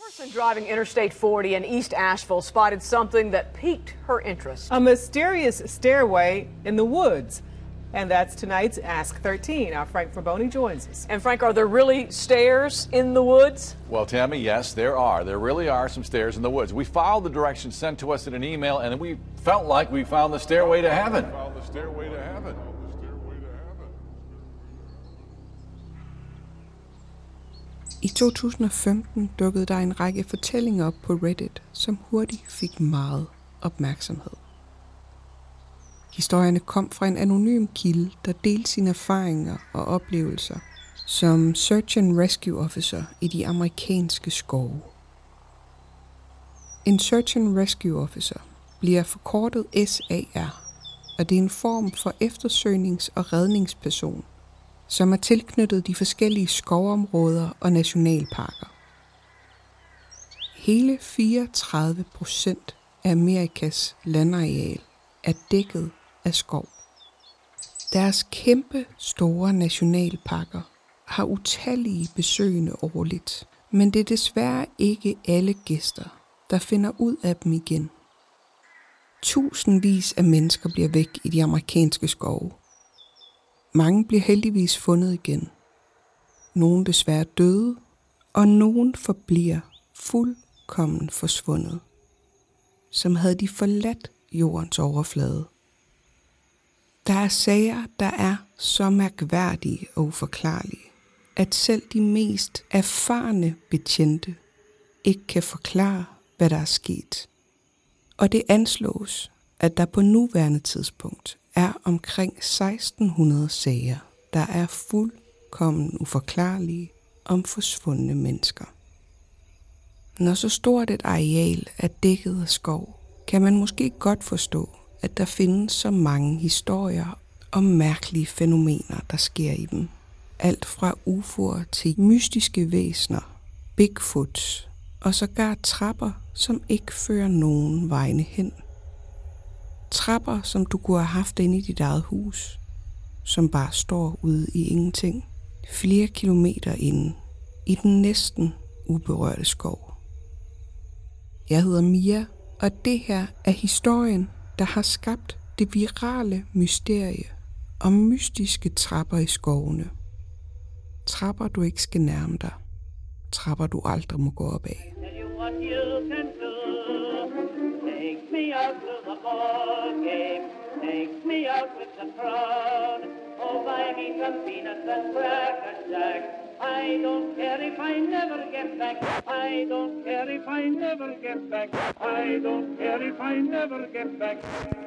person driving Interstate 40 in East Asheville spotted something that piqued her interest. A mysterious stairway in the woods. And that's tonight's Ask 13. Our Frank Fraboni joins us. And Frank, are there really stairs in the woods? Well, Tammy, yes, there are. There really are some stairs in the woods. We followed the directions sent to us in an email, and we felt like we found the stairway to heaven. I 2015 dukkede der en række fortællinger op på Reddit, som hurtigt fik meget opmærksomhed. Historierne kom fra en anonym kilde, der delte sine erfaringer og oplevelser som Search and Rescue Officer i de amerikanske skove. En Search and Rescue Officer bliver forkortet SAR, og det er en form for eftersøgnings- og redningsperson, som er tilknyttet de forskellige skovområder og nationalparker. Hele 34% af Amerikas landareal er dækket af skov. Deres kæmpe store nationalparker har utallige besøgende årligt, men det er desværre ikke alle gæster, der finder ud af dem igen. Tusindvis af mennesker bliver væk i de amerikanske skove. Mange bliver heldigvis fundet igen. Nogle desværre døde, og nogen forbliver fuldkommen forsvundet, som havde de forladt jordens overflade. Der er sager, der er så mærkværdige og uforklarlige, at selv de mest erfarne betjente ikke kan forklare, hvad der er sket. Og det anslås, at der på nuværende tidspunkt er omkring 1600 sager, der er fuldkommen uforklarlige om forsvundne mennesker. Når så stort et areal er dækket af skov, kan man måske godt forstå, at der findes så mange historier om mærkelige fænomener, der sker i dem. Alt fra UFO'er til mystiske væsener, Bigfoots og sågar trapper, som ikke fører nogen vegne hen. Trapper, som du kunne have haft inde i dit eget hus, som bare står ude i ingenting, flere kilometer inde i den næsten uberørte skov. Jeg hedder Mia, og det her er historien, der har skabt det virale mysterie om mystiske trapper i skovene. Trapper, du ikke skal nærme dig. Trapper, du aldrig må gå op af. I don't care if I never get back. I don't care if I never get back. I don't care if I never get back.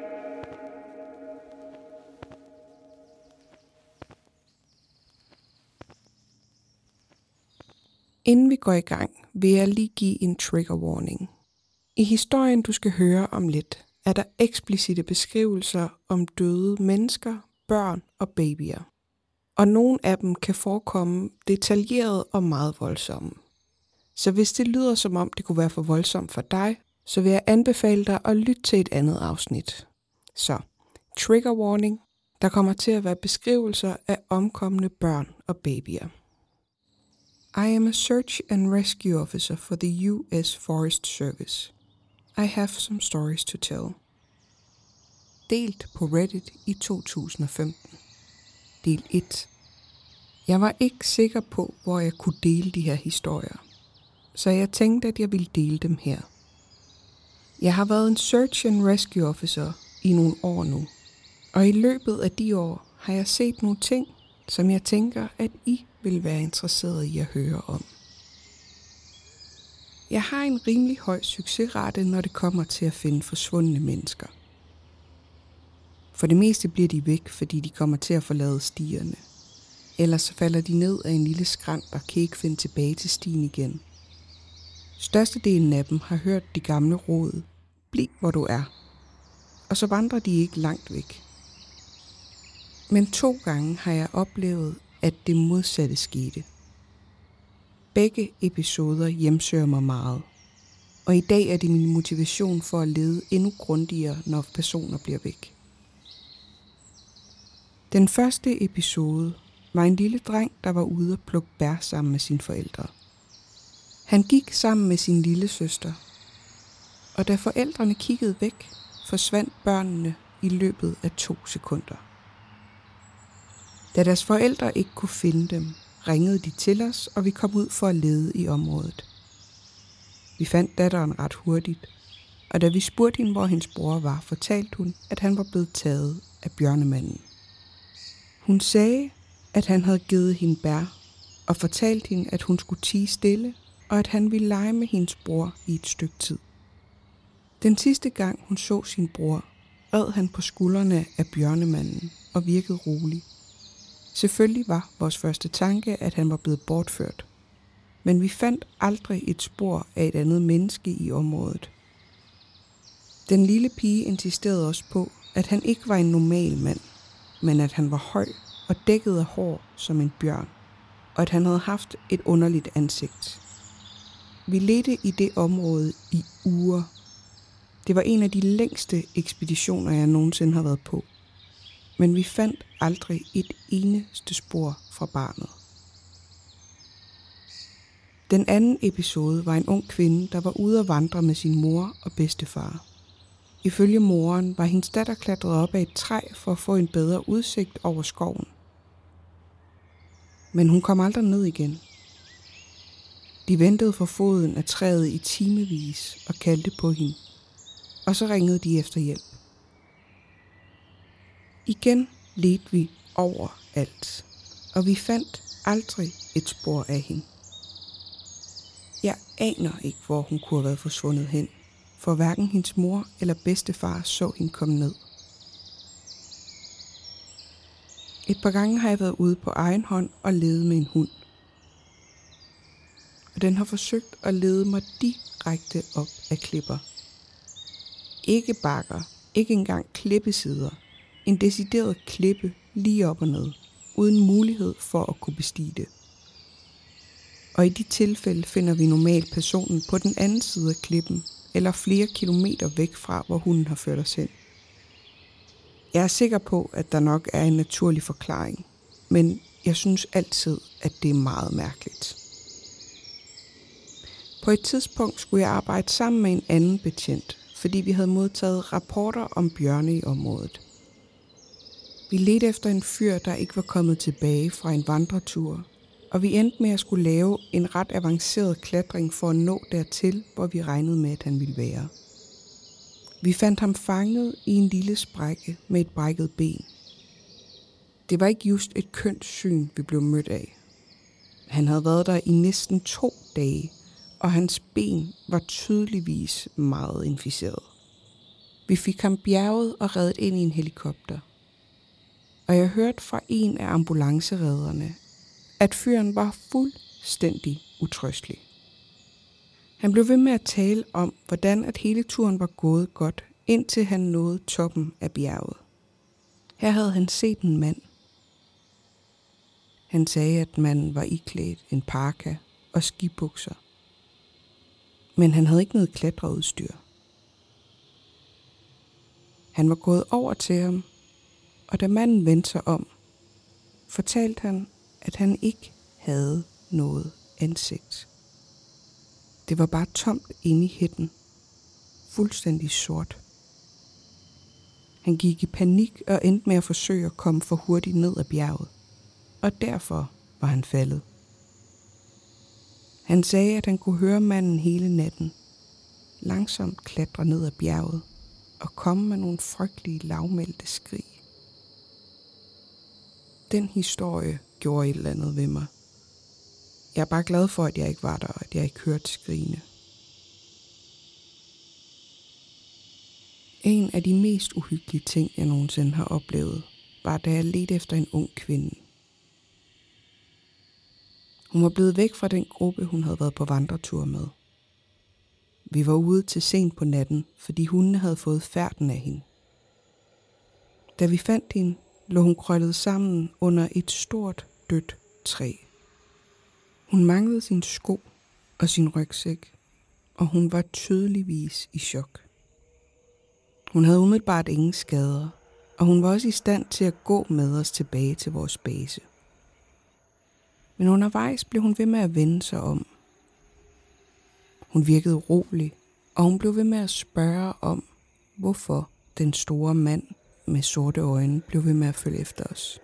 Inden vi går i gang, vil jeg lige give en trigger warning. I historien, du skal høre om lidt, er der eksplicite beskrivelser om døde mennesker, børn og babyer. Og nogle af dem kan forekomme detaljeret og meget voldsomme. Så hvis det lyder som om det kunne være for voldsomt for dig, så vil jeg anbefale dig at lytte til et andet afsnit. Så, trigger warning, der kommer til at være beskrivelser af omkomne børn og babyer. I am a search and rescue officer for the U.S. Forest Service. I have some stories to tell. Delt på Reddit i 2015. Del 1. Jeg var ikke sikker på, hvor jeg kunne dele de her historier, så jeg tænkte, at jeg ville dele dem her. Jeg har været en Search and Rescue Officer i nogle år nu, og i løbet af de år har jeg set nogle ting, som jeg tænker, at I vil være interesseret i at høre om. Jeg har en rimelig høj succesrate, når det kommer til at finde forsvundne mennesker. For det meste bliver de væk, fordi de kommer til at forlade stierne. Ellers falder de ned af en lille skrænt og kan ikke finde tilbage til stien igen. Størstedelen af dem har hørt de gamle råd: bliv hvor du er. Og så vandrer de ikke langt væk. Men 2 gange har jeg oplevet, at det modsatte skete. Begge episoder hjemsøger mig meget. Og i dag er det min motivation for at lede endnu grundigere, når personer bliver væk. Den første episode var en lille dreng, der var ude at plukke bær sammen med sine forældre. Han gik sammen med sin lille søster, og da forældrene kiggede væk, forsvandt børnene i løbet af 2 sekunder. Da deres forældre ikke kunne finde dem, ringede de til os, og vi kom ud for at lede i området. Vi fandt datteren ret hurtigt, og da vi spurgte hende, hvor hendes bror var, fortalte hun, at han var blevet taget af bjørnemanden. Hun sagde, at han havde givet hende bær, og fortalte hende, at hun skulle tie stille, og at han ville lege med hendes bror i et stykke tid. Den sidste gang hun så sin bror, red han på skuldrene af bjørnemanden og virkede rolig. Selvfølgelig var vores første tanke, at han var blevet bortført, men vi fandt aldrig et spor af et andet menneske i området. Den lille pige insisterede også på, at han ikke var en normal mand, men at han var høj og dækket af hår som en bjørn, og at han havde haft et underligt ansigt. Vi ledte i det område i uger. Det var en af de længste ekspeditioner, jeg nogensinde har været på. Men vi fandt aldrig et eneste spor fra barnet. Den anden episode var en ung kvinde, der var ude at vandre med sin mor og bedstefar. Ifølge moren var hendes datter klatret op af et træ for at få en bedre udsigt over skoven. Men hun kom aldrig ned igen. De ventede for foden af træet i timevis og kaldte på hende. Og så ringede de efter hjælp. Igen ledte vi overalt, og vi fandt aldrig et spor af hende. Jeg aner ikke, hvor hun kunne have været forsvundet hen, for hverken hendes mor eller bedstefar så hende komme ned. Et par gange har jeg været ude på egen hånd og ledet med en hund. Og den har forsøgt at lede mig direkte op af klipper. Ikke bakker, ikke engang klippesider. En decideret klippe lige op og ned, uden mulighed for at kunne bestige det. Og i de tilfælde finder vi normalt personen på den anden side af klippen, eller flere kilometer væk fra, hvor hunden har ført os hen. Jeg er sikker på, at der nok er en naturlig forklaring, men jeg synes altid, at det er meget mærkeligt. På et tidspunkt skulle jeg arbejde sammen med en anden betjent, fordi vi havde modtaget rapporter om bjørne i området. Vi ledte efter en fyr, der ikke var kommet tilbage fra en vandretur, og vi endte med at skulle lave en ret avanceret klatring for at nå dertil, hvor vi regnede med, at han ville være. Vi fandt ham fanget i en lille sprække med et brækket ben. Det var ikke just et kønt syn, vi blev mødt af. Han havde været der i næsten 2 dage, og hans ben var tydeligvis meget inficeret. Vi fik ham bjerget og reddet ind i en helikopter. Og jeg hørte fra en af ambulanceredderne, at fyren var fuldstændig utrøstelig. Han blev ved med at tale om, hvordan at hele turen var gået godt, indtil han nåede toppen af bjerget. Her havde han set en mand. Han sagde, at manden var iklædt en parka og skibukser. Men han havde ikke noget klatreudstyr. Han var gået over til ham, og da manden vendte sig om, fortalte han, at han ikke havde noget ansigt. Det var bare tomt inde i hætten, fuldstændig sort. Han gik i panik og endte med at forsøge at komme for hurtigt ned ad bjerget, og derfor var han faldet. Han sagde, at han kunne høre manden hele natten, langsomt klatre ned ad bjerget og komme med nogle frygtelige lavmælte skrig. Den historie gjorde et eller andet ved mig. Jeg er bare glad for, at jeg ikke var der, og at jeg ikke hørte skrigene. En af de mest uhyggelige ting, jeg nogensinde har oplevet, var da jeg ledte efter en ung kvinde. Hun var blevet væk fra den gruppe, hun havde været på vandretur med. Vi var ude til sent på natten, fordi hundene havde fået færden af hende. Da vi fandt hende, lå hun krøllet sammen under et stort, dødt træ. Hun manglede sin sko og sin rygsæk, og hun var tydeligvis i chok. Hun havde umiddelbart ingen skader, og hun var også i stand til at gå med os tilbage til vores base. Men undervejs blev hun ved med at vende sig om. Hun virkede rolig, og hun blev ved med at spørge om, hvorfor den store mand med sorte øjne blev ved med at følge efter os.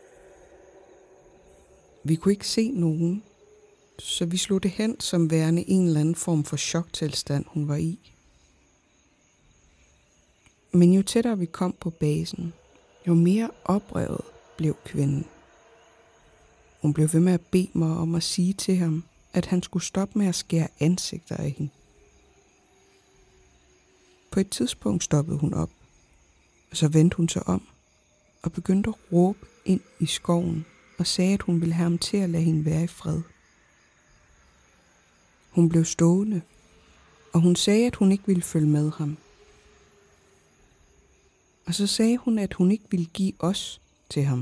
Vi kunne ikke se nogen, så vi slog det hen som værende en eller anden form for choktilstand, hun var i. Men jo tættere vi kom på basen, jo mere oprevet blev kvinden. Hun blev ved med at bede mig om at sige til ham, at han skulle stoppe med at skære ansigter af hende. På et tidspunkt stoppede hun op, og så vendte hun sig om og begyndte at råbe ind i skoven og sagde, at hun ville have ham til at lade hende være i fred. Hun blev stående, og hun sagde, at hun ikke ville følge med ham. Og så sagde hun, at hun ikke ville give os til ham.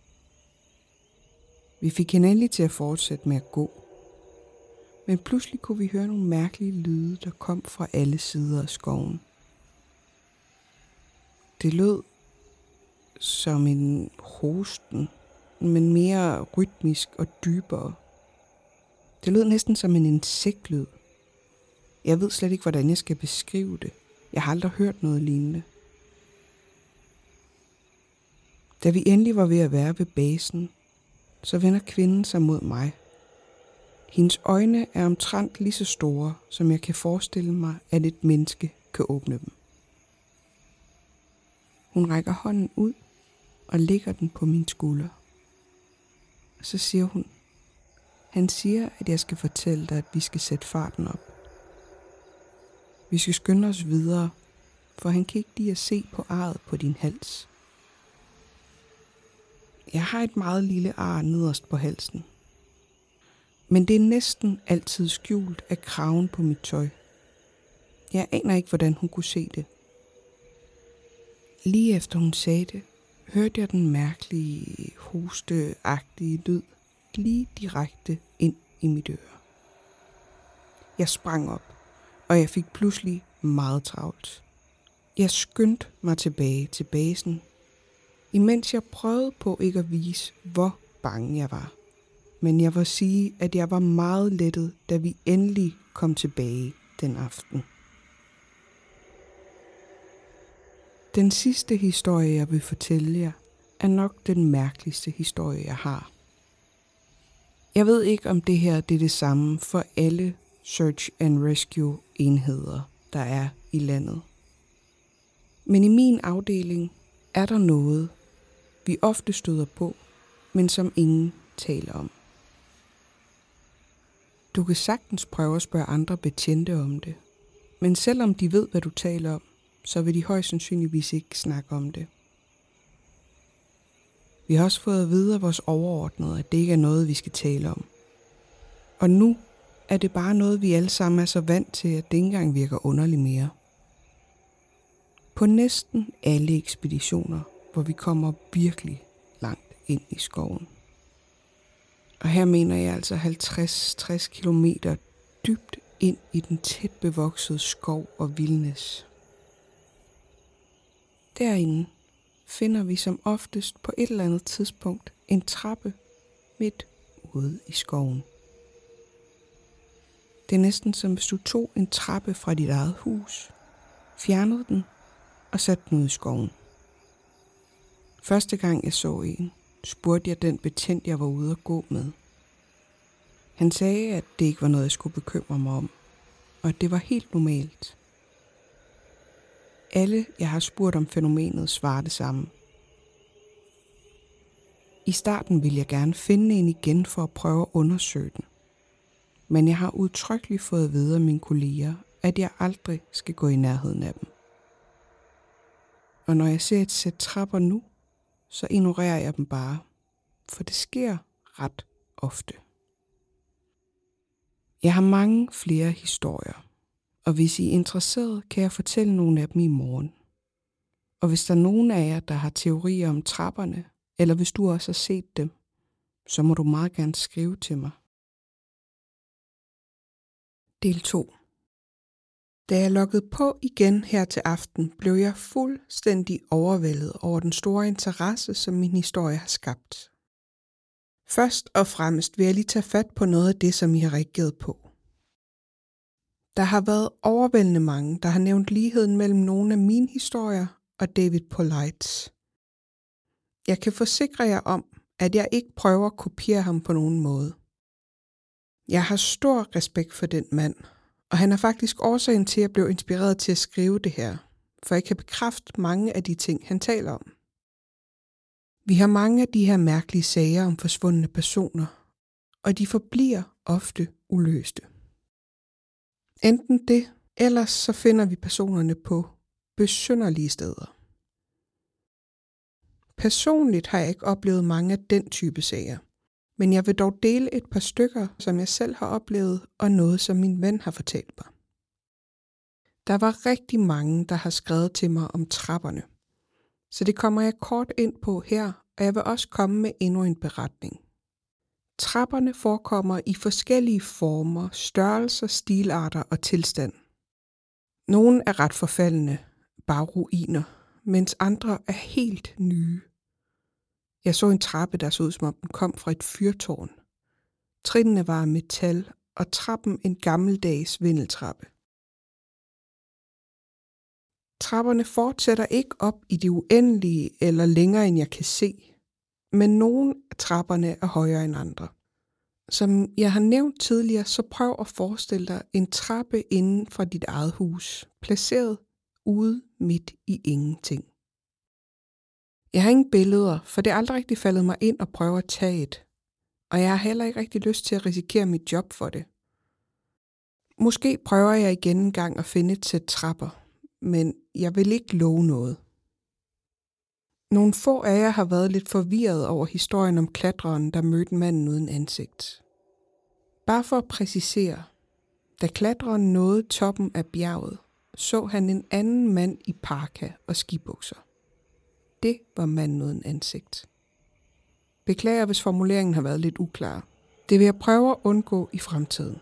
Vi fik hende endelig til at fortsætte med at gå. Men pludselig kunne vi høre nogle mærkelige lyde, der kom fra alle sider af skoven. Det lød som en hosten, men mere rytmisk og dybere. Det lød næsten som en insektlyd. Jeg ved slet ikke, hvordan jeg skal beskrive det. Jeg har aldrig hørt noget lignende. Da vi endelig var ved at være ved basen, så vender kvinden sig mod mig. Hendes øjne er omtrent lige så store, som jeg kan forestille mig, at et menneske kan åbne dem. Hun rækker hånden ud og lægger den på min skulder. Og så siger hun, han siger, at jeg skal fortælle dig, at vi skal sætte farten op. Vi skal skynde os videre, for han kan ikke lide at se på arret på din hals. Jeg har et meget lille ar nederst på halsen. Men det er næsten altid skjult af kraven på mit tøj. Jeg aner ikke, hvordan hun kunne se det. Lige efter hun sagde det, hørte jeg den mærkelige, hosteagtige lyd lige direkte ind i mit øre. Jeg sprang op, og jeg fik pludselig meget travlt. Jeg skyndte mig tilbage til basen, imens jeg prøvede på ikke at vise, hvor bange jeg var. Men jeg vil sige, at jeg var meget lettet, da vi endelig kom tilbage den aften. Den sidste historie, jeg vil fortælle jer, er nok den mærkeligste historie, jeg har. Jeg ved ikke, om det her det er det samme for alle Search and Rescue enheder, der er i landet. Men i min afdeling er der noget, vi ofte støder på, men som ingen taler om. Du kan sagtens prøve at spørge andre betjente om det, men selvom de ved, hvad du taler om, så vil de højst sandsynligvis ikke snakke om det. Vi har også fået at vide af vores overordnede, at det ikke er noget, vi skal tale om. Og nu er det bare noget, vi alle sammen er så vant til, at det ikke engang virker underligt mere. På næsten alle ekspeditioner, hvor vi kommer virkelig langt ind i skoven. Og her mener jeg altså 50-60 kilometer dybt ind i den tæt bevoksede skov og vildnis. Derinde finder vi som oftest på et eller andet tidspunkt en trappe midt ude i skoven. Det er næsten som hvis du tog en trappe fra dit eget hus, fjernede den og satte den ud i skoven. Første gang jeg så en, spurgte jeg den betjent, jeg var ude at gå med. Han sagde, at det ikke var noget, jeg skulle bekymre mig om, og at det var helt normalt. Alle, jeg har spurgt om fænomenet, svarer det samme. I starten ville jeg gerne finde en igen for at prøve at undersøge den. Men jeg har udtrykkeligt fået at vide af mine kolleger, at jeg aldrig skal gå i nærheden af dem. Og når jeg ser et sæt trapper nu, så ignorerer jeg dem bare, for det sker ret ofte. Jeg har mange flere historier, og hvis I er interesseret, kan jeg fortælle nogle af dem i morgen. Og hvis der er nogen af jer, der har teorier om trapperne, eller hvis du også har set dem, så må du meget gerne skrive til mig. Del 2. Da jeg loggede på igen her til aften, blev jeg fuldstændig overvældet over den store interesse, som min historie har skabt. Først og fremmest vil jeg lige tage fat på noget af det, som I har reageret på. Der har været overvældende mange, der har nævnt ligheden mellem nogle af mine historier og David Polites. Jeg kan forsikre jer om, at jeg ikke prøver at kopiere ham på nogen måde. Jeg har stor respekt for den mand, og han er faktisk årsagen til, at jeg blev inspireret til at skrive det her, for jeg kan bekræfte mange af de ting, han taler om. Vi har mange af de her mærkelige sager om forsvundne personer, og de forbliver ofte uløste. Enten det, ellers så finder vi personerne på besynderlige steder. Personligt har jeg ikke oplevet mange af den type sager, men jeg vil dog dele et par stykker, som jeg selv har oplevet, og noget, som min ven har fortalt mig. Der var rigtig mange, der har skrevet til mig om trapperne, så det kommer jeg kort ind på her, og jeg vil også komme med endnu en beretning. Trapperne forekommer i forskellige former, størrelser, stilarter og tilstand. Nogle er ret forfaldne, bare ruiner, mens andre er helt nye. Jeg så en trappe, der så ud som om den kom fra et fyrtårn. Trinnene var af metal, og trappen en gammeldags vindeltrappe. Trapperne fortsætter ikke op i det uendelige eller længere end jeg kan se, men nogle af trapperne er højere end andre. Som jeg har nævnt tidligere, så prøv at forestille dig en trappe inden for dit eget hus, placeret ude midt i ingenting. Jeg har ingen billeder, for det er aldrig rigtig faldet mig ind at prøve at tage et, og jeg har heller ikke rigtig lyst til at risikere mit job for det. Måske prøver jeg igen en gang at finde et sæt trapper, men jeg vil ikke love noget. Nogle få af jer har været lidt forvirret over historien om klatreren, der mødte manden uden ansigt. Bare for at præcisere, da klatreren nåede toppen af bjerget, så han en anden mand i parka og skibukser. Det var manden uden ansigt. Beklager, hvis formuleringen har været lidt uklar. Det vil jeg prøve at undgå i fremtiden.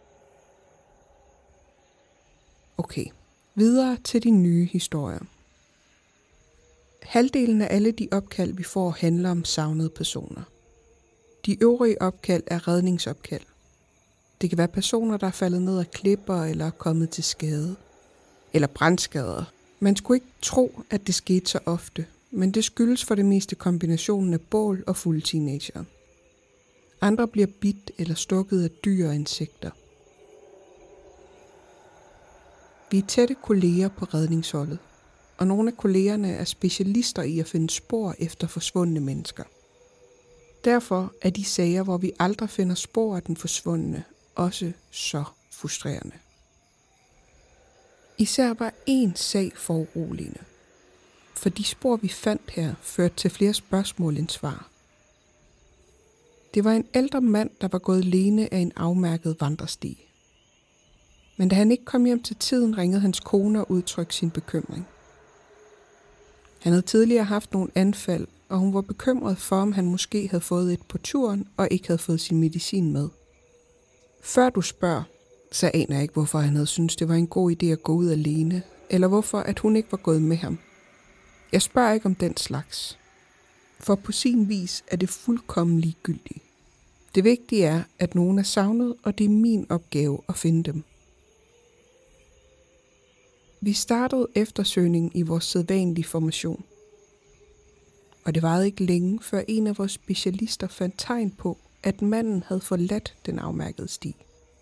Okay, videre til de nye historier. Halvdelen af alle de opkald, vi får, handler om savnede personer. De øvrige opkald er redningsopkald. Det kan være personer, der er faldet ned af klipper eller er kommet til skade. Eller brandskader. Man skulle ikke tro, at det skete så ofte, men det skyldes for det meste kombinationen af bål og fulde teenager. Andre bliver bidt eller stukket af dyr og insekter. Vi er tætte kolleger på redningsholdet, og nogle af kollegerne er specialister i at finde spor efter forsvundne mennesker. Derfor er de sager, hvor vi aldrig finder spor af den forsvundne, også så frustrerende. Især var én sag foruroligende, for de spor, vi fandt her, førte til flere spørgsmål end svar. Det var en ældre mand, der var gået alene af en afmærket vandresti. Men da han ikke kom hjem til tiden, ringede hans kone og udtrykte sin bekymring. Han havde tidligere haft nogle anfald, og hun var bekymret for, om han måske havde fået et på turen og ikke havde fået sin medicin med. Før du spørger, så aner jeg ikke, hvorfor han havde syntes, det var en god idé at gå ud alene, eller hvorfor at hun ikke var gået med ham. Jeg spørger ikke om den slags, for på sin vis er det fuldkommen ligegyldigt. Det vigtige er, at nogen er savnet, og det er min opgave at finde dem. Vi startede eftersøgningen i vores sædvanlige formation, og det varede ikke længe, før en af vores specialister fandt tegn på, at manden havde forladt den afmærkede sti.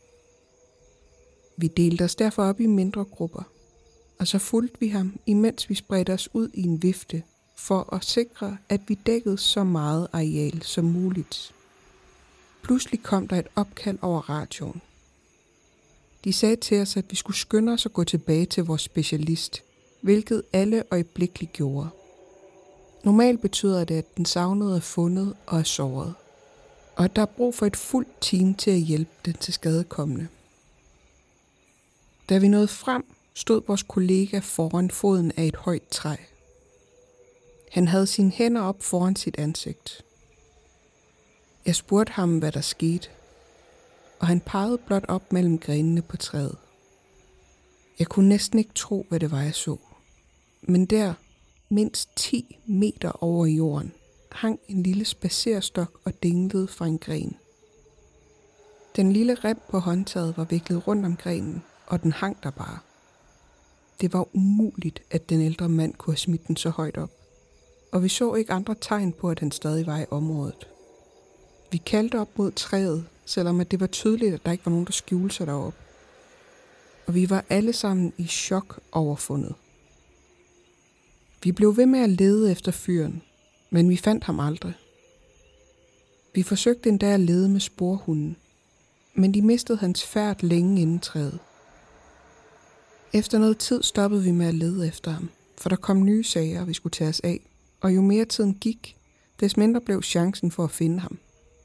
Vi delte os derfor op i mindre grupper, og så fulgte vi ham, imens vi spredte os ud i en vifte, for at sikre, at vi dækkede så meget areal som muligt. Pludselig kom der et opkald over radioen. De sagde til os, at vi skulle skynde os at gå tilbage til vores specialist, hvilket alle øjeblikkeligt gjorde. Normalt betyder det, at den savnede er fundet og er såret, og at der er brug for et fuldt team til at hjælpe den til skadekommende. Da vi nåede frem, stod vores kollega foran foden af et højt træ. Han havde sine hænder op foran sit ansigt. Jeg spurgte ham, hvad der skete, og han pegede blot op mellem grenene på træet. Jeg kunne næsten ikke tro, hvad det var, jeg så. Men der, mindst 10 meter over jorden, hang en lille spadserstok og dinglede fra en gren. Den lille rem på håndtaget var viklet rundt om grenen, og den hang der bare. Det var umuligt, at den ældre mand kunne have smidt den så højt op, og vi så ikke andre tegn på, at han stadig var i området. Vi kaldte op mod træet, selvom at det var tydeligt, at der ikke var nogen, der skjulte sig deroppe. Og vi var alle sammen i chok over fundet. Vi blev ved med at lede efter fyren, men vi fandt ham aldrig. Vi forsøgte endda at lede med sporhunden, men de mistede hans færd længe inden træet. Efter noget tid stoppede vi med at lede efter ham, for der kom nye sager, vi skulle tage os af, og jo mere tiden gik, des mindre blev chancen for at finde ham.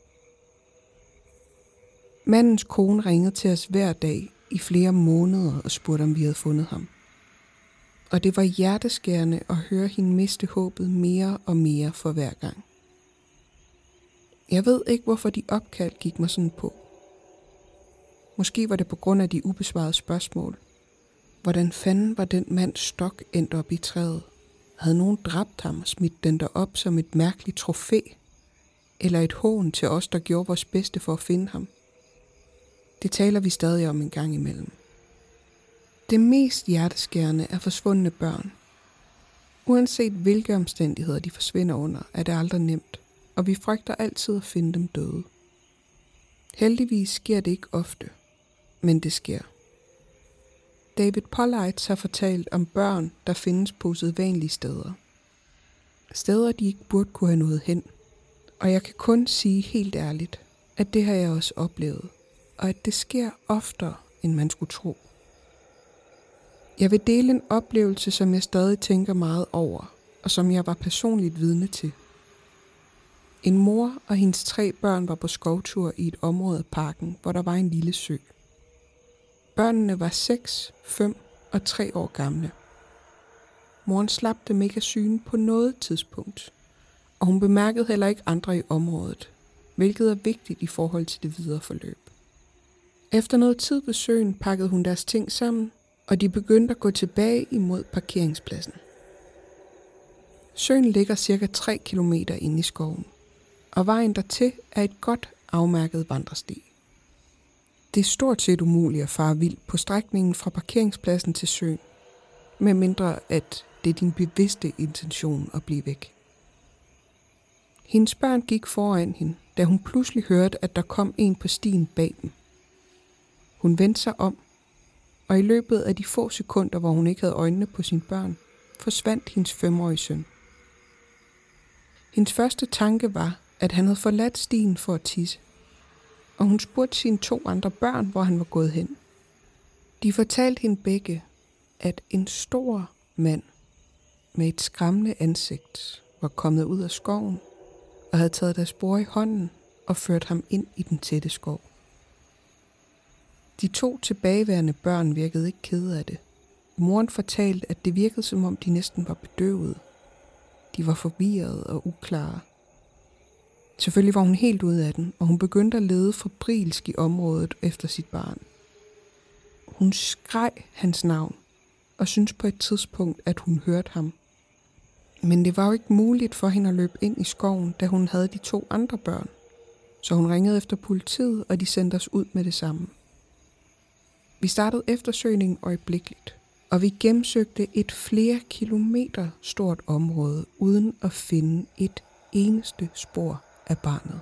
Mandens kone ringede til os hver dag i flere måneder og spurgte, om vi havde fundet ham. Og det var hjerteskærende at høre hende miste håbet mere og mere for hver gang. Jeg ved ikke, hvorfor de opkald gik mig sådan på. Måske var det på grund af de ubesvarede spørgsmål. Hvordan fanden var den mands stok endt op i træet? Havde nogen dræbt ham og smidt den derop som et mærkeligt trofæ? Eller et hån til os, der gjorde vores bedste for at finde ham? Det taler vi stadig om en gang imellem. Det mest hjerteskærende er forsvundne børn. Uanset hvilke omstændigheder de forsvinder under, er det aldrig nemt, og vi frygter altid at finde dem døde. Heldigvis sker det ikke ofte, men det sker. David Pollites har fortalt om børn, der findes på usædvanlige steder. Steder, de ikke burde kunne have nået hen. Og jeg kan kun sige helt ærligt, at det har jeg også oplevet, og at det sker oftere, end man skulle tro. Jeg vil dele en oplevelse, som jeg stadig tænker meget over, og som jeg var personligt vidne til. En mor og hendes 3 børn var på skovtur i et område af parken, hvor der var en lille sø. Børnene var 6, 5 og 3 år gamle. Moren slap dem ikke af syne på noget tidspunkt, og hun bemærkede heller ikke andre i området, hvilket er vigtigt i forhold til det videre forløb. Efter noget tid ved søen pakkede hun deres ting sammen, og de begyndte at gå tilbage imod parkeringspladsen. Søen ligger cirka 3 kilometer inde i skoven, og vejen dertil er et godt afmærket vandresti. Det er stort set umuligt at fare vild på strækningen fra parkeringspladsen til søen, medmindre at det er din bevidste intention at blive væk. Hendes børn gik foran hende, da hun pludselig hørte, at der kom en på stien bag dem. Hun vendte sig om, og i løbet af de få sekunder, hvor hun ikke havde øjnene på sine børn, forsvandt hendes 5-årige søn. Hendes første tanke var, at han havde forladt stien for at tisse, og hun spurgte sine 2 andre børn, hvor han var gået hen. De fortalte hende begge, at en stor mand med et skræmmende ansigt var kommet ud af skoven og havde taget deres bror i hånden og ført ham ind i den tætte skov. De 2 tilbageværende børn virkede ikke kede af det. Moren fortalte, at det virkede som om de næsten var bedøvede. De var forvirrede og uklare. Selvfølgelig var hun helt ude af den, og hun begyndte at lede febrilsk i området efter sit barn. Hun skreg hans navn, og syntes på et tidspunkt, at hun hørte ham. Men det var jo ikke muligt for hende at løbe ind i skoven, da hun havde de 2 andre børn. Så hun ringede efter politiet, og de sendte os ud med det samme. Vi startede eftersøgningen øjeblikkeligt, og vi gennemsøgte et flere kilometer stort område, uden at finde et eneste spor af barnet.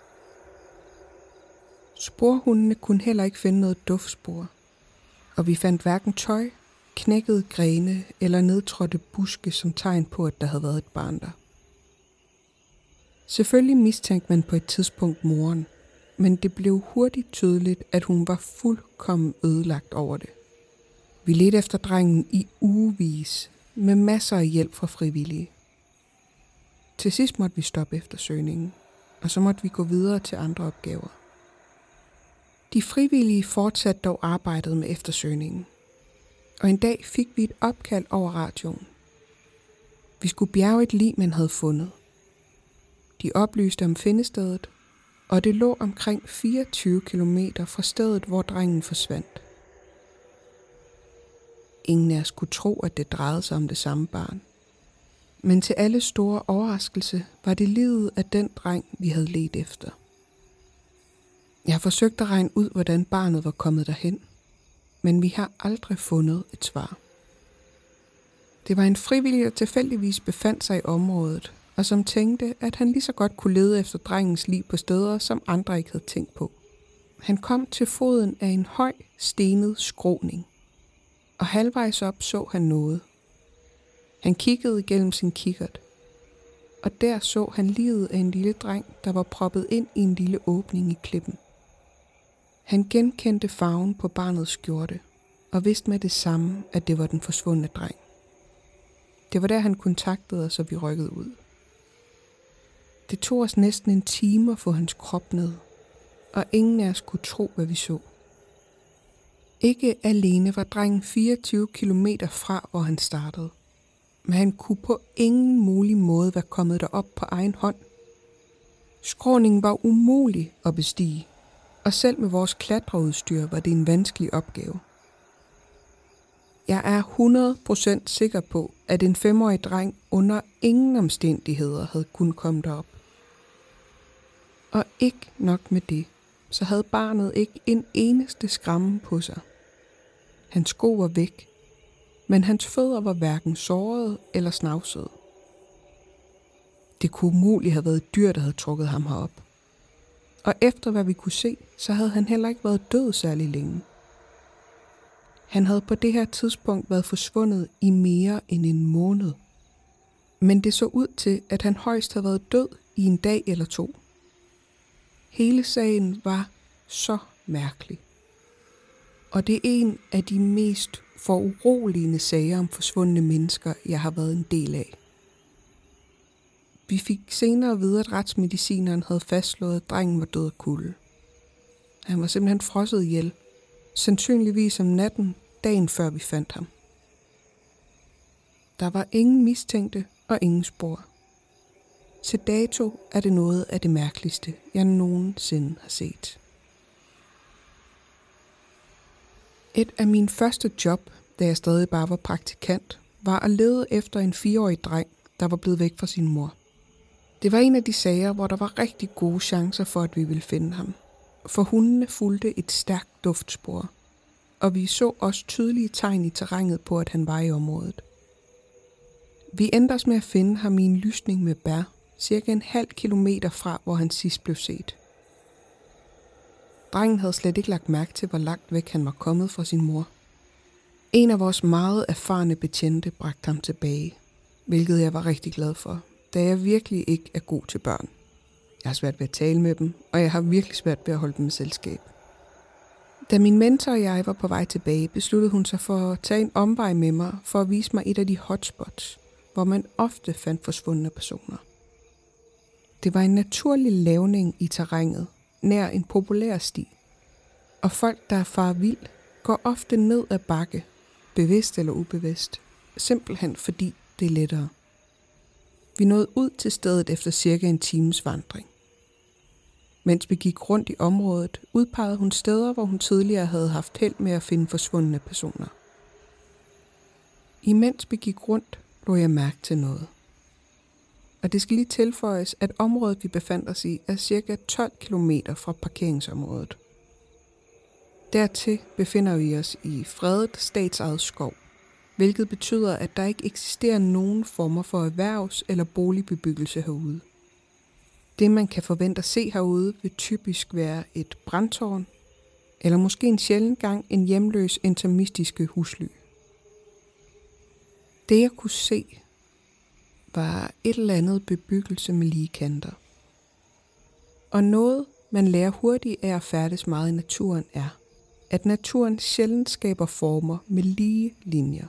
Sporhundene kunne heller ikke finde noget duftspor, og vi fandt hverken tøj, knækkede grene eller nedtrådte buske som tegn på, at der havde været et barn der. Selvfølgelig mistænkte man på et tidspunkt moren, men det blev hurtigt tydeligt, at hun var fuldkommen ødelagt over det. Vi ledte efter drengen i ugevis, med masser af hjælp fra frivillige. Til sidst måtte vi stoppe eftersøgningen, og så måtte vi gå videre til andre opgaver. De frivillige fortsatte dog arbejdet med eftersøgningen, og en dag fik vi et opkald over radioen. Vi skulle bjerge et lig, man havde fundet. De oplyste om findestedet, og det lå omkring 24 kilometer fra stedet, hvor drengen forsvandt. Ingen af os kunne tro, at det drejede sig om det samme barn. Men til alle store overraskelse var det livet af den dreng, vi havde ledt efter. Jeg forsøgte at regne ud, hvordan barnet var kommet derhen. men vi har aldrig fundet et svar. Det var en frivillig, der tilfældigvis befandt sig i området, og som tænkte, at han lige så godt kunne lede efter drengens lig på steder, som andre ikke havde tænkt på. Han kom til foden af en høj, stenet skråning, og halvvejs op så han noget. Han kiggede igennem sin kikkert, og der så han liget af en lille dreng, der var proppet ind i en lille åbning i klippen. Han genkendte farven på barnets skjorte, og vidste med det samme, at det var den forsvundne dreng. Det var der, han kontaktede os, og vi rykkede ud. Det tog os næsten en time at få hans krop ned, og ingen af os kunne tro, hvad vi så. Ikke alene var drengen 24 kilometer fra, hvor han startede, men han kunne på ingen mulig måde være kommet derop på egen hånd. Skråningen var umulig at bestige, og selv med vores klatreudstyr var det en vanskelig opgave. Jeg er 100% sikker på, at en 5-årig dreng under ingen omstændigheder havde kunnet komme derop. Og ikke nok med det, så havde barnet ikke en eneste skramme på sig. Hans sko var væk, men hans fødder var hverken sårede eller snavsede. Det kunne umuligt have været et dyr, der havde trukket ham herop. Og efter hvad vi kunne se, så havde han heller ikke været død særlig længe. Han havde på det her tidspunkt været forsvundet i mere end en måned. Men det så ud til, at han højst havde været død i en dag eller 2. Hele sagen var så mærkelig. Og det er en af de mest foruroligende sager om forsvundne mennesker, jeg har været en del af. Vi fik senere at vide, at retsmedicineren havde fastslået, at drengen var død af kulde. Han var simpelthen frosset ihjel, sandsynligvis om natten, dagen før vi fandt ham. Der var ingen mistænkte og ingen spor. Til dato er det noget af det mærkeligste, jeg nogensinde har set. Et af mine første job, da jeg stadig bare var praktikant, var at lede efter en 4-årig dreng, der var blevet væk fra sin mor. Det var en af de sager, hvor der var rigtig gode chancer for, at vi ville finde ham. For hundene fulgte et stærkt duftspor, og vi så også tydelige tegn i terrænet på, at han var i området. Vi endte os med at finde ham i en lysning med bær, cirka en halv kilometer fra, hvor han sidst blev set. Drengen havde slet ikke lagt mærke til, hvor langt væk han var kommet fra sin mor. En af vores meget erfarne betjente bragte ham tilbage, hvilket jeg var rigtig glad for, da jeg virkelig ikke er god til børn. Jeg har svært ved at tale med dem, og jeg har virkelig svært ved at holde dem i selskab. Da min mentor og jeg var på vej tilbage, besluttede hun sig for at tage en omvej med mig for at vise mig et af de hotspots, hvor man ofte fandt forsvundne personer. Det var en naturlig lavning i terrænet, nær en populær sti, og folk, der er farer vild, går ofte ned ad bakke, bevidst eller ubevidst, simpelthen fordi det er lettere. Vi nåede ud til stedet efter cirka en times vandring. Mens vi gik rundt i området, udpegede hun steder, hvor hun tidligere havde haft held med at finde forsvundne personer. Imens vi gik rundt, lå jeg mærke til noget. Og det skal lige tilføjes, at området, vi befandt os i, er cirka 12 km fra parkeringsområdet. Dertil befinder vi os i fredet statsejet skov, hvilket betyder, at der ikke eksisterer nogen former for erhvervs- eller boligbebyggelse herude. Det, man kan forvente at se herude, vil typisk være et brandtårn, eller måske en sjælden gang en hjemløs intermistiske husly. Det, jeg kunne se, var et eller andet bebyggelse med lige kanter. Og noget, man lærer hurtigt af at færdes meget i naturen, er, at naturen sjældent skaber former med lige linjer.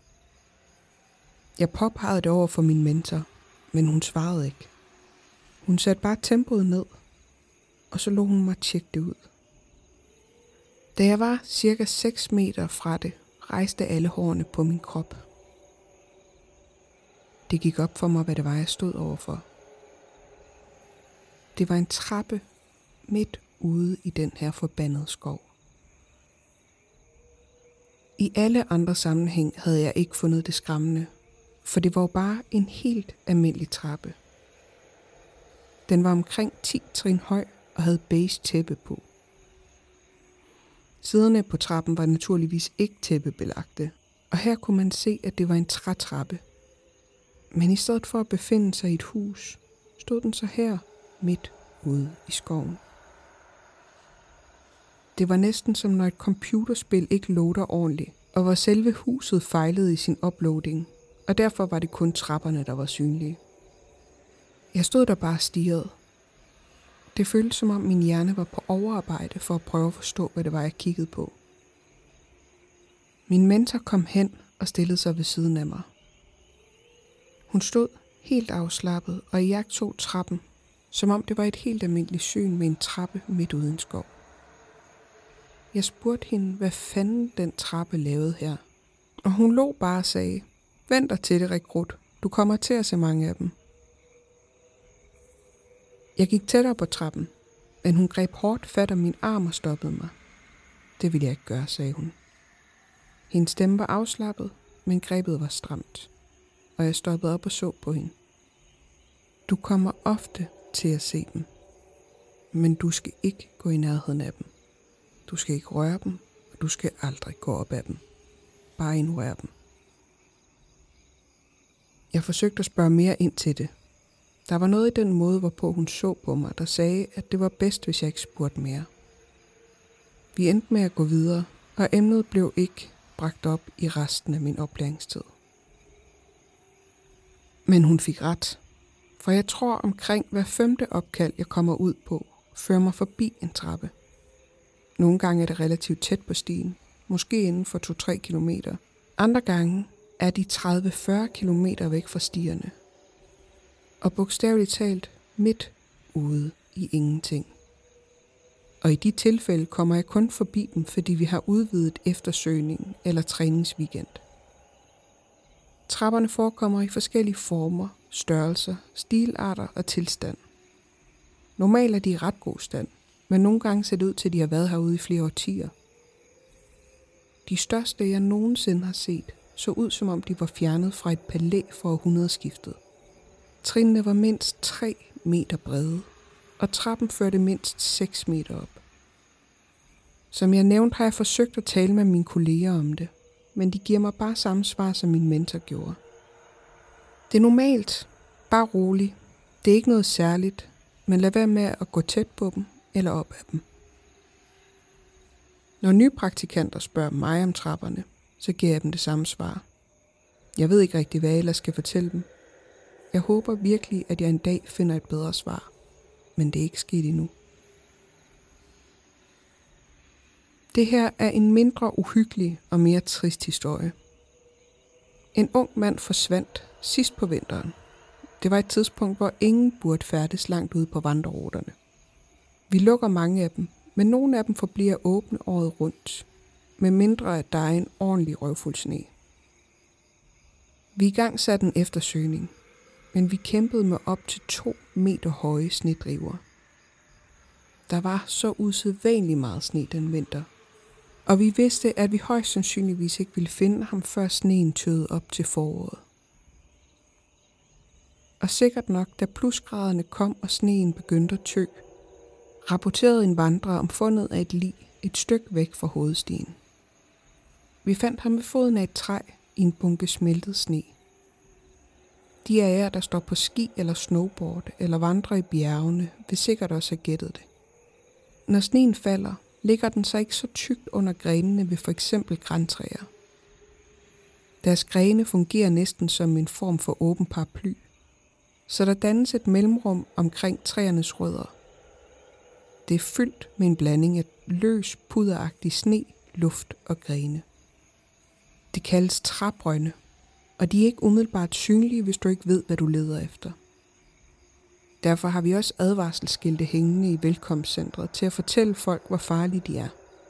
Jeg påpegede det over for min mentor, men hun svarede ikke. Hun satte bare tempoet ned, og så lod hun mig tjekke det ud. Da jeg var cirka 6 meter fra det, rejste alle hårene på min krop. Det gik op for mig, hvad det var, jeg stod overfor. Det var en trappe midt ude i den her forbandede skov. I alle andre sammenhæng havde jeg ikke fundet det skræmmende, for det var jo bare en helt almindelig trappe. Den var omkring 10 trin høj og havde beige tæppe på. Siderne på trappen var naturligvis ikke tæppebelagte, og her kunne man se, at det var en trætrappe. Men i stedet for at befinde sig i et hus, stod den så her midt ude i skoven. Det var næsten som når et computerspil ikke loader ordentligt, og hvor selve huset fejlede i sin uploading, og derfor var det kun trapperne, der var synlige. Jeg stod der bare og stirrede. Det føltes som om min hjerne var på overarbejde for at prøve at forstå, hvad det var, jeg kiggede på. Min mentor kom hen og stillede sig ved siden af mig. Hun stod helt afslappet og iagttog trappen, som om det var et helt almindeligt syn med en trappe midt ude i en skov. Jeg spurgte hende, hvad fanden den trappe lavede her, og hun lå bare og sagde, vent dig til det, rekrut, du kommer til at se mange af dem. Jeg gik tættere på trappen, men hun greb hårdt fat om min arm og stoppede mig. Det ville jeg ikke gøre, sagde hun. Hendes stemme var afslappet, men grebet var stramt, og jeg stoppede op og så på hende. Du kommer ofte til at se dem, men du skal ikke gå i nærheden af dem. Du skal ikke røre dem, og du skal aldrig gå op ad dem. Bare ignorere dem. Jeg forsøgte at spørge mere ind til det. Der var noget i den måde, hvorpå hun så på mig, der sagde, at det var bedst, hvis jeg ikke spurgte mere. Vi endte med at gå videre, og emnet blev ikke bragt op i resten af min oplæringstid. Men hun fik ret, for jeg tror omkring hver 5. opkald, jeg kommer ud på, fører mig forbi en trappe. Nogle gange er det relativt tæt på stien, måske inden for 2-3 kilometer. Andre gange er de 30-40 kilometer væk fra stierne. Og bogstaveligt talt midt ude i ingenting. Og i de tilfælde kommer jeg kun forbi dem, fordi vi har udvidet eftersøgning eller træningsweekend. Trapperne forekommer i forskellige former, størrelser, stilarter og tilstand. Normalt er de i ret god stand, men nogle gange ser det ud til, at de har været herude i flere årtier. De største, jeg nogensinde har set, så ud som om de var fjernet fra et palæ for århundredeskiftet. Trinene var mindst 3 meter brede, og trappen førte mindst 6 meter op. Som jeg nævnte, har jeg forsøgt at tale med mine kolleger om det, men de giver mig bare samme svar, som min mentor gjorde. Det er normalt, bare rolig. Det er ikke noget særligt, men lad være med at gå tæt på dem eller op ad dem. Når nye praktikanter spørger mig om trapperne, så giver jeg dem det samme svar. Jeg ved ikke rigtig, hvad jeg ellers skal fortælle dem. Jeg håber virkelig, at jeg en dag finder et bedre svar, men det er ikke sket endnu. Det her er en mindre uhyggelig og mere trist historie. En ung mand forsvandt sidst på vinteren. Det var et tidspunkt, hvor ingen burde færdes langt ude på vandreruterne. Vi lukker mange af dem, men nogle af dem forbliver åbne året rundt, med mindre at der er en ordentlig røvfuld sne. Vi i gang satte en eftersøgning, men vi kæmpede med op til 2 meter høje snedriver. Der var så usædvanligt meget sne den vinter, og vi vidste, at vi højst sandsynligvis ikke ville finde ham, før sneen tøede op til foråret. Og sikkert nok, da plusgraderne kom og sneen begyndte at tø, rapporterede en vandrer om fundet af et lig et stykke væk fra hovedstien. Vi fandt ham ved foden af et træ i en bunke smeltet sne. De af jer, der står på ski eller snowboard eller vandrer i bjergene, vil sikkert også have gættet det. Når sneen falder, ligger den så ikke så tykt under grenene ved for eksempel grantræer. Deres grene fungerer næsten som en form for åben paraply, så der dannes et mellemrum omkring træernes rødder. Det er fyldt med en blanding af løs, pudderagtig sne, luft og grene. Det kaldes træbrønde, og de er ikke umiddelbart synlige, hvis du ikke ved, hvad du leder efter. Derfor har vi også advarselsskilte hængende i velkomstcentret til at fortælle folk, hvor farlige de er.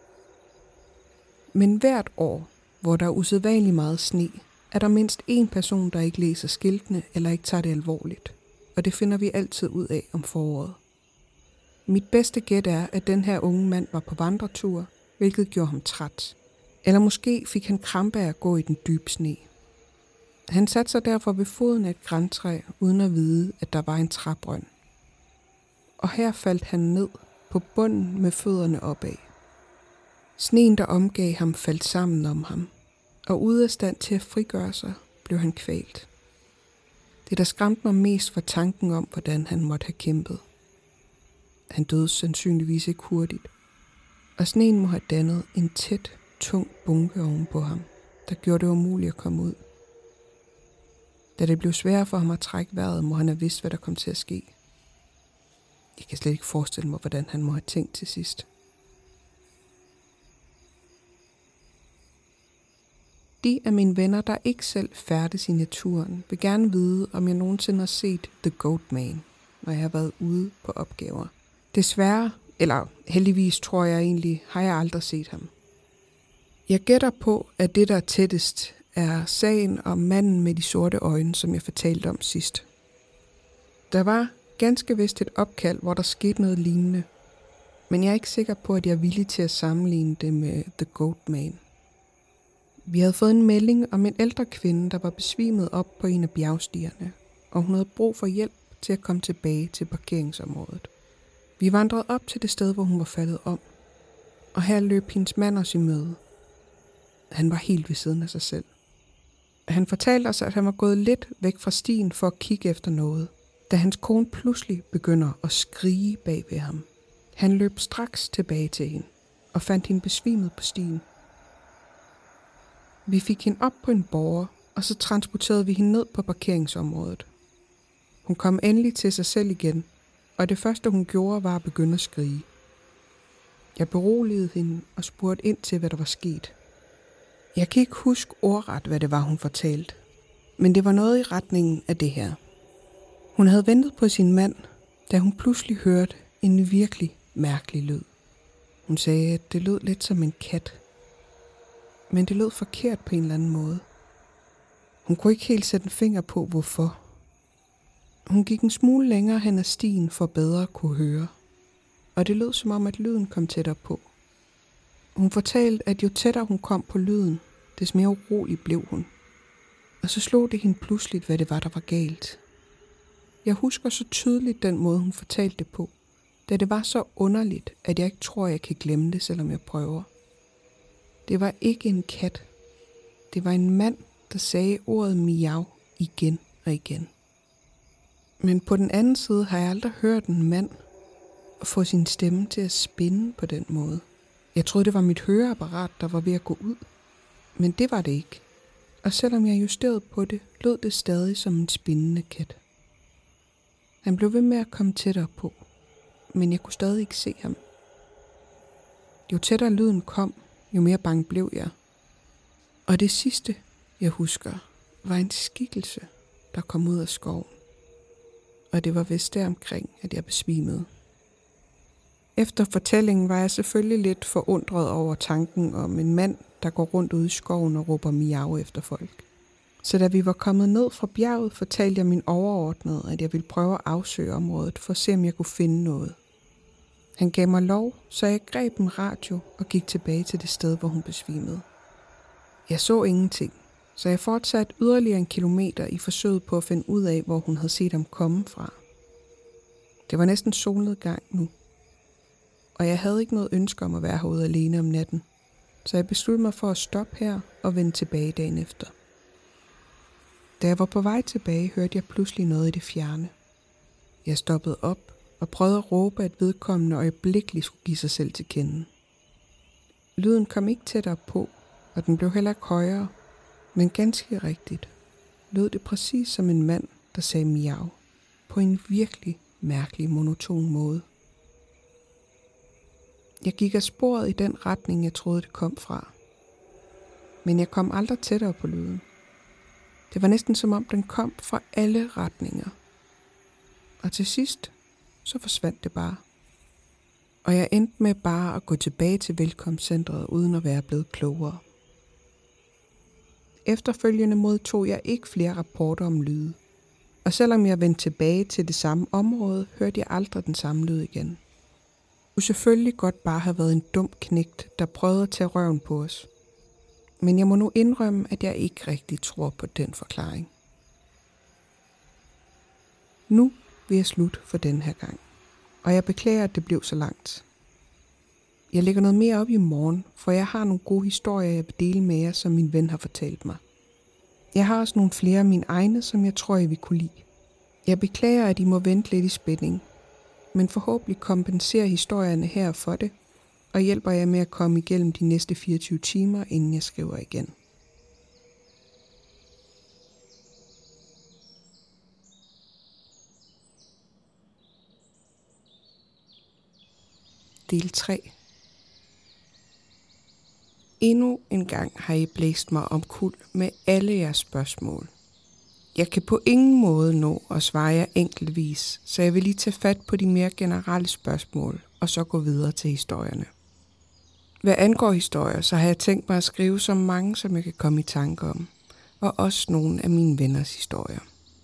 Men hvert år, hvor der er usædvanligt meget sne, er der mindst én person, der ikke læser skiltene eller ikke tager det alvorligt. Og det finder vi altid ud af om foråret. Mit bedste gæt er, at den her unge mand var på vandretur, hvilket gjorde ham træt. Eller måske fik han krampe af at gå i den dybe sne. Han satte sig derfor ved foden af et grantræ, uden at vide, at der var en træbrønd. Og her faldt han ned på bunden med fødderne opad. Sneen, der omgav ham, faldt sammen om ham, og ude af stand til at frigøre sig, blev han kvalt. Det, der skræmte mig mest, var tanken om, hvordan han måtte have kæmpet. Han døde sandsynligvis ikke hurtigt, og sneen må have dannet en tæt, tung bunke ovenpå ham, der gjorde det umuligt at komme ud. Da det blev sværere for ham at trække vejret, må han have vidst, hvad der kom til at ske. Jeg kan slet ikke forestille mig, hvordan han må have tænkt til sidst. De af mine venner, der ikke selv færdes i naturen, vil gerne vide, om jeg nogensinde har set The Goat Man, når jeg har været ude på opgaver. Desværre, eller heldigvis tror jeg egentlig, har jeg aldrig set ham. Jeg gætter på, at det, der er tættest, er sagen om manden med de sorte øjne, som jeg fortalte om sidst. Der var ganske vist et opkald, hvor der skete noget lignende, men jeg er ikke sikker på, at jeg er villig til at sammenligne det med The Goat Man. Vi havde fået en melding om en ældre kvinde, der var besvimet op på en af bjergstierne, og hun havde brug for hjælp til at komme tilbage til parkeringsområdet. Vi vandrede op til det sted, hvor hun var faldet om, og her løb hendes mand os i møde. Han var helt ved siden af sig selv. Han fortalte os, at han var gået lidt væk fra stien for at kigge efter noget, da hans kone pludselig begynder at skrige bag ved ham. Han løb straks tilbage til hende og fandt hende besvimet på stien. Vi fik hende op på en båre, og så transporterede vi hende ned på parkeringsområdet. Hun kom endelig til sig selv igen, og det første hun gjorde var at begynde at skrige. Jeg beroligede hende og spurgte ind til, hvad der var sket. Jeg kan ikke huske ordret, hvad det var, hun fortalte, men det var noget i retningen af det her. Hun havde ventet på sin mand, da hun pludselig hørte en virkelig mærkelig lyd. Hun sagde, at det lød lidt som en kat, men det lød forkert på en eller anden måde. Hun kunne ikke helt sætte en finger på, hvorfor. Hun gik en smule længere hen ad stien for bedre at kunne høre, og det lød som om, at lyden kom tættere på. Hun fortalte, at jo tættere hun kom på lyden, des mere urolig blev hun. Og så slog det hende pludseligt, hvad det var, der var galt. Jeg husker så tydeligt den måde, hun fortalte det på, da det var så underligt, at jeg ikke tror, jeg kan glemme det, selvom jeg prøver. Det var ikke en kat. Det var en mand, der sagde ordet miau igen og igen. Men på den anden side har jeg aldrig hørt en mand få sin stemme til at spinde på den måde. Jeg troede, det var mit høreapparat, der var ved at gå ud. Men det var det ikke. Og selvom jeg justerede på det, lød det stadig som en spindende kat. Han blev ved med at komme tættere på, men jeg kunne stadig ikke se ham. Jo tættere lyden kom, jo mere bange blev jeg. Og det sidste, jeg husker, var en skikkelse, der kom ud af skoven. Og det var vist deromkring, at jeg besvimede. Efter fortællingen var jeg selvfølgelig lidt forundret over tanken om en mand, der går rundt ude i skoven og råber miau efter folk. Så da vi var kommet ned fra bjerget, fortalte jeg min overordnede, at jeg ville prøve at afsøge området for at se, om jeg kunne finde noget. Han gav mig lov, så jeg greb en radio og gik tilbage til det sted, hvor hun besvimede. Jeg så ingenting, så jeg fortsatte yderligere 1 kilometer i forsøget på at finde ud af, hvor hun havde set ham komme fra. Det var næsten solnedgang nu, og jeg havde ikke noget ønske om at være herude alene om natten, så jeg besluttede mig for at stoppe her og vende tilbage dagen efter. Da jeg var på vej tilbage, hørte jeg pludselig noget i det fjerne. Jeg stoppede op og prøvede at råbe, at vedkommende øjeblikkeligt skulle give sig selv til kende. Lyden kom ikke tættere på, og den blev heller ikke højere, men ganske rigtigt lød det præcis som en mand, der sagde miau, på en virkelig mærkelig monoton måde. Jeg gik af sporet i den retning, jeg troede det kom fra, men jeg kom aldrig tættere på lyden. Det var næsten som om den kom fra alle retninger. Og til sidst, så forsvandt det bare. Og jeg endte med bare at gå tilbage til velkomstcentret, uden at være blevet klogere. Efterfølgende modtog jeg ikke flere rapporter om lyde. Og selvom jeg vendte tilbage til det samme område, hørte jeg aldrig den samme lyd igen. Det kunne selvfølgelig godt bare have været en dum knægt, der prøvede at tage røven på os. Men jeg må nu indrømme, at jeg ikke rigtig tror på den forklaring. Nu vil jeg slutte for den her gang, og jeg beklager, at det blev så langt. Jeg lægger noget mere op i morgen, for jeg har nogle gode historier, jeg vil dele med jer, som min ven har fortalt mig. Jeg har også nogle flere af mine egne, som jeg tror, I vil kunne lide. Jeg beklager, at I må vente lidt i spænding, men forhåbentlig kompenserer historierne her for det, og hjælper jer med at komme igennem de næste 24 timer, inden jeg skriver igen. Del 3. Endnu en gang har I blæst mig omkuld med alle jeres spørgsmål. Jeg kan på ingen måde nå at svare jer enkeltvis, så jeg vil lige tage fat på de mere generelle spørgsmål, og så gå videre til historierne. Hvad angår historier, så har jeg tænkt mig at skrive så mange, som jeg kan komme i tanke om, og også nogle af mine venners historier.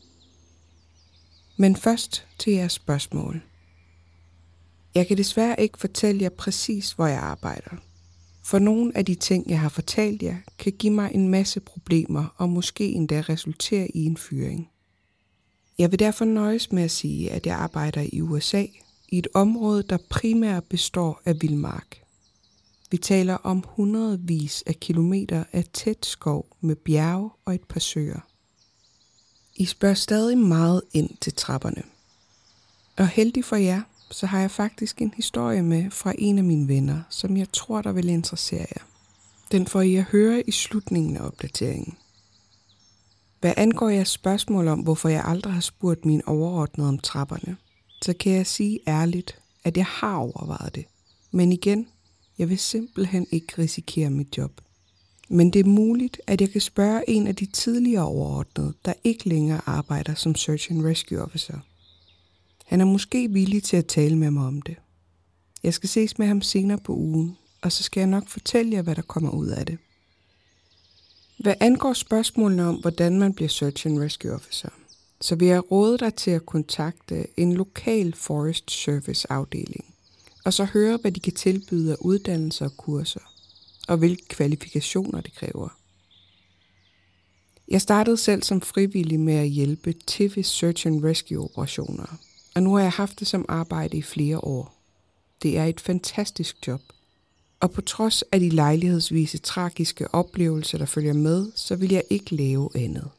Men først til jeres spørgsmål. Jeg kan desværre ikke fortælle jer præcis, hvor jeg arbejder. For nogle af de ting, jeg har fortalt jer, kan give mig en masse problemer og måske endda resultere i en fyring. Jeg vil derfor nøjes med at sige, at jeg arbejder i USA, i et område, der primært består af vildmark. Vi taler om hundredvis af kilometer af tæt skov med bjerge og et par søer. I spørger stadig meget ind til trapperne. Og heldig for jer, så har jeg faktisk en historie med fra en af mine venner, som jeg tror, der vil interessere jer. Den får I at høre i slutningen af opdateringen. Hvad angår jeres spørgsmål om, hvorfor jeg aldrig har spurgt min overordnede om trapperne, så kan jeg sige ærligt, at jeg har overvejet det. Men igen, jeg vil simpelthen ikke risikere mit job. Men det er muligt, at jeg kan spørge en af de tidligere overordnede, der ikke længere arbejder som Search and Rescue Officer. Han er måske villig til at tale med mig om det. Jeg skal ses med ham senere på ugen, og så skal jeg nok fortælle jer, hvad der kommer ud af det. Hvad angår spørgsmålene om, hvordan man bliver Search and Rescue Officer, så vil jeg råde dig til at kontakte en lokal Forest Service afdeling, og så høre, hvad de kan tilbyde af uddannelser og kurser, og hvilke kvalifikationer det kræver. Jeg startede selv som frivillig med at hjælpe til ved Search and Rescue operationer, og nu har jeg haft det som arbejde i flere år. Det er et fantastisk job, og på trods af de lejlighedsvise tragiske oplevelser, der følger med, så vil jeg ikke lave andet.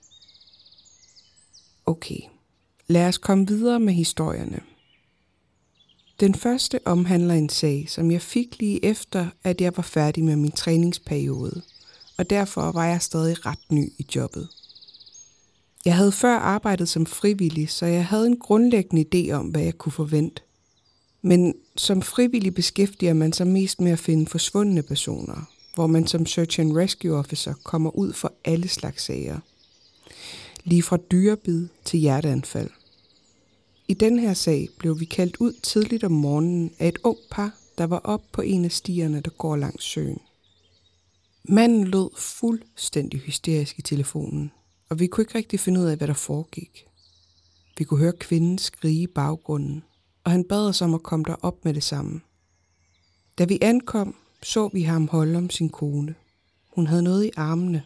Okay, lad os komme videre med historierne. Den første omhandler en sag, som jeg fik lige efter, at jeg var færdig med min træningsperiode, og derfor var jeg stadig ret ny i jobbet. Jeg havde før arbejdet som frivillig, så jeg havde en grundlæggende idé om, hvad jeg kunne forvente. Men som frivillig beskæftiger man sig mest med at finde forsvundne personer, hvor man som Search and Rescue Officer kommer ud for alle slags sager. Lige fra dyrebid til hjerteanfald. I den her sag blev vi kaldt ud tidligt om morgenen af et ung par, der var oppe på en af stierne, der går langs søen. Manden lød fuldstændig hysterisk i telefonen, og vi kunne ikke rigtig finde ud af, hvad der foregik. Vi kunne høre kvinden skrige i baggrunden, og han bad os om at komme derop med det samme. Da vi ankom, så vi ham holde om sin kone. Hun havde noget i armene.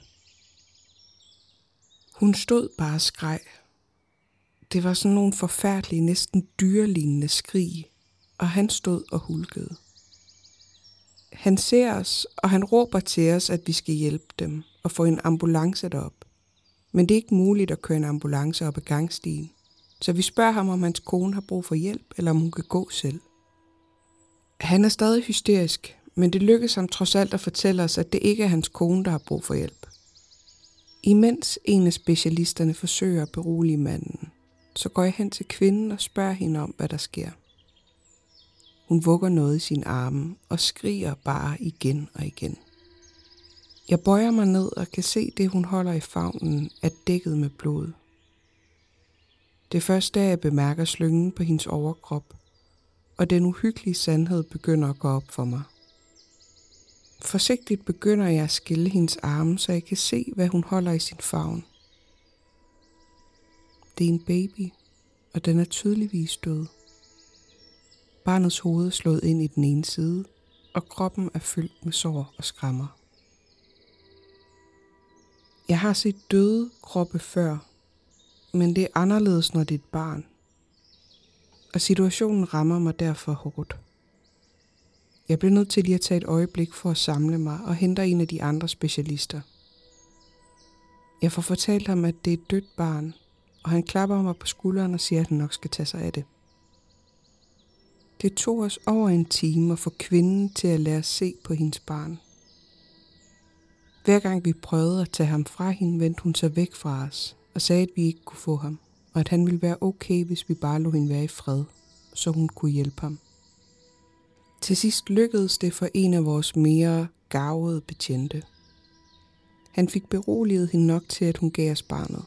Hun stod bare og skreg. Det var sådan nogle forfærdelige, næsten dyrelignende skrig, og han stod og hulkede. Han ser os, og han råber til os, at vi skal hjælpe dem og få en ambulance derop. Men det er ikke muligt at køre en ambulance op ad gangstien, så vi spørger ham, om hans kone har brug for hjælp, eller om hun kan gå selv. Han er stadig hysterisk, men det lykkes ham trods alt at fortælle os, at det ikke er hans kone, der har brug for hjælp. Imens en af specialisterne forsøger at berolige manden, så går jeg hen til kvinden og spørger hende om, hvad der sker. Hun vugger noget i sin arme og skriger bare igen og igen. Jeg bøjer mig ned og kan se det, hun holder i favnen, er dækket med blod. Det er først da jeg bemærker slyngen på hendes overkrop, og den uhyggelige sandhed begynder at gå op for mig. Forsigtigt begynder jeg at skille hendes arme, så jeg kan se, hvad hun holder i sin favn. Det er en baby, og den er tydeligvis død. Barnets hoved er slået ind i den ene side, og kroppen er fyldt med sår og skrammer. Jeg har set døde kroppe før, men det er anderledes, når det er et barn. Og situationen rammer mig derfor hårdt. Jeg blev nødt til lige at tage et øjeblik for at samle mig og hente en af de andre specialister. Jeg får fortalt ham, at det er et dødt barn, og han klapper mig på skulderen og siger, at han nok skal tage sig af det. Det tog os over en time at få kvinden til at lade os se på hendes barn. Hver gang vi prøvede at tage ham fra hende, vendte hun sig væk fra os og sagde, at vi ikke kunne få ham, og at han ville være okay, hvis vi bare lod hende være i fred, så hun kunne hjælpe ham. Til sidst lykkedes det for en af vores mere garvede betjente. Han fik beroliget hende nok til, at hun gav os barnet.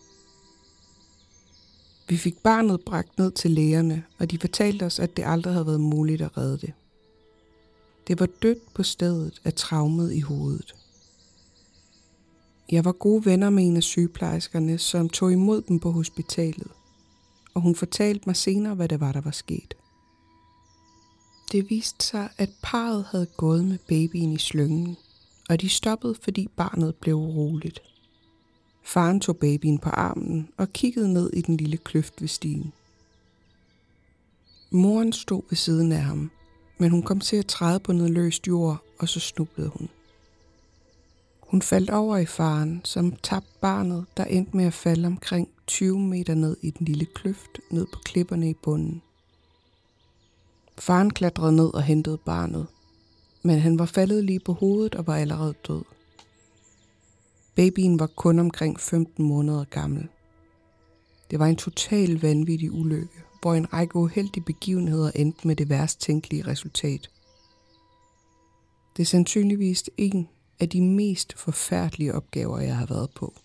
Vi fik barnet bragt ned til lægerne, og de fortalte os, at det aldrig havde været muligt at redde det. Det var dødt på stedet af traumet i hovedet. Jeg var gode venner med en af sygeplejerskerne, som tog imod dem på hospitalet, og hun fortalte mig senere, hvad det var, der var sket. Det viste sig, at parret havde gået med babyen i slyngen, og de stoppede, fordi barnet blev uroligt. Faren tog babyen på armen og kiggede ned i den lille kløft ved stien. Moren stod ved siden af ham, men hun kom til at træde på noget løst jord, og så snublede hun. Hun faldt over i faren, som tabte barnet, der endte med at falde omkring 20 meter ned i den lille kløft, ned på klipperne i bunden. Faren klatrede ned og hentede barnet, men han var faldet lige på hovedet og var allerede død. Babyen var kun omkring 15 måneder gammel. Det var en total vanvittig ulykke, hvor en række uheldige begivenheder endte med det værst tænkelige resultat. Det er sandsynligvis en af de mest forfærdelige opgaver, jeg har været på.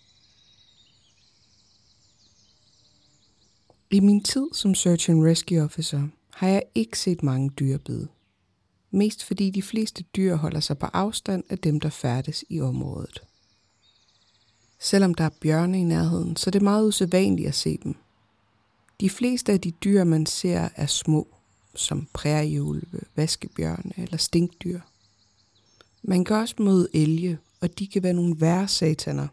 I min tid som Search and Rescue Officer har jeg ikke set mange dyrebid. Mest fordi de fleste dyr holder sig på afstand af dem, der færdes i området. Selvom der er bjørne i nærheden, så er det meget usædvanligt at se dem. De fleste af de dyr, man ser, er små, som prærieulve, vaskebjørne eller stinkdyr. Man kan også møde elge, og de kan være nogle værre sataner.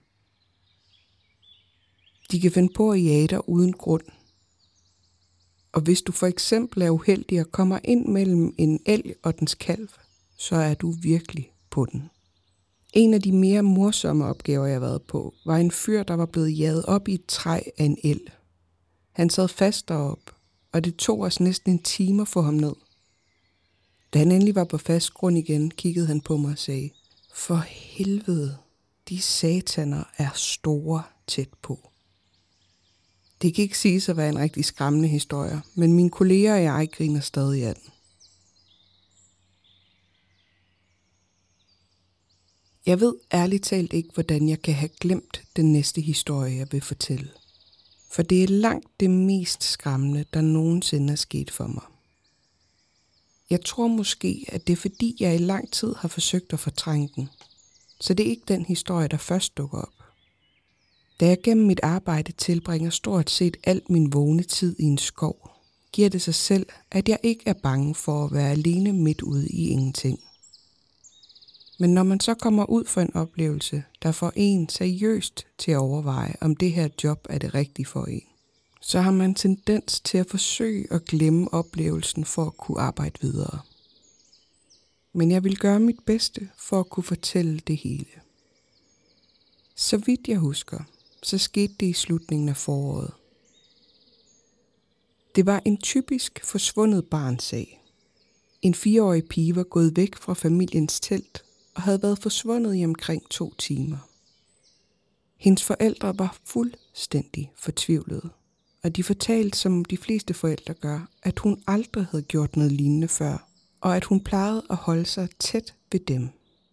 De kan finde på at jage dig uden grund. Og hvis du for eksempel er uheldig og kommer ind mellem en elg og dens kalv, så er du virkelig på den. En af de mere morsomme opgaver, jeg har været på, var en fyr, der var blevet jaget op i et træ af en elg. Han sad fast deroppe, og det tog os næsten en time at få ham ned. Da han endelig var på fast grund igen, kiggede han på mig og sagde, "For helvede, de sataner er store tæt på." Det kan ikke siges at være en rigtig skræmmende historie, men mine kolleger og jeg griner stadig af den. Jeg ved ærligt talt ikke, hvordan jeg kan have glemt den næste historie, jeg vil fortælle. For det er langt det mest skræmmende, der nogensinde er sket for mig. Jeg tror måske, at det er fordi, jeg i lang tid har forsøgt at fortrænge den. Så det er ikke den historie, der først dukker op. Da jeg gennem mit arbejde tilbringer stort set alt min vågne tid i en skov, giver det sig selv, at jeg ikke er bange for at være alene midt ude i ingenting. Men når man så kommer ud for en oplevelse, der får en seriøst til at overveje, om det her job er det rigtige for en, så har man tendens til at forsøge at glemme oplevelsen for at kunne arbejde videre. Men jeg vil gøre mit bedste for at kunne fortælle det hele. Så vidt jeg husker, så skete det i slutningen af foråret. Det var en typisk forsvundet barnsag. En 4-årig pige var gået væk fra familiens telt og havde været forsvundet i omkring 2 timer. Hendes forældre var fuldstændig fortvivlede, og de fortalte, som de fleste forældre gør, at hun aldrig havde gjort noget lignende før, og at hun plejede at holde sig tæt ved dem.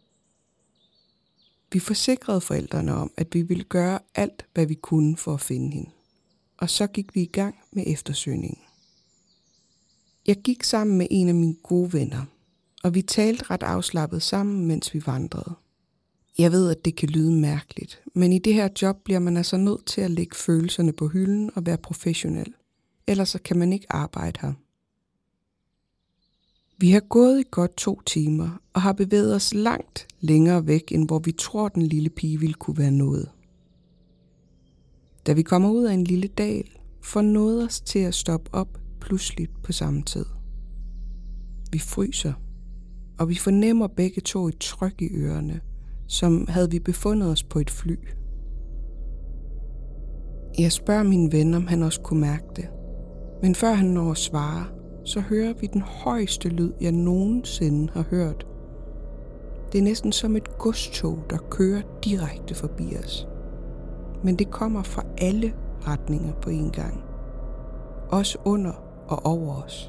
Vi forsikrede forældrene om, at vi ville gøre alt, hvad vi kunne for at finde hende, og så gik vi i gang med eftersøgningen. Jeg gik sammen med en af mine gode venner, og vi talte ret afslappet sammen, mens vi vandrede. Jeg ved, at det kan lyde mærkeligt, men i det her job bliver man altså nødt til at lægge følelserne på hylden og være professionel. Ellers så kan man ikke arbejde her. Vi har gået i godt 2 timer og har bevæget os langt længere væk, end hvor vi tror, den lille pige ville kunne være nået. Da vi kommer ud af en lille dal, får noget os til at stoppe op pludseligt på samme tid. Vi fryser. og vi fornemmer begge to et tryk i ørerne, som havde vi befundet os på et fly. Jeg spørger min ven, om han også kunne mærke det, men før han når at svare, så hører vi den højeste lyd, jeg nogensinde har hørt. Det er næsten som et godstog, der kører direkte forbi os. Men det kommer fra alle retninger på en gang. Også under og over os.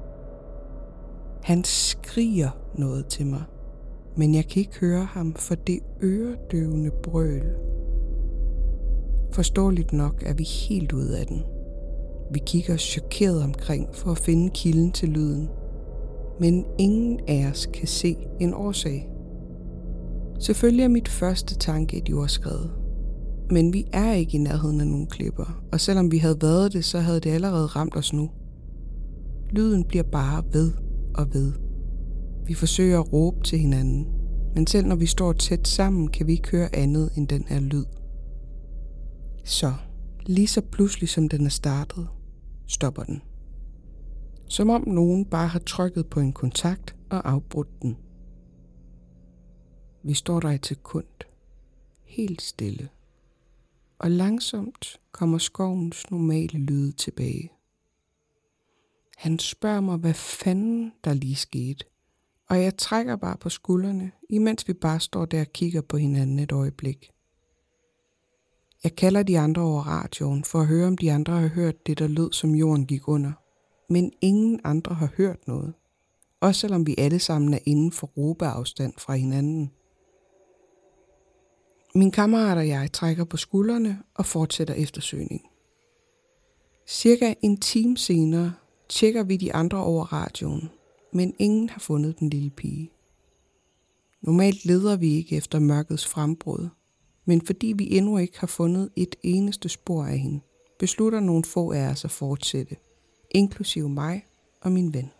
Han skriger noget til mig, men jeg kan ikke høre ham for det øredøvende brøl. Forståeligt nok er vi helt ude af den. Vi kigger chokeret omkring for at finde kilden til lyden, men ingen af os kan se en årsag. Selvfølgelig er mit første tanke et jordskred, men vi er ikke i nærheden af nogen klipper, og selvom vi havde været det, så havde det allerede ramt os nu. Lyden bliver bare ved og ved. Vi forsøger at råbe til hinanden, men selv når vi står tæt sammen, kan vi ikke høre andet end den her lyd. Så, lige så pludselig som den er startet, stopper den. Som om nogen bare har trykket på en kontakt og afbrudt den. Vi står der et sekund, helt stille, og langsomt kommer skovens normale lyde tilbage. Han spørger mig, hvad fanden der lige skete, og jeg trækker bare på skuldrene, imens vi bare står der og kigger på hinanden et øjeblik. Jeg kalder de andre over radioen for at høre, om de andre har hørt det, der lød, som jorden gik under. Men ingen andre har hørt noget. Også selvom vi alle sammen er inden for råbeafstand fra hinanden. Min kammerat og jeg trækker på skuldrene og fortsætter eftersøgning. Cirka en time senere tjekker vi de andre over radioen, men ingen har fundet den lille pige. Normalt leder vi ikke efter mørkets frembrud, men fordi vi endnu ikke har fundet et eneste spor af hende, beslutter nogle få af os at fortsætte, inklusive mig og min ven.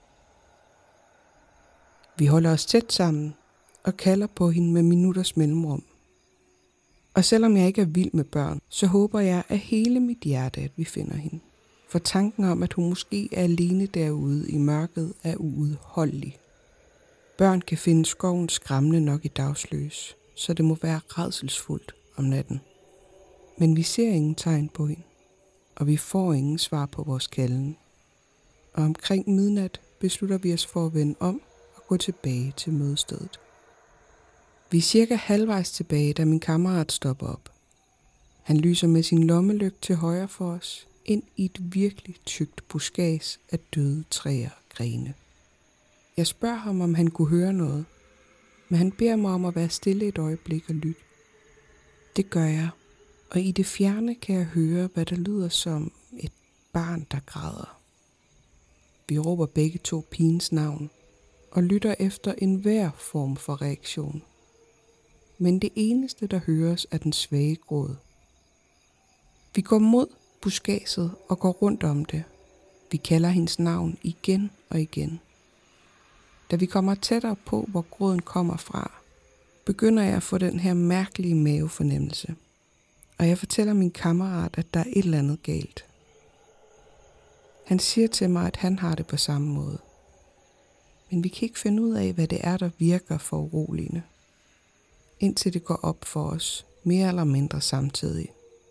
Vi holder os tæt sammen og kalder på hende med minutters mellemrum. Og selvom jeg ikke er vild med børn, så håber jeg af hele mit hjerte, at vi finder hende. For tanken om, at hun måske er alene derude i mørket, er uudholdelig. Børn kan finde skoven skræmmende nok i dagslys, så det må være rædselsfuldt om natten. Men vi ser ingen tegn på hende, og vi får ingen svar på vores kalden. Og omkring midnat beslutter vi os for at vende om og gå tilbage til mødestedet. Vi er cirka halvvejs tilbage, da min kammerat stopper op. Han lyser med sin lommelygte til højre for os, ind i et virkelig tykt buskads af døde træer og grene. Jeg spørger ham, om han kunne høre noget, men han beder mig om at være stille et øjeblik og lytte. Det gør jeg, og i det fjerne kan jeg høre, hvad der lyder som et barn, der græder. Vi råber begge to pigens navn og lytter efter enhver form for reaktion. Men det eneste, der høres, er den svage gråd. Vi går mod buskadset og går rundt om det. Vi kalder hendes navn igen og igen. Da vi kommer tættere på, hvor gråden kommer fra, begynder jeg at få den her mærkelige mavefornemmelse. Og jeg fortæller min kammerat, at der er et eller andet galt. Han siger til mig, at han har det på samme måde. Men vi kan ikke finde ud af, hvad det er, der virker for uroligende. Indtil det går op for os, mere eller mindre samtidig.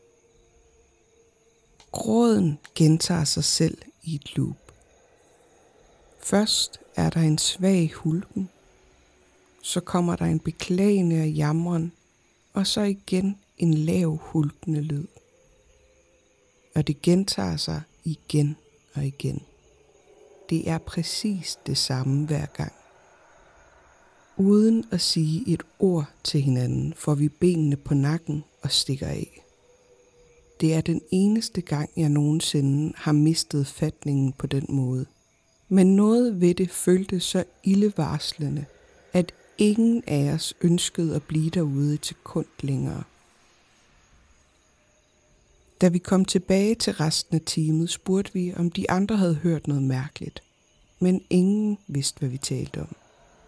Gråden gentager sig selv i et loop. Først er der en svag hulken, så kommer der en beklagende og jamren, og så igen en lav hulkende lyd. Og det gentager sig igen og igen. Det er præcis det samme hver gang. Uden at sige et ord til hinanden, får vi benene på nakken og stikker af. Det er den eneste gang, jeg nogensinde har mistet fatningen på den måde. Men noget ved det føltes så ildevarslende, at ingen af os ønskede at blive derude et sekund længere. Da vi kom tilbage til resten af teamet, spurgte vi, om de andre havde hørt noget mærkeligt. Men ingen vidste, hvad vi talte om.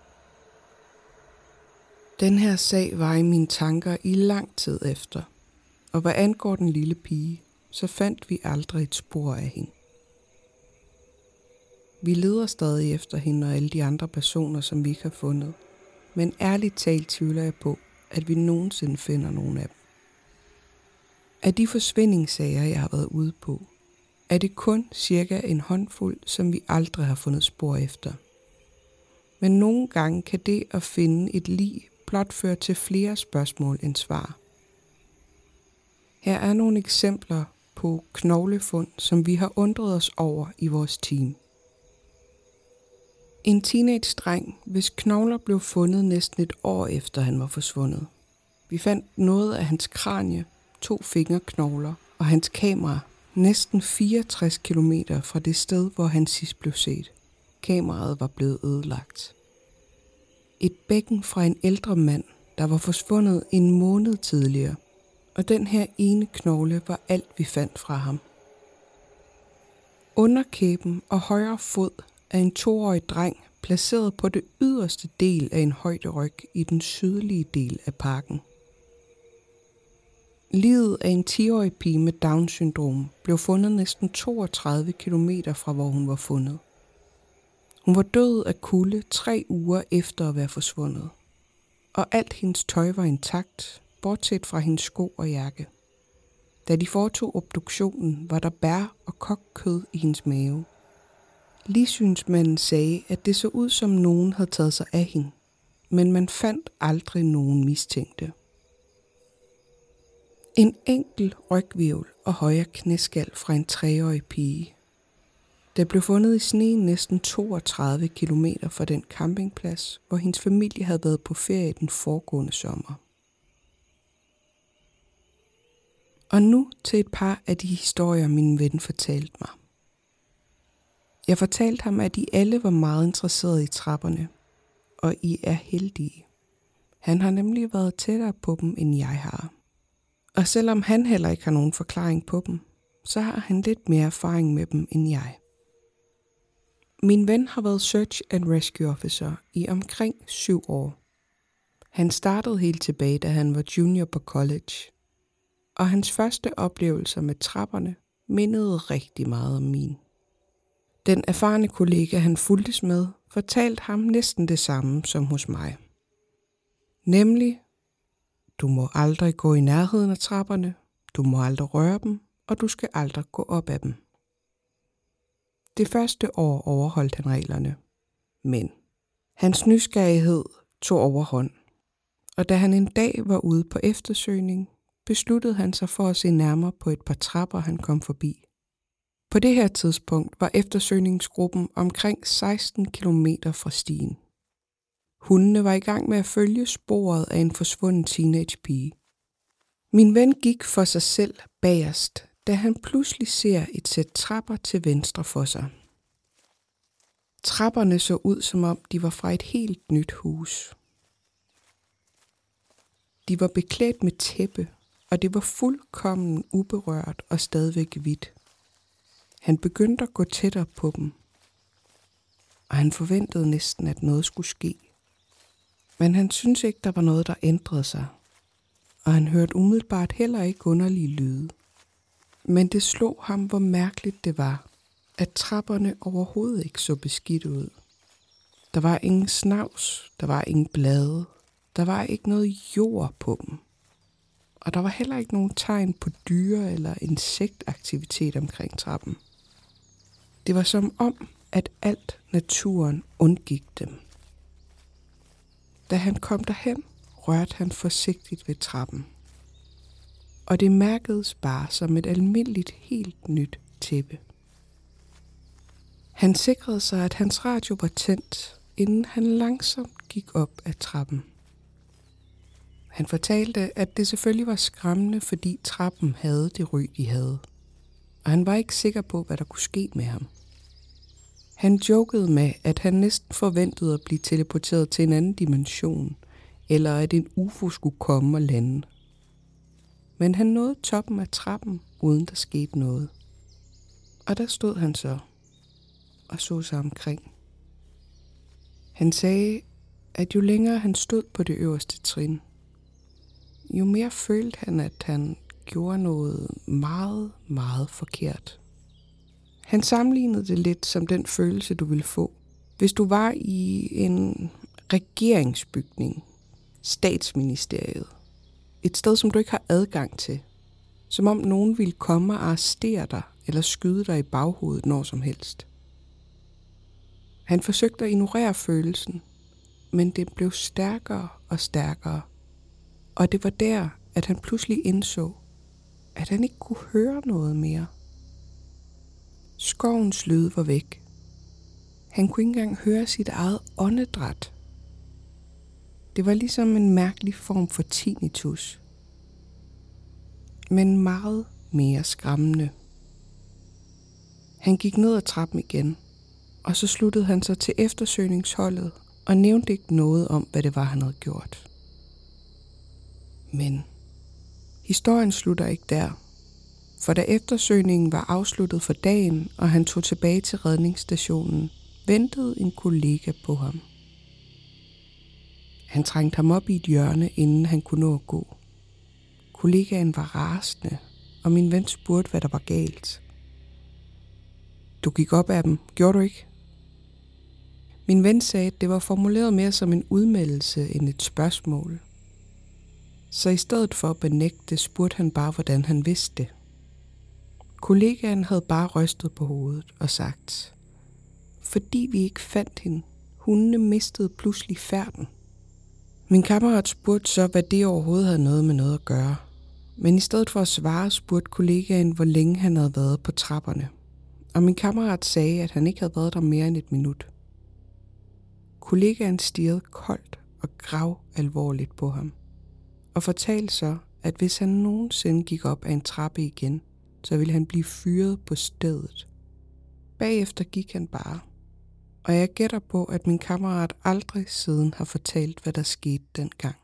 Den her sag var i mine tanker i lang tid efter, og hvad angår den lille pige, så fandt vi aldrig et spor af hende. Vi leder stadig efter hende og alle de andre personer, som vi ikke har fundet. Men ærligt talt tvivler jeg på, at vi nogensinde finder nogen af dem. Af de forsvindingssager, jeg har været ude på, er det kun cirka en håndfuld, som vi aldrig har fundet spor efter. Men nogle gange kan det at finde et lig blot føre til flere spørgsmål end svar. Her er nogle eksempler på knoglefund, som vi har undret os over i vores team. En teenage-dreng, hvis knogler blev fundet næsten et år efter han var forsvundet. Vi fandt noget af hans kranie, 2 fingerknogler og hans kamera næsten 64 kilometer fra det sted, hvor han sidst blev set. Kameraet var blevet ødelagt. Et bækken fra en ældre mand, der var forsvundet en måned tidligere, og den her ene knogle var alt, vi fandt fra ham. Underkæben og højre fod af en 2-årig dreng placeret på det yderste del af en højderyg i den sydlige del af parken. Liget af en 10-årig pige med Down-syndrom blev fundet næsten 32 kilometer fra, hvor hun var fundet. Hun var død af kulde 3 uger efter at være forsvundet, og alt hendes tøj var intakt, bortset fra hendes sko og jakke. Da de foretog obduktionen, var der bær og kogt kød i hendes mave. Ligsynsmanden sagde, at det så ud som nogen havde taget sig af hende, men man fandt aldrig nogen mistænkte. En enkelt ryghvirvel og højre knæskal fra en 3-årig pige. Det blev fundet i sneen næsten 32 kilometer fra den campingplads, hvor hendes familie havde været på ferie den foregående sommer. Og nu til et par af de historier, min ven fortalte mig. Jeg fortalte ham, at I alle var meget interesserede i trapperne, og I er heldige. Han har nemlig været tættere på dem, end jeg har. Og selvom han heller ikke har nogen forklaring på dem, så har han lidt mere erfaring med dem, end jeg. Min ven har været Search and Rescue Officer i omkring 7 år. Han startede helt tilbage, da han var junior på college. Og hans første oplevelser med trapperne mindede rigtig meget om min. Den erfarne kollega, han fulgtes med, fortalte ham næsten det samme som hos mig. Nemlig, du må aldrig gå i nærheden af trapperne, du må aldrig røre dem, og du skal aldrig gå op ad dem. Det første år overholdt han reglerne, men hans nysgerrighed tog overhånd, og da han en dag var ude på eftersøgning, besluttede han sig for at se nærmere på et par trapper, han kom forbi. På det her tidspunkt var eftersøgningsgruppen omkring 16 kilometer fra stien. Hundene var i gang med at følge sporet af en forsvunden teenagepige. Min ven gik for sig selv bagerst, da han pludselig ser et sæt trapper til venstre for sig. Trapperne så ud, som om de var fra et helt nyt hus. De var beklædt med tæppe, og det var fuldkommen uberørt og stadigvæk hvidt. Han begyndte at gå tættere på dem, og han forventede næsten, at noget skulle ske. Men han syntes ikke, der var noget, der ændrede sig, og han hørte umiddelbart heller ikke underlige lyde. Men det slog ham, hvor mærkeligt det var, at trapperne overhovedet ikke så beskidt ud. Der var ingen snavs, der var ingen blade, der var ikke noget jord på dem. Og der var heller ikke nogen tegn på dyre- eller insektaktivitet omkring trappen. Det var som om, at alt naturen undgik dem. Da han kom derhen, rørte han forsigtigt ved trappen. Og det mærkedes bare som et almindeligt, helt nyt tæppe. Han sikrede sig, at hans radio var tændt, inden han langsomt gik op ad trappen. Han fortalte, at det selvfølgelig var skræmmende, fordi trappen havde det ry, de havde. Og han var ikke sikker på, hvad der kunne ske med ham. Han jokede med, at han næsten forventede at blive teleporteret til en anden dimension, eller at en UFO skulle komme og lande. Men han nåede toppen af trappen, uden der skete noget. Og der stod han så og så sig omkring. Han sagde, at jo længere han stod på det øverste trin, jo mere følte han, at han gjorde noget meget, meget forkert. Han sammenlignede det lidt som den følelse, du ville få, hvis du var i en regeringsbygning, statsministeriet, et sted, som du ikke har adgang til, som om nogen ville komme og arrestere dig eller skyde dig i baghovedet når som helst. Han forsøgte at ignorere følelsen, men den blev stærkere og stærkere, og det var der, at han pludselig indså, at han ikke kunne høre noget mere. Skovens lyde var væk. Han kunne ikke engang høre sit eget åndedræt. Det var ligesom en mærkelig form for tinnitus, men meget mere skræmmende. Han gik ned ad trappen igen, og så sluttede han sig til eftersøgningsholdet og nævnte ikke noget om, hvad det var, han havde gjort. Men historien slutter ikke der, for da eftersøgningen var afsluttet for dagen, og han tog tilbage til redningsstationen, ventede en kollega på ham. Han trængte ham op i et hjørne, inden han kunne nå at gå. Kollegaen var rasende, og min ven spurgte, hvad der var galt. Du gik op af dem, gjorde du ikke? Min ven sagde, at det var formuleret mere som en udmeldelse end et spørgsmål. Så i stedet for at benægte, spurgte han bare, hvordan han vidste det. Kollegaen havde bare rystet på hovedet og sagt, fordi vi ikke fandt hende, hundene mistede pludselig færden. Min kammerat spurgte så, hvad det overhovedet havde noget med noget at gøre. Men i stedet for at svare, spurgte kollegaen, hvor længe han havde været på trapperne. Og min kammerat sagde, at han ikke havde været der mere end 1 minut. Kollegaen stirrede koldt og grav alvorligt på ham. Og fortalte så, at hvis han nogensinde gik op ad en trappe igen, så ville han blive fyret på stedet. Bagefter gik han bare. Og jeg gætter på, at min kammerat aldrig siden har fortalt, hvad der skete dengang.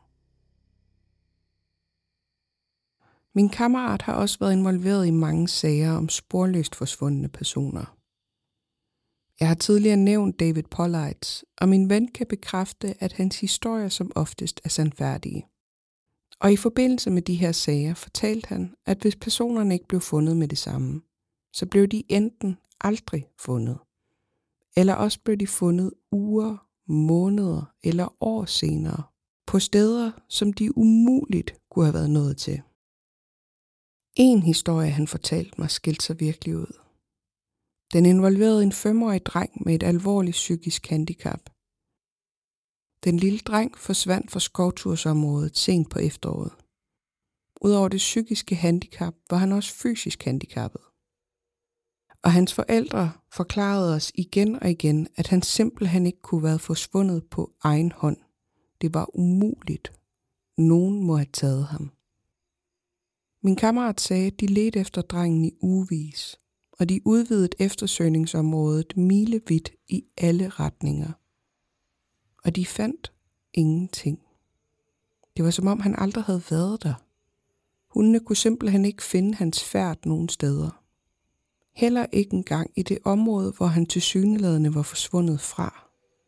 Min kammerat har også været involveret i mange sager om sporløst forsvundne personer. Jeg har tidligere nævnt David Paulides, og min ven kan bekræfte, at hans historier som oftest er sandfærdige. Og i forbindelse med de her sager fortalte han, at hvis personerne ikke blev fundet med det samme, så blev de enten aldrig fundet, eller også blev de fundet uger, måneder eller år senere, på steder, som de umuligt kunne have været nået til. En historie, han fortalte mig, skilte sig virkelig ud. Den involverede en 5-årig dreng med et alvorligt psykisk handicap. Den lille dreng forsvandt fra skovtursområdet sent på efteråret. Udover det psykiske handicap var han også fysisk handicappet. Og hans forældre forklarede os igen og igen, at han simpelthen ikke kunne være forsvundet på egen hånd. Det var umuligt. Nogen må have taget ham. Min kammerat sagde, at de ledte efter drengen i ugevis, og de udvidede eftersøgningsområdet milevidt i alle retninger. Og de fandt ingenting. Det var som om han aldrig havde været der. Hundene kunne simpelthen ikke finde hans færd nogen steder. Heller ikke engang i det område, hvor han tilsyneladende var forsvundet fra.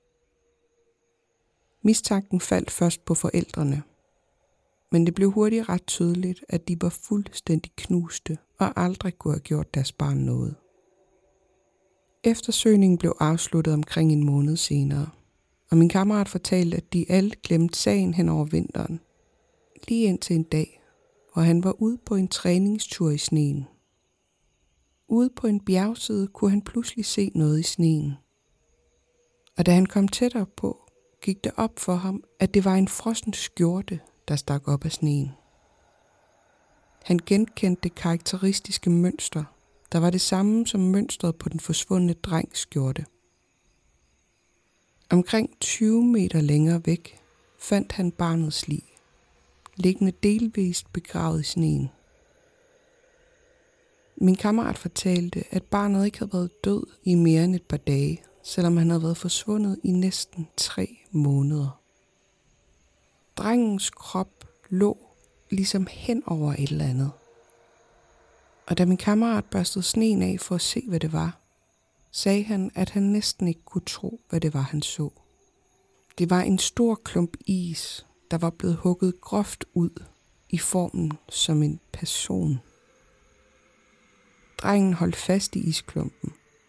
Mistanken faldt først på forældrene, men det blev hurtigt ret tydeligt, at de var fuldstændig knuste og aldrig kunne have gjort deres barn noget. Eftersøgningen blev afsluttet omkring 1 måned senere, og min kammerat fortalte, at de alle glemte sagen hen over vinteren. Lige indtil en dag, hvor han var ude på en træningstur i sneen. Ude på en bjergside kunne han pludselig se noget i sneen. Og da han kom tættere på, gik det op for ham, at det var en frossen skjorte, der stak op af sneen. Han genkendte det karakteristiske mønster, der var det samme som mønstret på den forsvundne drengs skjorte. Omkring 20 meter længere væk fandt han barnets lig, liggende delvist begravet i sneen. Min kammerat fortalte, at barnet ikke havde været død i mere end et par dage, selvom han havde været forsvundet i næsten 3 måneder. Drengens krop lå ligesom hen over et eller andet. Og da min kammerat børstede sneen af for at se, hvad det var, sagde han, at han næsten ikke kunne tro, hvad det var, han så. Det var en stor klump is, der var blevet hugget groft ud i formen som en person. Drengen holdt fast i isklumpen,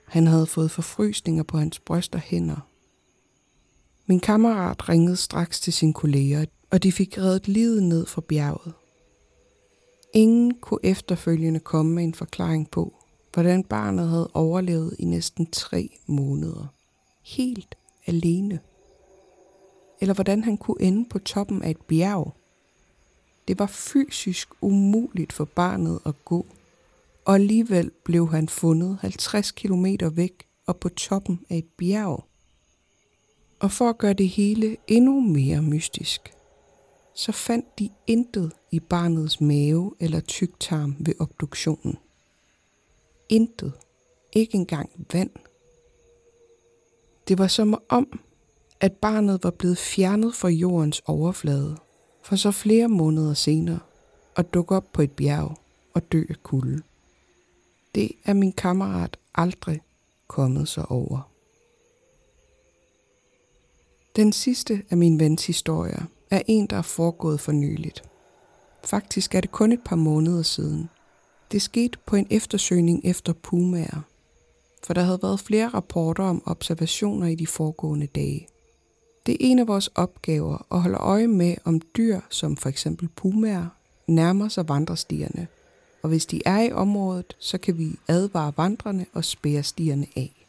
Han havde fået forfrysninger på hans bryst og hænder. Min kammerat ringede straks til sine kolleger, og de fik reddet livet ned fra bjerget. Ingen kunne efterfølgende komme med en forklaring på, hvordan barnet havde overlevet i næsten 3 måneder. Helt alene. Eller hvordan han kunne ende på toppen af et bjerg. Det var fysisk umuligt for barnet at gå, og alligevel blev han fundet 50 kilometer væk og på toppen af et bjerg. Og for at gøre det hele endnu mere mystisk, så fandt de intet i barnets mave eller tyktarm ved obduktionen. Intet. Ikke engang vand. Det var som om, at barnet var blevet fjernet fra jordens overflade, for så flere måneder senere at dukke op på et bjerg og dø af kulde. Det er min kammerat aldrig kommet sig over. Den sidste af min vens historier er en, der er foregået for nyligt. Faktisk er det kun et par måneder siden. Det skete på en eftersøgning efter pumaer, for der havde været flere rapporter om observationer i de foregående dage. Det er en af vores opgaver at holde øje med, om dyr, som for eksempel pumaer, nærmer sig vandrestierne, og hvis de er i området, så kan vi advare vandrerne og spærre stierne af.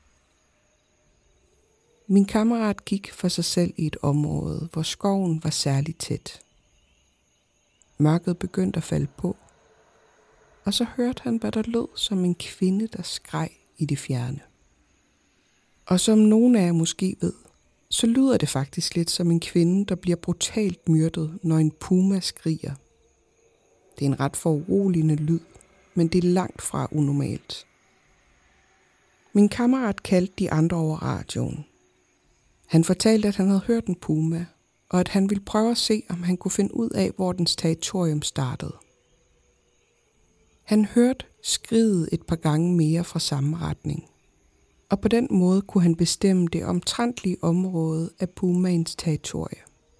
Min kammerat gik for sig selv i et område, hvor skoven var særligt tæt. Mørket begyndte at falde på, og så hørte han, hvad der lød som en kvinde, der skreg i det fjerne. Og som nogen af jer måske ved, så lyder det faktisk lidt som en kvinde, der bliver brutalt myrdet, når en puma skriger. Det er en ret foruroligende lyd, men det er langt fra unormalt. Min kammerat kaldte de andre over radioen. Han fortalte, at han havde hørt en puma, og at han ville prøve at se, om han kunne finde ud af, hvor dens territorium startede. Han hørte skriget et par gange mere fra samme retning, og på den måde kunne han bestemme det omtrentlige område af pumaens territorie.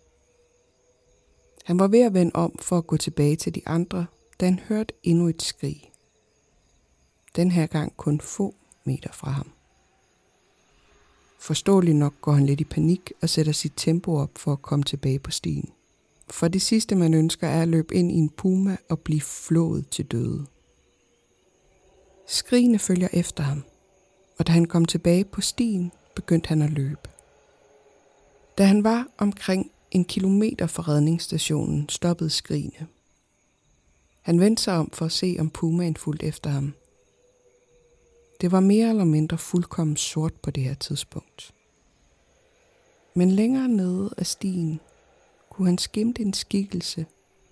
Han var ved at vende om for at gå tilbage til de andre, da han hørte endnu et skrig. Den her gang kun få meter fra ham. Forståeligt nok går han lidt i panik og sætter sit tempo op for at komme tilbage på stien. For det sidste man ønsker er at løbe ind i en puma og blive flået til døde. Skrigene følger efter ham, og da han kom tilbage på stien, begyndte han at løbe. Da han var omkring 1 kilometer fra redningsstationen, stoppede skrigene. Han vendte sig om for at se, om pumaen fulgte efter ham. Det var mere eller mindre fuldkommen sort på det her tidspunkt. Men længere nede af stien kunne han skimte en skikkelse.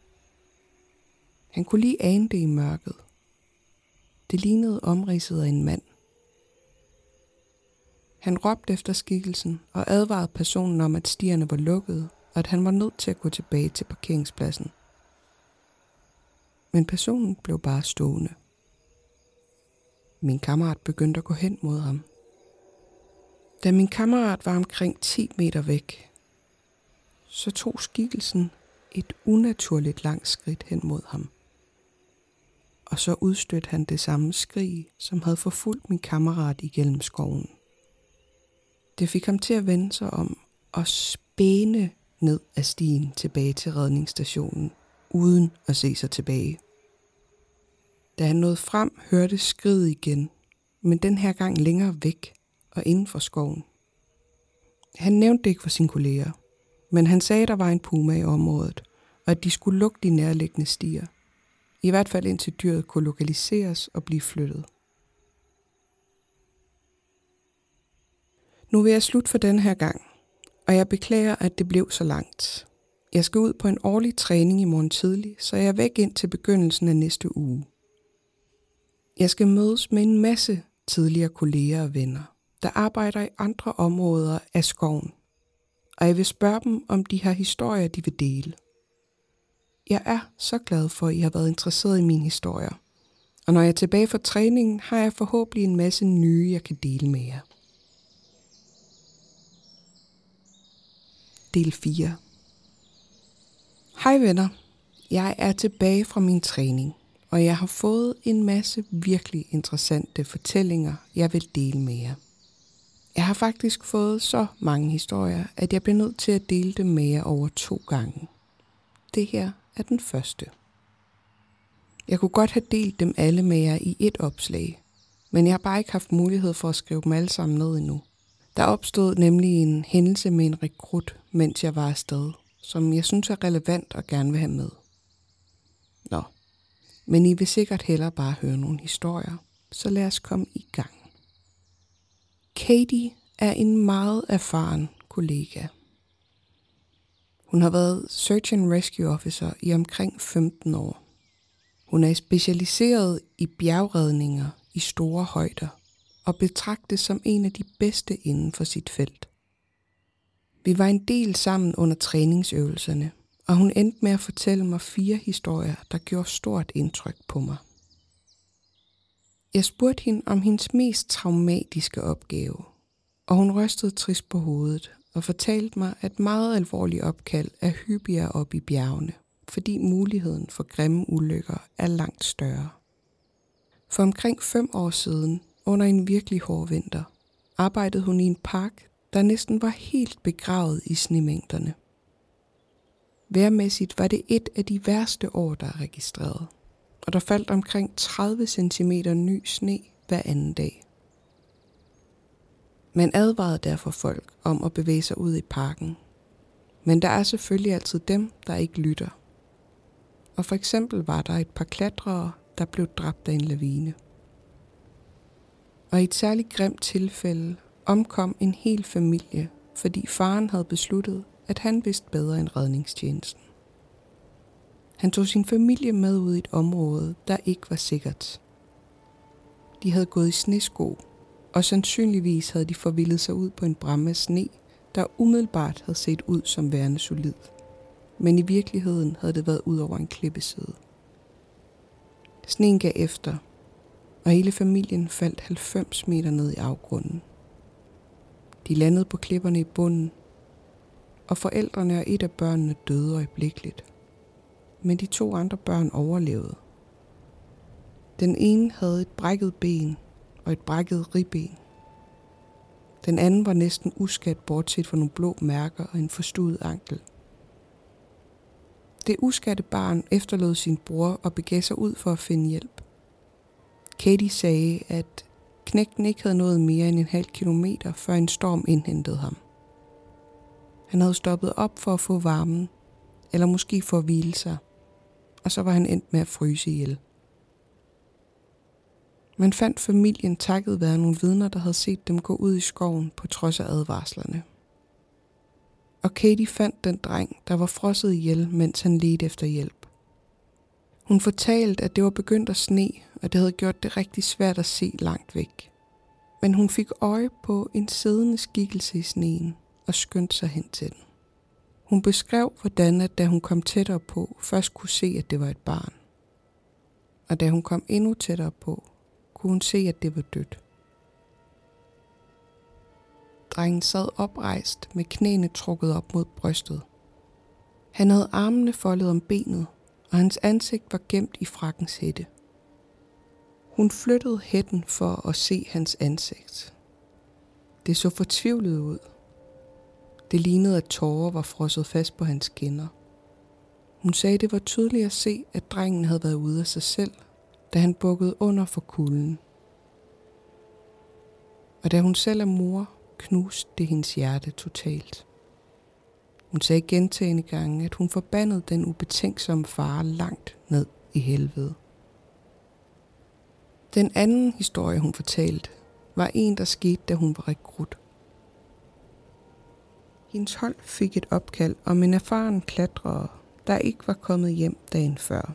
Han kunne lige ane det i mørket. Det lignede omridset af en mand. Han råbte efter skikkelsen og advarede personen om, at stierne var lukkede, og at han var nødt til at gå tilbage til parkeringspladsen. Men personen blev bare stående. Min kammerat begyndte at gå hen mod ham. Da min kammerat var omkring 10 meter væk, så tog skikkelsen et unaturligt langt skridt hen mod ham. Og så udstødte han det samme skrig, som havde forfulgt min kammerat igennem skoven. Det fik ham til at vende sig om og spæne ned ad stien tilbage til redningsstationen, uden at se sig tilbage. Da han nåede frem, hørte skridet igen, men den her gang længere væk og inden for skoven. Han nævnte det ikke for sine kolleger, men han sagde, at der var en puma i området, og at de skulle lukke de nærliggende stier. I hvert fald indtil dyret kunne lokaliseres og blive flyttet. Nu vil jeg slutte for denne her gang, og jeg beklager, at det blev så langt. Jeg skal ud på en årlig træning i morgen tidlig, så jeg er væk ind til begyndelsen af næste uge. Jeg skal mødes med en masse tidligere kolleger og venner, der arbejder i andre områder af skoven, og jeg vil spørge dem, om de har historier, de vil dele. Jeg er så glad for, at I har været interesseret i mine historier, og når jeg er tilbage fra træningen, har jeg forhåbentlig en masse nye, jeg kan dele med jer. Del 4. Hej venner, jeg er tilbage fra min træning, og jeg har fået en masse virkelig interessante fortællinger, jeg vil dele med jer. Jeg har faktisk fået så mange historier, at jeg bliver nødt til at dele dem med jer over 2 gange. Det her er den første. Jeg kunne godt have delt dem alle med jer i et opslag, men jeg har bare ikke haft mulighed for at skrive dem alle sammen ned endnu. Der opstod nemlig en hændelse med en rekrut, mens jeg var afsted, som jeg synes er relevant og gerne vil have med. Nå, men I vil sikkert hellere bare høre nogle historier, så lad os komme i gang. Katie er en meget erfaren kollega. Hun har været Search and Rescue Officer i omkring 15 år. Hun er specialiseret i bjergredninger i store højder og betragtes som en af de bedste inden for sit felt. Vi var en del sammen under træningsøvelserne, og hun endte med at fortælle mig 4 historier, der gjorde stort indtryk på mig. Jeg spurgte hende om hendes mest traumatiske opgave, og hun rystede trist på hovedet og fortalte mig, at meget alvorlige opkald er hyppigere op i bjergene, fordi muligheden for grimme ulykker er langt større. For omkring 5 år siden, under en virkelig hård vinter, arbejdede hun i en park, der næsten var helt begravet i snemængderne. Vejrmæssigt var det et af de værste år, der er registreret, og der faldt omkring 30 cm ny sne hver anden dag. Man advarede derfor folk om at bevæge sig ud i parken, men der er selvfølgelig altid dem, der ikke lytter. Og for eksempel var der et par klatrere, der blev dræbt af en lavine. Og i et særligt grimt tilfælde omkom en hel familie, fordi faren havde besluttet, at han vidste bedre end redningstjenesten. Han tog sin familie med ud i et område, der ikke var sikkert. De havde gået i snesko, og sandsynligvis havde de forvildet sig ud på en bræmme af sne, der umiddelbart havde set ud som værende solid. Men i virkeligheden havde det været ud over en klippeside. Sneen gav efter, og hele familien faldt 90 meter ned i afgrunden. De landede på klipperne i bunden, og forældrene og et af børnene døde øjeblikkeligt. Men de 2 andre børn overlevede. Den ene havde et brækket ben og et brækket ribben. Den anden var næsten uskadt bortset fra nogle blå mærker og en forstuet ankel. Det uskadte barn efterlod sin bror og begav sig ud for at finde hjælp. Katie sagde, at knægten ikke havde nået mere end 0,5 kilometer, før en storm indhentede ham. Han havde stoppet op for at få varmen, eller måske for at hvile sig, og så var han endt med at fryse ihjel. Man fandt familien takket være nogle vidner, der havde set dem gå ud i skoven på trods af advarslerne. Og Katie fandt den dreng, der var frosset ihjel, mens han ledte efter hjælp. Hun fortalte, at det var begyndt at sne, og det havde gjort det rigtig svært at se langt væk. Men hun fik øje på en siddende skikkelse i sneen og skyndte sig hen til den. Hun beskrev, hvordan at da hun kom tættere på, først kunne se, at det var et barn. Og da hun kom endnu tættere på, kunne hun se, at det var dødt. Drengen sad oprejst med knæene trukket op mod brystet. Han havde armene foldet om benet, og hans ansigt var gemt i frakkens hætte. Hun flyttede hætten for at se hans ansigt. Det så fortvivlet ud. Det lignede, at tårer var frosset fast på hans kinder. Hun sagde, det var tydeligt at se, at drengen havde været ude af sig selv, da han bukkede under for kulden. Og da hun selv er mor, knuste det hendes hjerte totalt. Hun sagde gentagne gange, at hun forbandede den ubetænksomme far langt ned i helvede. Den anden historie, hun fortalte, var en, der skete, da hun var rekrut. Hendes hold fik et opkald om en erfaren klatrer, der ikke var kommet hjem dagen før.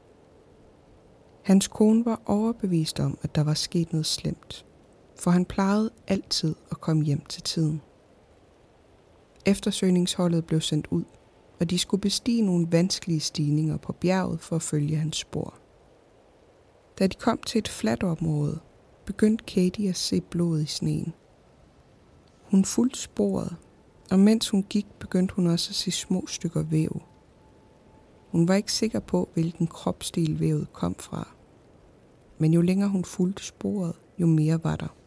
Hans kone var overbevist om, at der var sket noget slemt, for han plejede altid at komme hjem til tiden. Eftersøgningsholdet blev sendt ud, og de skulle bestige nogle vanskelige stigninger på bjerget for at følge hans spor. Da de kom til et fladt område, begyndte Katie at se blodet i sneen. Hun fulgte sporet, og mens hun gik, begyndte hun også at se små stykker væv. Hun var ikke sikker på, hvilken kropsdel vævet kom fra. Men jo længere hun fulgte sporet, jo mere var der.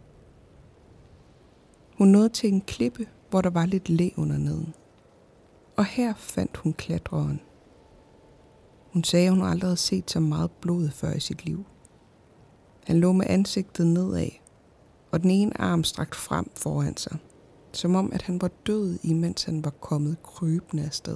Hun nåede til en klippe, hvor der var lidt læ under neden. Og her fandt hun klatreren. Hun sagde, at hun aldrig havde set så meget blod før i sit liv. Han lå med ansigtet nedad, og den ene arm strakt frem foran sig, som om at han var død, imens han var kommet krybende afsted.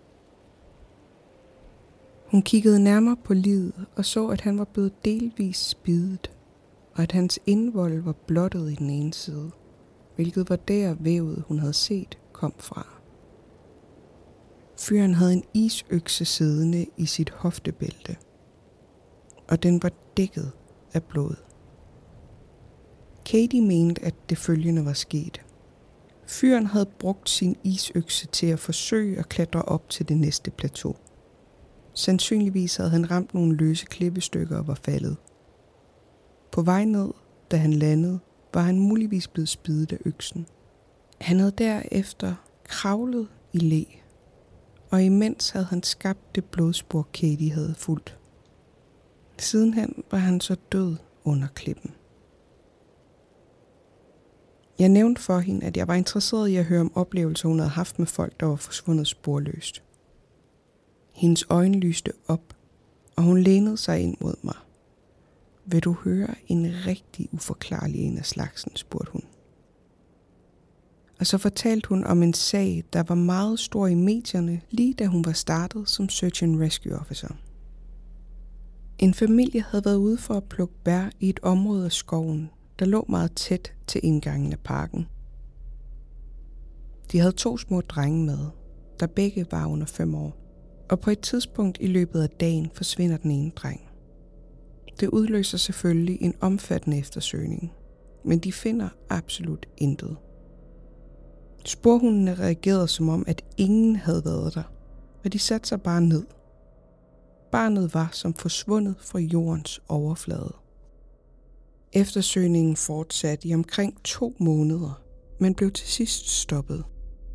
Hun kiggede nærmere på liget og så, at han var blevet delvis spidet, og at hans indvold var blottet i den ene side, hvilket var der vævet, hun havde set, kom fra. Fyren havde en isøkse siddende i sit hoftebælte, og den var dækket af blod. Katie mente, at det følgende var sket. Fyren havde brugt sin isøkse til at forsøge at klatre op til det næste plateau. Sandsynligvis havde han ramt nogle løse klippestykker og var faldet. På vej ned, da han landede, var han muligvis blevet spidet af øksen. Han havde derefter kravlet i læ, og imens havde han skabt det blodspor, Katie havde fulgt. Sidenhen var han så død under klippen. Jeg nævnte for hende, at jeg var interesseret i at høre om oplevelser, hun havde haft med folk, der var forsvundet sporløst. Hendes øjne lyste op, og hun lænede sig ind mod mig. Vil du høre en rigtig uforklarlig en af slagsen, spurgte hun. Og så fortalte hun om en sag, der var meget stor i medierne, lige da hun var startet som Search and Rescue Officer. En familie havde været ude for at plukke bær i et område af skoven, der lå meget tæt til indgangen af parken. De havde 2 små drenge med, der begge var under 5 år, og på et tidspunkt i løbet af dagen forsvinder den ene dreng. Det udløser selvfølgelig en omfattende eftersøgning, men de finder absolut intet. Sporhundene reagerede som om, at ingen havde været der, og de satte sig bare ned. Barnet var som forsvundet fra jordens overflade. Eftersøgningen fortsatte i omkring 2 måneder, men blev til sidst stoppet.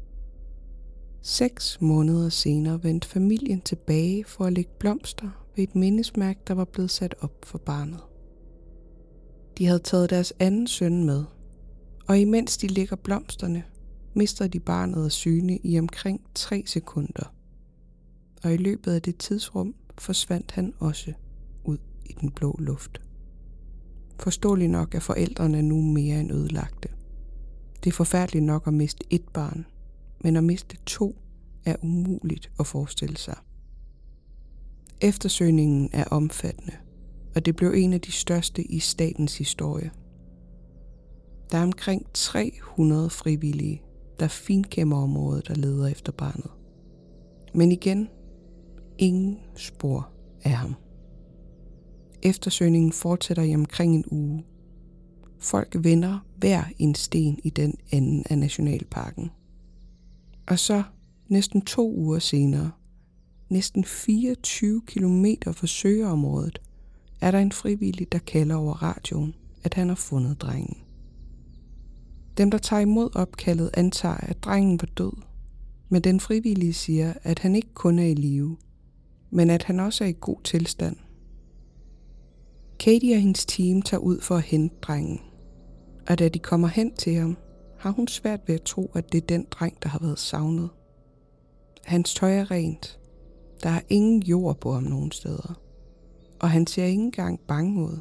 6 måneder senere vendte familien tilbage for at lægge blomster ved et mindesmærke, der var blevet sat op for barnet. De havde taget deres anden søn med, og imens de lægger blomsterne, mister de barnet af syne i omkring 3 sekunder. Og i løbet af det tidsrum forsvandt han også ud i den blå luft. Forståeligt nok er forældrene nu mere end ødelagte. Det er forfærdeligt nok at miste 1 barn, men at miste 2 er umuligt at forestille sig. Eftersøgningen er omfattende, og det blev en af de største i statens historie. Der er omkring 300 frivillige, der finkæmmer området og leder efter barnet. Men igen, ingen spor af ham. Eftersøgningen fortsætter i omkring en uge. Folk vender hver en sten i den ende af nationalparken. Og så, næsten 2 uger senere, næsten 24 kilometer fra søgeområdet, er der en frivillig, der kalder over radioen, at han har fundet drengen. Dem, der tager imod opkaldet, antager, at drengen var død, men den frivillige siger, at han ikke kun er i live, men at han også er i god tilstand. Katie og hendes team tager ud for at hente drengen, og da de kommer hen til ham, har hun svært ved at tro, at det er den dreng, der har været savnet. Hans tøj er rent. Der er ingen jord på ham nogen steder, og han ser ikke engang bange ud.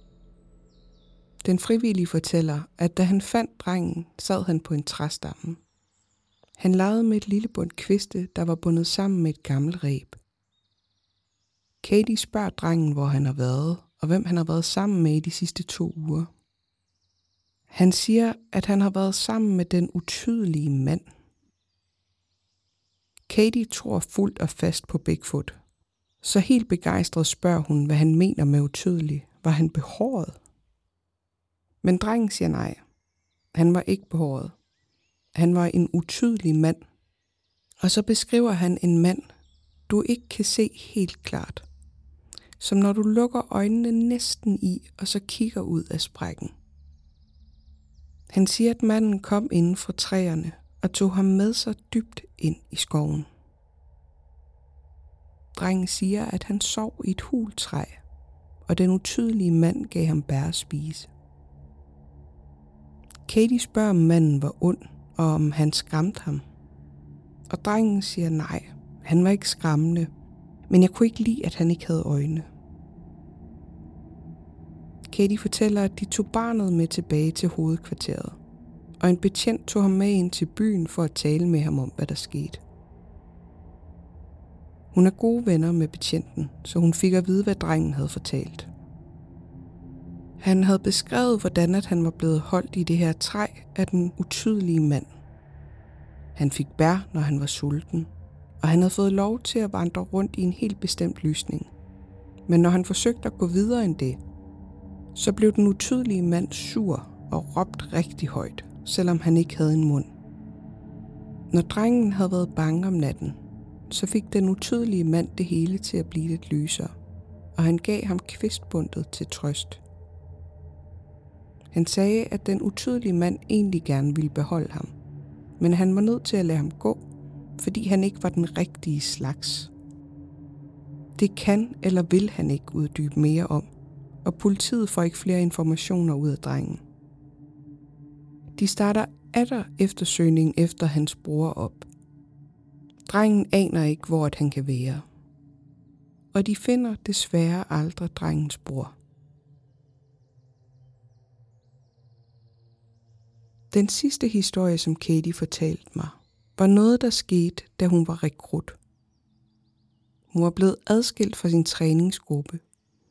Den frivillige fortæller, at da han fandt drengen, sad han på en træstamme. Han legede med et lille bund kviste, der var bundet sammen med et gammelt reb. Katie spørger drengen, hvor han har været, og hvem han har været sammen med i de sidste 2 uger. Han siger, at han har været sammen med den utydelige mand. Katie tror fuldt og fast på Bigfoot, så helt begejstret spørger hun, hvad han mener med utydelig. Var han behåret? Men drengen siger nej. Han var ikke behåret. Han var en utydelig mand. Og så beskriver han en mand, du ikke kan se helt klart. Som når du lukker øjnene næsten i, og så kigger ud af sprækken. Han siger, at manden kom inden fra træerne og tog ham med sig dybt ind i skoven. Drengen siger, at han sov i et hult træ, og den utydelige mand gav ham bær at spise. Katie spørger, om manden var ond, og om han skræmte ham. Og drengen siger nej, han var ikke skræmmende, men jeg kunne ikke lide, at han ikke havde øjne. Katie fortæller, at de tog barnet med tilbage til hovedkvarteret, og en betjent tog ham med ind til byen for at tale med ham om, hvad der skete. Hun er gode venner med betjenten, så hun fik at vide, hvad drengen havde fortalt. Han havde beskrevet, hvordan at han var blevet holdt i det her træ af den utydelige mand. Han fik bær, når han var sulten, og han havde fået lov til at vandre rundt i en helt bestemt lysning. Men når han forsøgte at gå videre end det, så blev den utydelige mand sur og råbte rigtig højt, selvom han ikke havde en mund. Når drengen havde været bange om natten, så fik den utydelige mand det hele til at blive lidt lysere, og han gav ham kvistbundet til trøst. Han sagde, at den utydelige mand egentlig gerne ville beholde ham, men han var nødt til at lade ham gå, fordi han ikke var den rigtige slags. Det kan eller vil han ikke uddybe mere om, og politiet får ikke flere informationer ud af drengen. De starter atter eftersøgningen efter hans bror op. Drengen aner ikke, hvor han kan være. Og de finder desværre aldrig drengens bror. Den sidste historie, som Katie fortalte mig, var noget, der skete, da hun var rekrut. Hun var blevet adskilt fra sin træningsgruppe.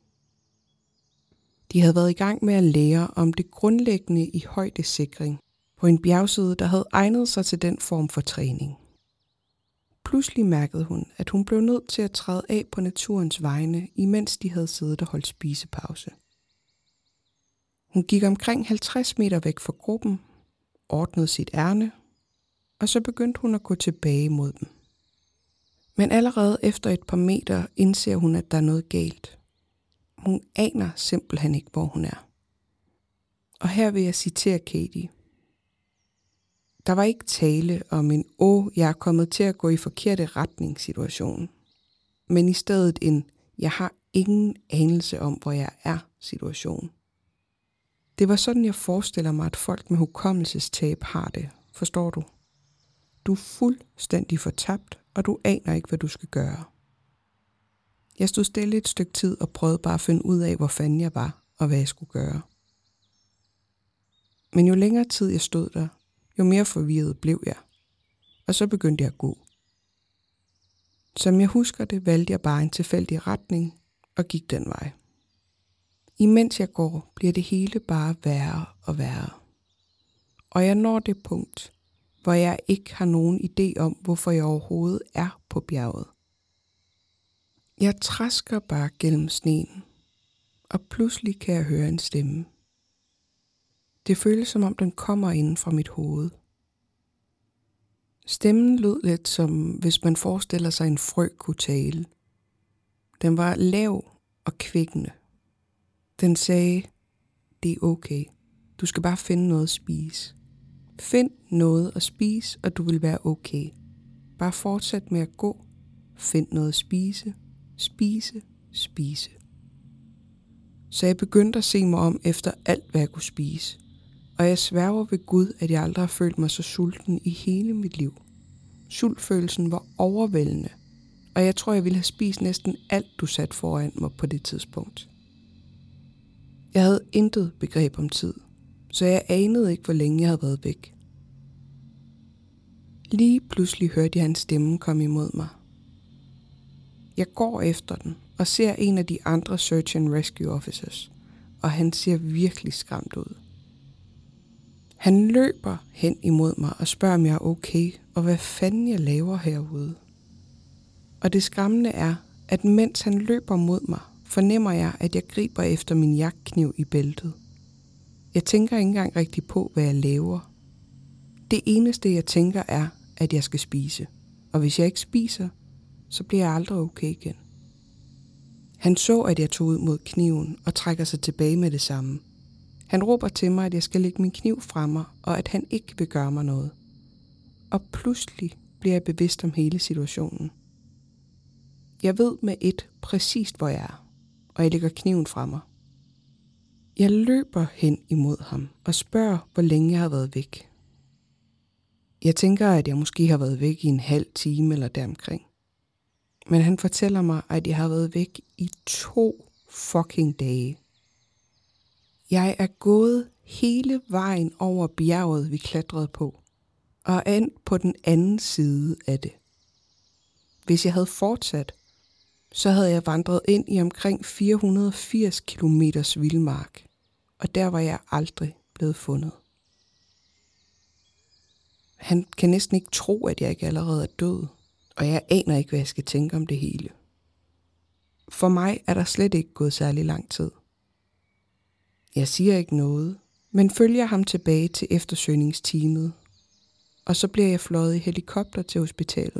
De havde været i gang med at lære om det grundlæggende i højdesikring på en bjergside, der havde egnet sig til den form for træning. Pludselig mærkede hun, at hun blev nødt til at træde af på naturens vegne, imens de havde siddet og holdt spisepause. Hun gik omkring 50 meter væk fra gruppen, ordnede sit ærne, og så begyndte hun at gå tilbage mod dem. Men allerede efter et par meter indser hun, at der er noget galt. Hun aner simpelthen ikke, hvor hun er. Og her vil jeg citere Katie. Der var ikke tale om en jeg er kommet til at gå i forkerte retning situation, men i stedet en jeg har ingen anelse om, hvor jeg er situation. Det var sådan, jeg forestiller mig, at folk med hukommelsestab har det. Forstår du? Du er fuldstændig fortabt, og du aner ikke, hvad du skal gøre. Jeg stod stille et stykke tid og prøvede bare at finde ud af, hvor fanden jeg var, og hvad jeg skulle gøre. Men jo længere tid jeg stod der, jo mere forvirret blev jeg. Og så begyndte jeg at gå. Som jeg husker det, valgte jeg bare en tilfældig retning og gik den vej. Imens jeg går, bliver det hele bare værre og værre. Og jeg når det punkt, hvor jeg ikke har nogen idé om, hvorfor jeg overhovedet er på bjerget. Jeg trasker bare gennem sneen, og pludselig kan jeg høre en stemme. Det føles som om den kommer inden fra mit hoved. Stemmen lød lidt som hvis man forestiller sig en frø kunne tale. Den var lav og kvækkende. Den sagde, det er okay. Du skal bare finde noget at spise. Find noget at spise, og du vil være okay. Bare fortsæt med at gå. Find noget at spise. Spise, spise. Så jeg begyndte at se mig om efter alt, hvad jeg kunne spise. Og jeg sværger ved Gud, at jeg aldrig har følt mig så sulten i hele mit liv. Sultfølelsen var overvældende, og jeg tror, jeg ville have spist næsten alt, du satte foran mig på det tidspunkt. Jeg havde intet begreb om tid, så jeg anede ikke, hvor længe jeg havde været væk. Lige pludselig hørte jeg en stemme komme imod mig. Jeg går efter den og ser en af de andre Search and Rescue Officers, og han ser virkelig skræmt ud. Han løber hen imod mig og spørger, om jeg er okay, og hvad fanden jeg laver herude. Og det skræmmende er, at mens han løber mod mig, fornemmer jeg, at jeg griber efter min jagtkniv i bæltet. Jeg tænker ikke engang rigtig på, hvad jeg laver. Det eneste, jeg tænker, er, at jeg skal spise. Og hvis jeg ikke spiser, så bliver jeg aldrig okay igen. Han så, at jeg tog ud mod kniven og trækker sig tilbage med det samme. Han råber til mig, at jeg skal lægge min kniv fra mig, og at han ikke vil gøre mig noget. Og pludselig bliver jeg bevidst om hele situationen. Jeg ved med et præcist, hvor jeg er, og jeg lægger kniven fra mig. Jeg løber hen imod ham og spørger, hvor længe jeg har været væk. Jeg tænker, at jeg måske har været væk i en halv time eller deromkring. Men han fortæller mig, at jeg har været væk i 2 fucking dage. Jeg er gået hele vejen over bjerget, vi klatrede på, og er på den anden side af det. Hvis jeg havde fortsat, så havde jeg vandret ind i omkring 480 kilometers vildmark, og der var jeg aldrig blevet fundet. Han kan næsten ikke tro, at jeg ikke allerede er død, og jeg aner ikke, hvad jeg skal tænke om det hele. For mig er der slet ikke gået særlig lang tid. Jeg siger ikke noget, men følger ham tilbage til eftersøgningsteamet, og så bliver jeg fløjet i helikopter til hospitalet.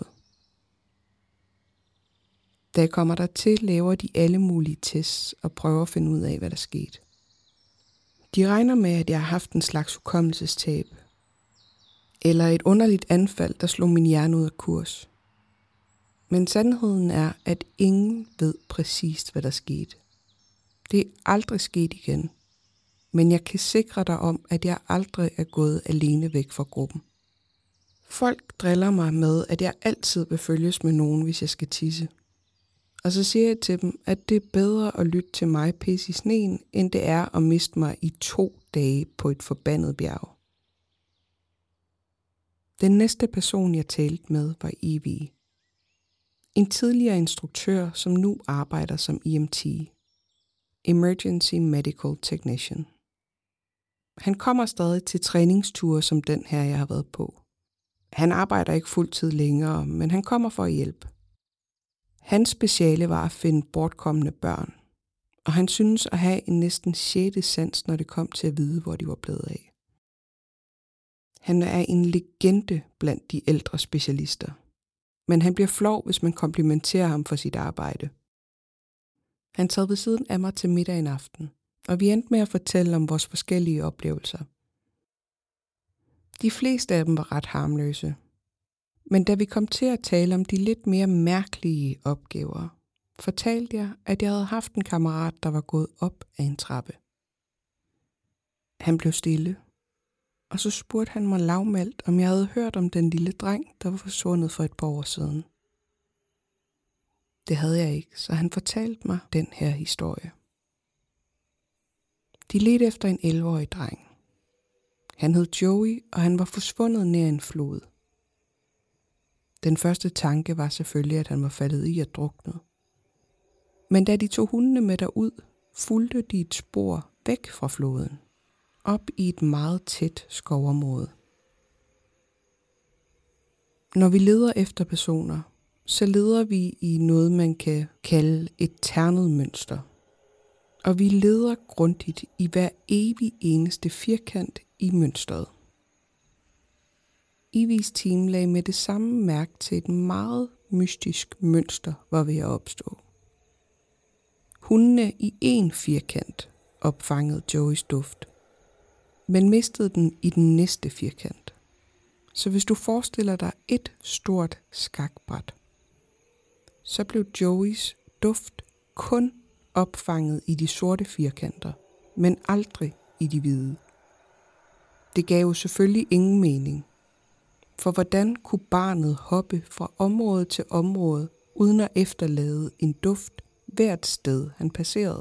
Da jeg kommer dertil, laver de alle mulige tests og prøver at finde ud af, hvad der skete. De regner med, at jeg har haft en slags hukommelsestab, eller et underligt anfald, der slog min hjerne ud af kurs. Men sandheden er, at ingen ved præcist, hvad der skete. Det er aldrig sket igen, men jeg kan sikre dig om, at jeg aldrig er gået alene væk fra gruppen. Folk driller mig med, at jeg altid vil følges med nogen, hvis jeg skal tisse. Og så siger jeg til dem, at det er bedre at lytte til mig pisse i sneen, end det er at miste mig i 2 dage på et forbandet bjerg. Den næste person, jeg talte med, var Evie. En tidligere instruktør, som nu arbejder som EMT, Emergency Medical Technician. Han kommer stadig til træningsture som den her, jeg har været på. Han arbejder ikke fuldtid længere, men han kommer for at hjælpe. Hans speciale var at finde bortkomne børn, og han synes at have en næsten 6. sans, når det kom til at vide, hvor de var blevet af. Han er en legende blandt de ældre specialister, men han bliver flov, hvis man komplimenterer ham for sit arbejde. Han sad ved siden af mig til middag en aften, og vi endte med at fortælle om vores forskellige oplevelser. De fleste af dem var ret harmløse, men da vi kom til at tale om de lidt mere mærkelige opgaver, fortalte jeg, at jeg havde haft en kammerat, der var gået op ad en trappe. Han blev stille, og så spurgte han mig lavmældt, om jeg havde hørt om den lille dreng, der var forsvundet for et par år siden. Det havde jeg ikke, så han fortalte mig den her historie. De ledte efter en 11-årig dreng. Han hed Joey, og han var forsvundet nær en flod. Den første tanke var selvfølgelig, at han var faldet i og druknet. Men da de tog hundene med derud, fulgte de et spor væk fra floden, op i et meget tæt skovområde. Når vi leder efter personer, så leder vi i noget, man kan kalde et ternet mønster. Og vi leder grundigt i hver evig eneste firkant i mønstret. Evies team lagde med det samme mærke til et meget mystisk mønster var ved at opstå. Hundene i en firkant opfangede Joeys duft, men mistede den i den næste firkant. Så hvis du forestiller dig et stort skakbræt, så blev Joeys duft kun opfanget i de sorte firkanter, men aldrig i de hvide. Det gav jo selvfølgelig ingen mening, for hvordan kunne barnet hoppe fra område til område, uden at efterlade en duft hvert sted, han passerede?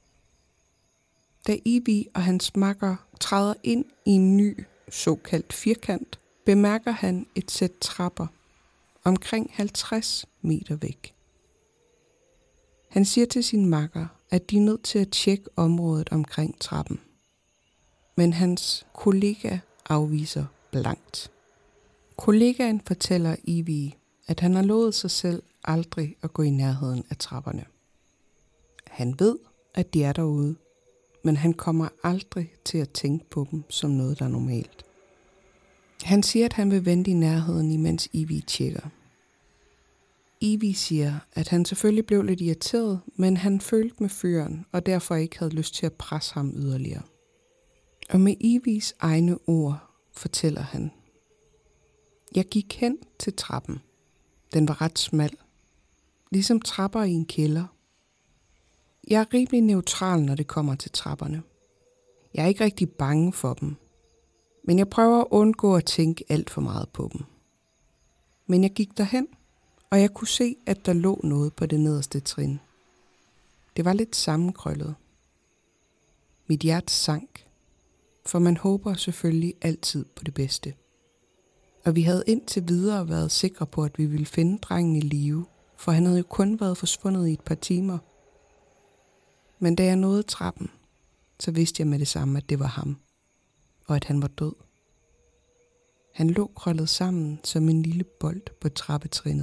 Da Evie og hans makker træder ind i en ny, såkaldt firkant, bemærker han et sæt trapper omkring 50 meter væk. Han siger til sin makker, at de er nødt til at tjekke området omkring trappen. Men hans kollega afviser blankt. Kollegaen fortæller Evie, at han har lovet sig selv aldrig at gå i nærheden af trapperne. Han ved, at de er derude, men han kommer aldrig til at tænke på dem som noget, der er normalt. Han siger, at han vil vente i nærheden, imens Evie tjekker. Evie siger, at han selvfølgelig blev lidt irriteret, men han følte med fyren, og derfor ikke havde lyst til at presse ham yderligere. Og med Evies egne ord fortæller han: Jeg gik hen til trappen. Den var ret smal. Ligesom trapper i en kælder. Jeg er rimelig neutral, når det kommer til trapperne. Jeg er ikke rigtig bange for dem. Men jeg prøver at undgå at tænke alt for meget på dem. Men jeg gik derhen, og jeg kunne se, at der lå noget på det nederste trin. Det var lidt sammenkrøllet. Mit hjerte sank, for man håber selvfølgelig altid på det bedste. Og vi havde indtil videre været sikre på, at vi ville finde drengen i live, for han havde jo kun været forsvundet i et par timer. Men da jeg nåede trappen, så vidste jeg med det samme, at det var ham, og at han var død. Han lå krøllet sammen som en lille bold på trappetrinnet.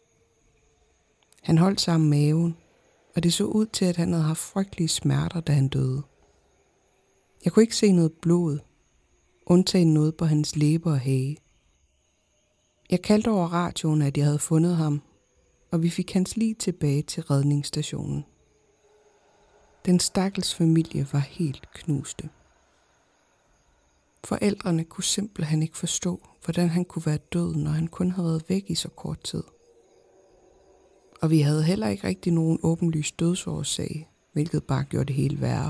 Han holdt sig om maven, og det så ud til, at han havde haft frygtelige smerter, da han døde. Jeg kunne ikke se noget blod, undtagen noget på hans læber og hage. Jeg kaldte over radioen, at jeg havde fundet ham, og vi fik hans lig tilbage til redningsstationen. Den stakkels familie var helt knuste. Forældrene kunne simpelthen ikke forstå, hvordan han kunne være død, når han kun havde været væk i så kort tid. Og vi havde heller ikke rigtig nogen åbenlys dødsårsag, hvilket bare gjorde det hele værre.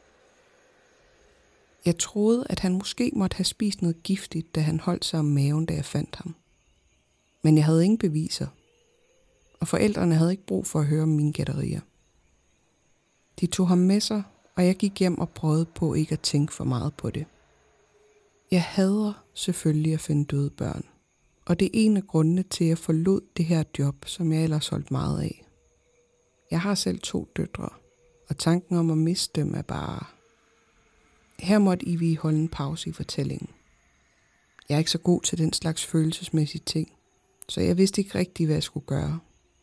Jeg troede, at han måske måtte have spist noget giftigt, da han holdt sig om maven, da jeg fandt ham. Men jeg havde ingen beviser, og forældrene havde ikke brug for at høre om mine gætterier. De tog ham med sig, og jeg gik hjem og prøvede på ikke at tænke for meget på det. Jeg hader selvfølgelig at finde døde børn, og det er en af grundene til, at jeg forlod det her job, som jeg ellers holdt meget af. Jeg har selv 2 døtre, og tanken om at miste dem er bare... Her måtte Ivy holde en pause i fortællingen. Jeg er ikke så god til den slags følelsesmæssige ting, så jeg vidste ikke rigtigt, hvad jeg skulle gøre.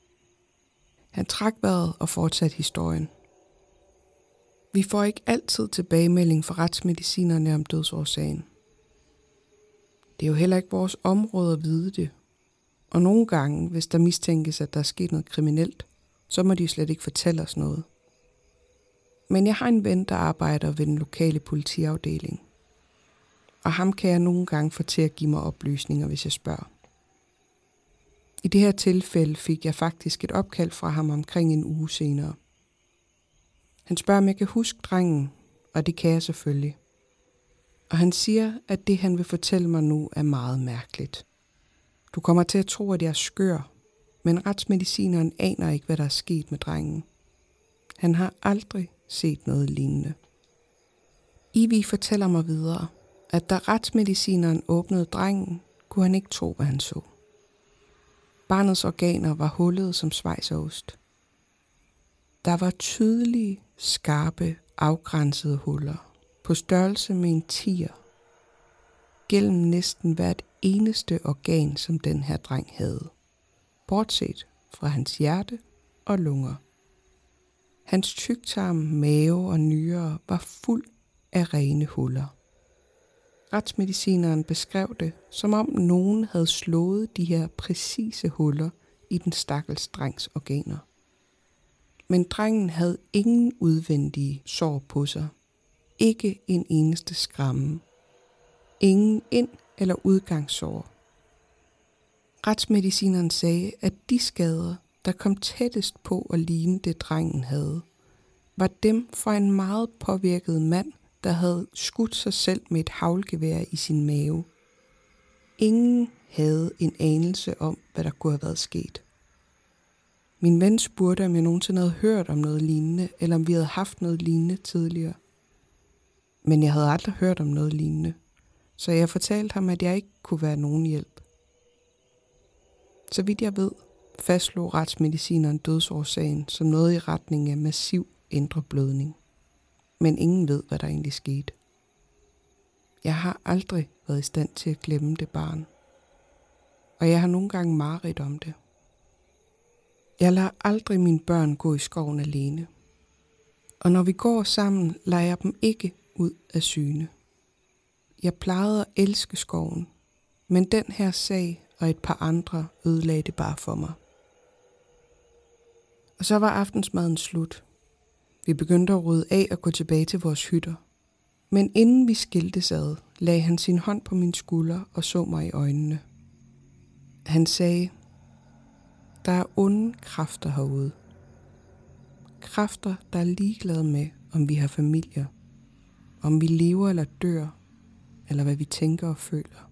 Han trak vejret og fortsatte historien. Vi får ikke altid tilbagemelding fra retsmedicinerne om dødsårsagen. Det er jo heller ikke vores område at vide det. Og nogle gange, hvis der mistænkes, at der er sket noget kriminelt, så må de jo slet ikke fortælle os noget. Men jeg har en ven, der arbejder ved den lokale politiafdeling. Og ham kan jeg nogle gange få til at give mig oplysninger, hvis jeg spørger. I det her tilfælde fik jeg faktisk et opkald fra ham omkring en uge senere. Han spørger, om jeg kan huske drengen, og det kan jeg selvfølgelig. Og han siger, at det han vil fortælle mig nu er meget mærkeligt. Du kommer til at tro, at jeg er skør, men retsmedicineren aner ikke, hvad der er sket med drengen. Han har aldrig set noget lignende. Ivy fortæller mig videre, at da retsmedicineren åbnede drengen, kunne han ikke tro, hvad han så. Barnets organer var hullede som svejseost. Der var tydelige, skarpe, afgrænsede huller på størrelse med en tiger gennem næsten hvert eneste organ, som den her dreng havde, bortset fra hans hjerte og lunger. Hans tyktarm, mave og nyrer var fuld af rene huller. Retsmedicineren beskrev det, som om nogen havde slået de her præcise huller i den stakkels drengs organer. Men drengen havde ingen udvendige sår på sig. Ikke en eneste skramme. Ingen ind- eller udgangssår. Retsmedicineren sagde, at de skader, der kom tættest på at ligne det drengen havde, var dem fra en meget påvirket mand, der havde skudt sig selv med et haglgevær i sin mave. Ingen havde en anelse om, hvad der kunne have været sket. Min ven spurgte, om jeg nogensinde havde hørt om noget lignende, eller om vi havde haft noget lignende tidligere. Men jeg havde aldrig hørt om noget lignende, så jeg fortalte ham, at jeg ikke kunne være nogen hjælp. Så vidt jeg ved, fastslog retsmedicineren dødsårsagen som noget i retning af massiv indre blødning. Men ingen ved, hvad der egentlig skete. Jeg har aldrig været i stand til at glemme det barn. Og jeg har nogle gange mareridt om det. Jeg lader aldrig mine børn gå i skoven alene. Og når vi går sammen, lader jeg dem ikke ud af syne. Jeg plejede at elske skoven, men den her sag og et par andre ødelagde det bare for mig. Og så var aftensmaden slut. Vi begyndte at rydde af og gå tilbage til vores hytter. Men inden vi skiltes ad, lagde han sin hånd på min skulder og så mig i øjnene. Han sagde, Der er onde kræfter herude. Kræfter, der er ligeglade med, om vi har familier, om vi lever eller dør, eller hvad vi tænker og føler.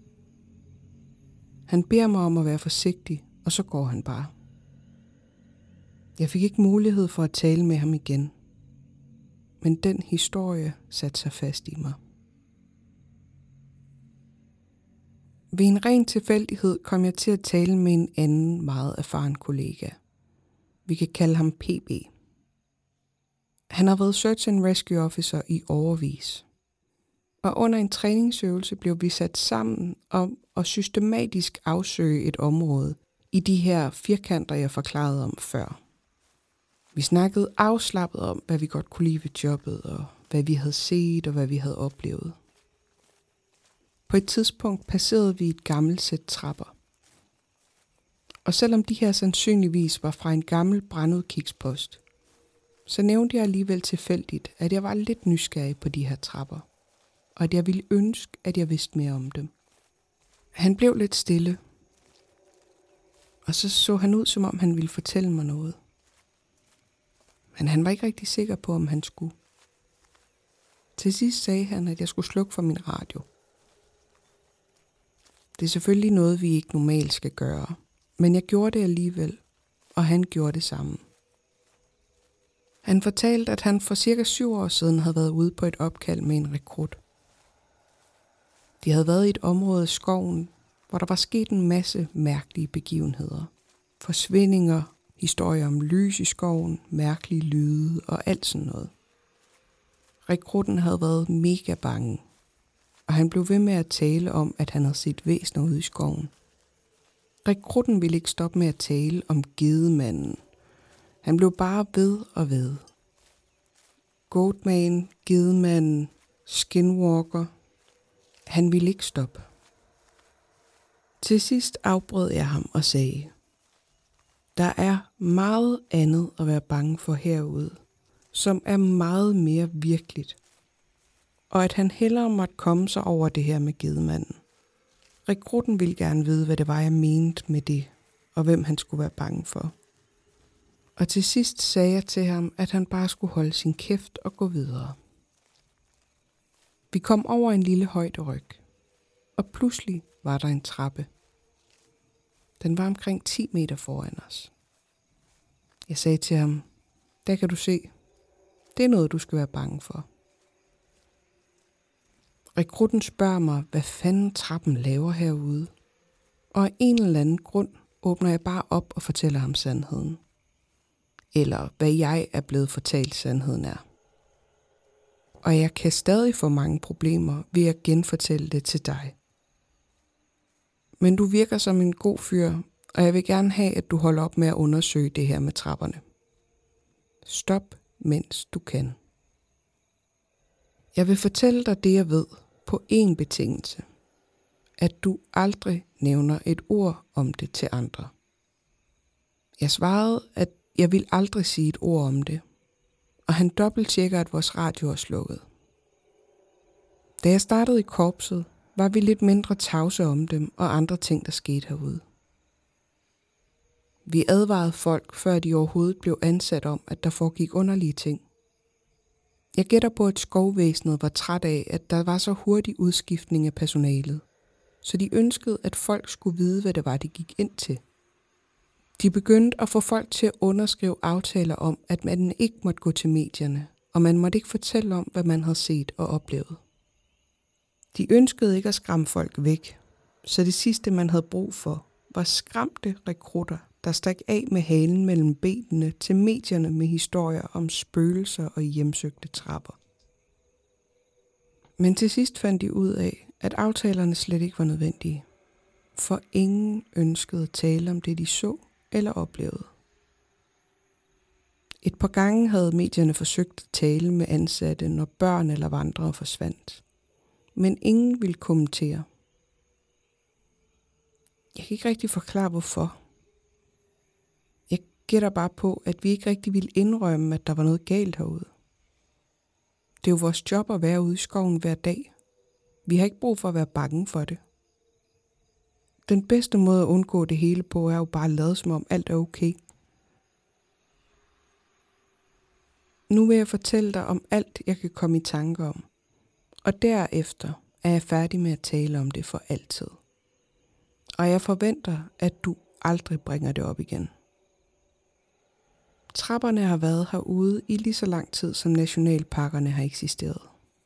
Han beder mig om at være forsigtig, og så går han bare. Jeg fik ikke mulighed for at tale med ham igen, men den historie satte sig fast i mig. Ved en ren tilfældighed kom jeg til at tale med en anden meget erfaren kollega. Vi kan kalde ham PB. Han har været Search and Rescue Officer i årevis. Og under en træningsøvelse blev vi sat sammen om at systematisk afsøge et område i de her firkanter, jeg forklarede om før. Vi snakkede afslappet om, hvad vi godt kunne lide ved jobbet, og hvad vi havde set og hvad vi havde oplevet. På et tidspunkt passerede vi et gammelt sæt trapper. Og selvom de her sandsynligvis var fra en gammel brandudkigspost, så nævnte jeg alligevel tilfældigt, at jeg var lidt nysgerrig på de her trapper, og at jeg ville ønske, at jeg vidste mere om dem. Han blev lidt stille, og så han ud, som om han ville fortælle mig noget. Men han var ikke rigtig sikker på, om han skulle. Til sidst sagde han, at jeg skulle slukke for min radio. Det er selvfølgelig noget, vi ikke normalt skal gøre, men jeg gjorde det alligevel, og han gjorde det samme. Han fortalte, at han for cirka 7 år siden havde været ude på et opkald med en rekrut. De havde været i et område af skoven, hvor der var sket en masse mærkelige begivenheder. Forsvindinger, historier om lys i skoven, mærkelige lyde og alt sådan noget. Rekrutten havde været mega bange, og han blev ved med at tale om, at han havde set væsener ude i skoven. Rekrutten ville ikke stoppe med at tale om gedemanden. Han blev bare ved og ved. Goatman, gedemanden, skinwalker. Han ville ikke stoppe. Til sidst afbrød jeg ham og sagde, der er meget andet at være bange for herude, som er meget mere virkeligt. Og at han hellere måtte komme sig over det her med gedemanden. Rekrutten ville gerne vide, hvad det var, jeg mente med det, og hvem han skulle være bange for. Og til sidst sagde jeg til ham, at han bare skulle holde sin kæft og gå videre. Vi kom over en lille højderyg, og pludselig var der en trappe. Den var omkring 10 meter foran os. Jeg sagde til ham, der kan du se, det er noget, du skal være bange for. Rekrutten spørger mig, hvad fanden trappen laver herude, og af en eller anden grund åbner jeg bare op og fortæller ham sandheden. Eller hvad jeg er blevet fortalt sandheden er. Og jeg kan stadig få mange problemer ved at genfortælle det til dig. Men du virker som en god fyr, og jeg vil gerne have, at du holder op med at undersøge det her med trapperne. Stop, mens du kan. Jeg vil fortælle dig det, jeg ved, på én betingelse. At du aldrig nævner et ord om det til andre. Jeg svarede, at jeg vil aldrig sige et ord om det, og han dobbelttjekker, at vores radio er slukket. Da jeg startede i korpset, var vi lidt mindre tavse om dem og andre ting, der skete herude. Vi advarede folk, før de overhovedet blev ansat om, at der foregik underlige ting. Jeg gætter på, at skovvæsenet var træt af, at der var så hurtig udskiftning af personalet, så de ønskede, at folk skulle vide, hvad det var, de gik ind til. De begyndte at få folk til at underskrive aftaler om, at man ikke måtte gå til medierne, og man måtte ikke fortælle om, hvad man havde set og oplevet. De ønskede ikke at skræmme folk væk, så det sidste, man havde brug for, var skræmte rekrutter, der stak af med halen mellem benene til medierne med historier om spøgelser og hjemsøgte trapper. Men til sidst fandt de ud af, at aftalerne slet ikke var nødvendige, for ingen ønskede at tale om det, de så eller oplevede. Et par gange havde medierne forsøgt at tale med ansatte, når børn eller vandrere forsvandt, men ingen ville kommentere. Jeg kan ikke rigtig forklare, hvorfor. Jeg gætter bare på, at vi ikke rigtig ville indrømme, at der var noget galt herude. Det er jo vores job at være ude i skoven hver dag. Vi har ikke brug for at være bange for det. Den bedste måde at undgå det hele på, er jo bare at lade som om alt er okay. Nu vil jeg fortælle dig om alt, jeg kan komme i tanke om. Og derefter er jeg færdig med at tale om det for altid. Og jeg forventer, at du aldrig bringer det op igen. Trapperne har været herude i lige så lang tid, som nationalparkerne har eksisteret.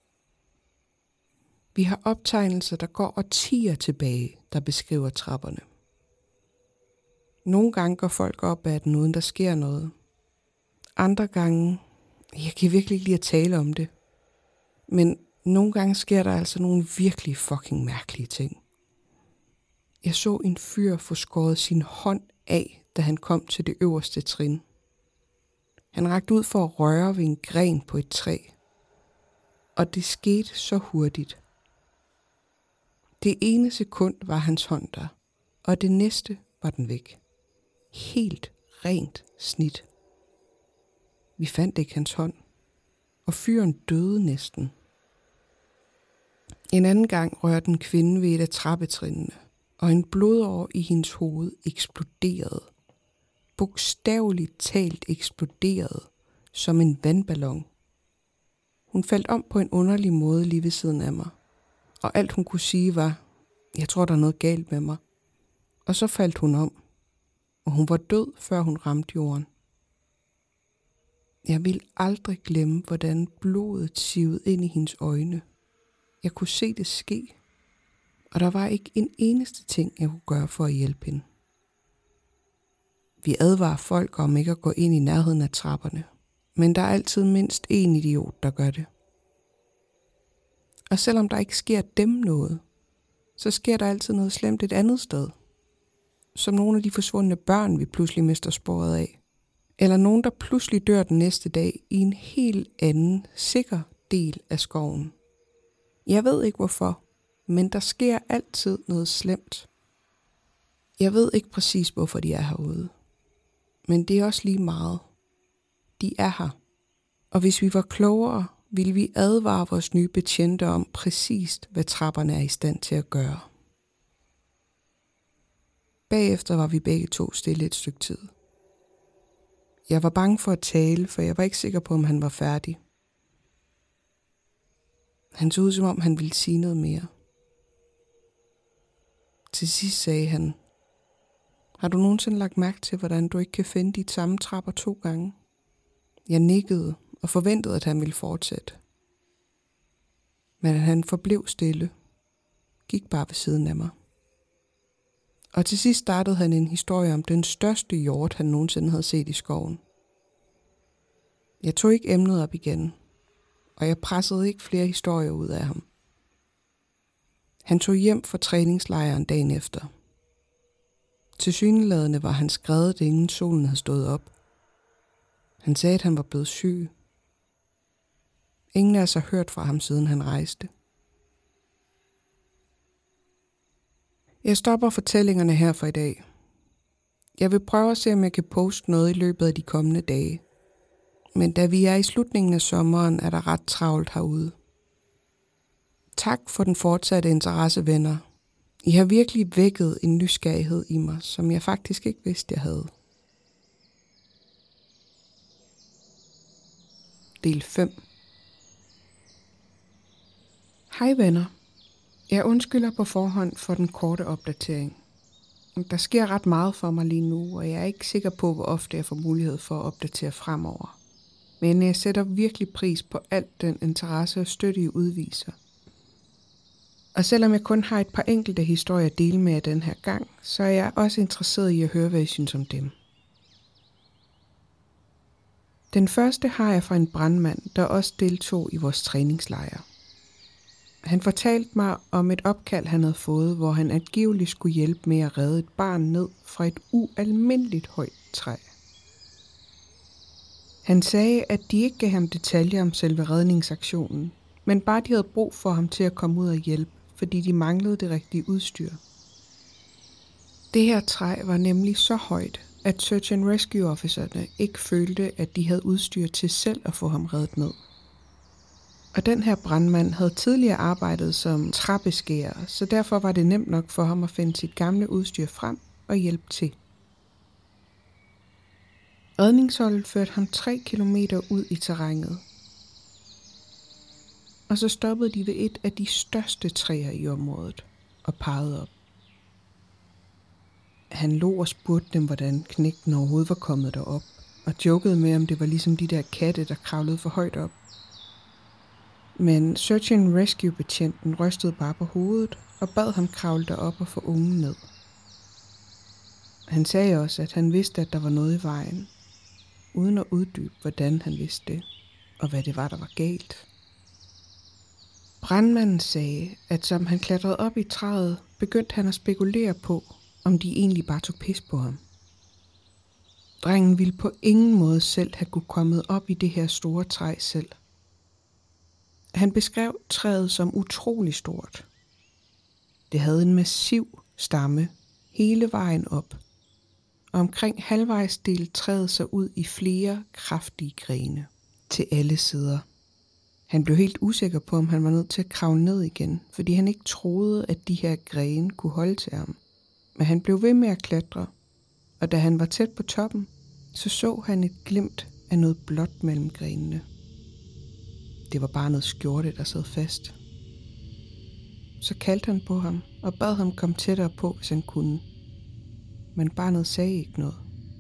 Vi har optegnelser, der går årtier tilbage, der beskriver trapperne. Nogle gange går folk op ad den, uden der sker noget. Andre gange, jeg kan virkelig ikke lide at tale om det, men nogle gange sker der altså nogle virkelig fucking mærkelige ting. Jeg så en fyr få skåret sin hånd af, da han kom til det øverste trin. Han rakte ud for at røre ved en gren på et træ. Og det skete så hurtigt. Det ene sekund var hans hånd der, og det næste var den væk. Helt rent snit. Vi fandt ikke hans hånd, og fyren døde næsten. En anden gang rørte en kvinde ved et af trappetrinene, og en blodåre i hendes hoved eksploderede. Bogstaveligt talt eksploderede, som en vandballon. Hun faldt om på en underlig måde lige ved siden af mig, og alt hun kunne sige var, jeg tror der er noget galt med mig. Og så faldt hun om, og hun var død, før hun ramte jorden. Jeg ville aldrig glemme, hvordan blodet sivede ind i hendes øjne. Jeg kunne se det ske, og der var ikke en eneste ting, jeg kunne gøre for at hjælpe hende. Vi advarer folk om ikke at gå ind i nærheden af trapperne, men der er altid mindst én idiot, der gør det. Og selvom der ikke sker dem noget, så sker der altid noget slemt et andet sted. Som nogle af de forsvundne børn, vi pludselig mister sporet af. Eller nogen, der pludselig dør den næste dag i en helt anden, sikker del af skoven. Jeg ved ikke hvorfor, men der sker altid noget slemt. Jeg ved ikke præcis, hvorfor de er herude. Men det er også lige meget. De er her. Og hvis vi var klogere, ville vi advare vores nye betjente om præcist, hvad trapperne er i stand til at gøre. Bagefter var vi begge to stille et stykke tid. Jeg var bange for at tale, for jeg var ikke sikker på, om han var færdig. Han så ud, som om han ville sige noget mere. Til sidst sagde han, har du nogensinde lagt mærke til, hvordan du ikke kan finde de samme trapper 2 gange? Jeg nikkede og forventede, at han ville fortsætte. Men han forblev stille, gik bare ved siden af mig. Og til sidst startede han en historie om den største hjort, han nogensinde havde set i skoven. Jeg tog ikke emnet op igen, og jeg pressede ikke flere historier ud af ham. Han tog hjem fra træningslejren dagen efter. Tilsyneladende var han skredet, inden solen havde stået op. Han sagde, at han var blevet syg. Ingen af os har hørt fra ham, siden han rejste. Jeg stopper fortællingerne her for i dag. Jeg vil prøve at se, om jeg kan poste noget i løbet af de kommende dage. Men da vi er i slutningen af sommeren, er der ret travlt herude. Tak for den fortsatte interesse, venner. I har virkelig vækket en nysgerrighed i mig, som jeg faktisk ikke vidste, jeg havde. Del 5. Hej venner. Jeg undskylder på forhånd for den korte opdatering. Der sker ret meget for mig lige nu, og jeg er ikke sikker på, hvor ofte jeg får mulighed for at opdatere fremover. Men jeg sætter virkelig pris på alt den interesse og støtte, I udviser. Og selvom jeg kun har et par enkelte historier at dele med jer den her gang, så er jeg også interesseret i at høre, hvad I synes om dem. Den første har jeg fra en brandmand, der også deltog i vores træningslejr. Han fortalte mig om et opkald, han havde fået, hvor han angiveligt skulle hjælpe med at redde et barn ned fra et ualmindeligt højt træ. Han sagde, at de ikke gav ham detaljer om selve redningsaktionen, men bare de havde brug for ham til at komme ud og hjælpe, fordi de manglede det rigtige udstyr. Det her træ var nemlig så højt, at Search and Rescue officerne ikke følte, at de havde udstyr til selv at få ham reddet ned. Og den her brandmand havde tidligere arbejdet som trappeskærer, så derfor var det nemt nok for ham at finde sit gamle udstyr frem og hjælpe til. Redningsholdet førte ham 3 kilometer ud i terrænet. Og så stoppede de ved et af de største træer i området og pegede op. Han lå og spurgte dem, hvordan knægten overhovedet var kommet derop, og jokede med, om det var ligesom de der katte, der kravlede for højt op. Men Search and Rescue-betjenten rystede bare på hovedet og bad ham kravle derop og få ungen ned. Han sagde også, at han vidste, at der var noget i vejen, uden at uddybe, hvordan han vidste det, og hvad det var, der var galt. Brandmanden sagde, at som han klatrede op i træet, begyndte han at spekulere på, om de egentlig bare tog pis på ham. Drengen ville på ingen måde selv have kunne kommet op i det her store træ selv. Han beskrev træet som utrolig stort. Det havde en massiv stamme hele vejen op, og omkring halvvejs delte træet sig ud i flere kraftige grene til alle sider. Han blev helt usikker på, om han var nødt til at kravle ned igen, fordi han ikke troede, at de her grene kunne holde til ham. Men han blev ved med at klatre, og da han var tæt på toppen, så han et glimt af noget blåt mellem grenene. Det var bare noget skjorte, der sad fast. Så kaldte han på ham og bad ham komme tættere på, hvis han kunne. Men barnet sagde ikke noget.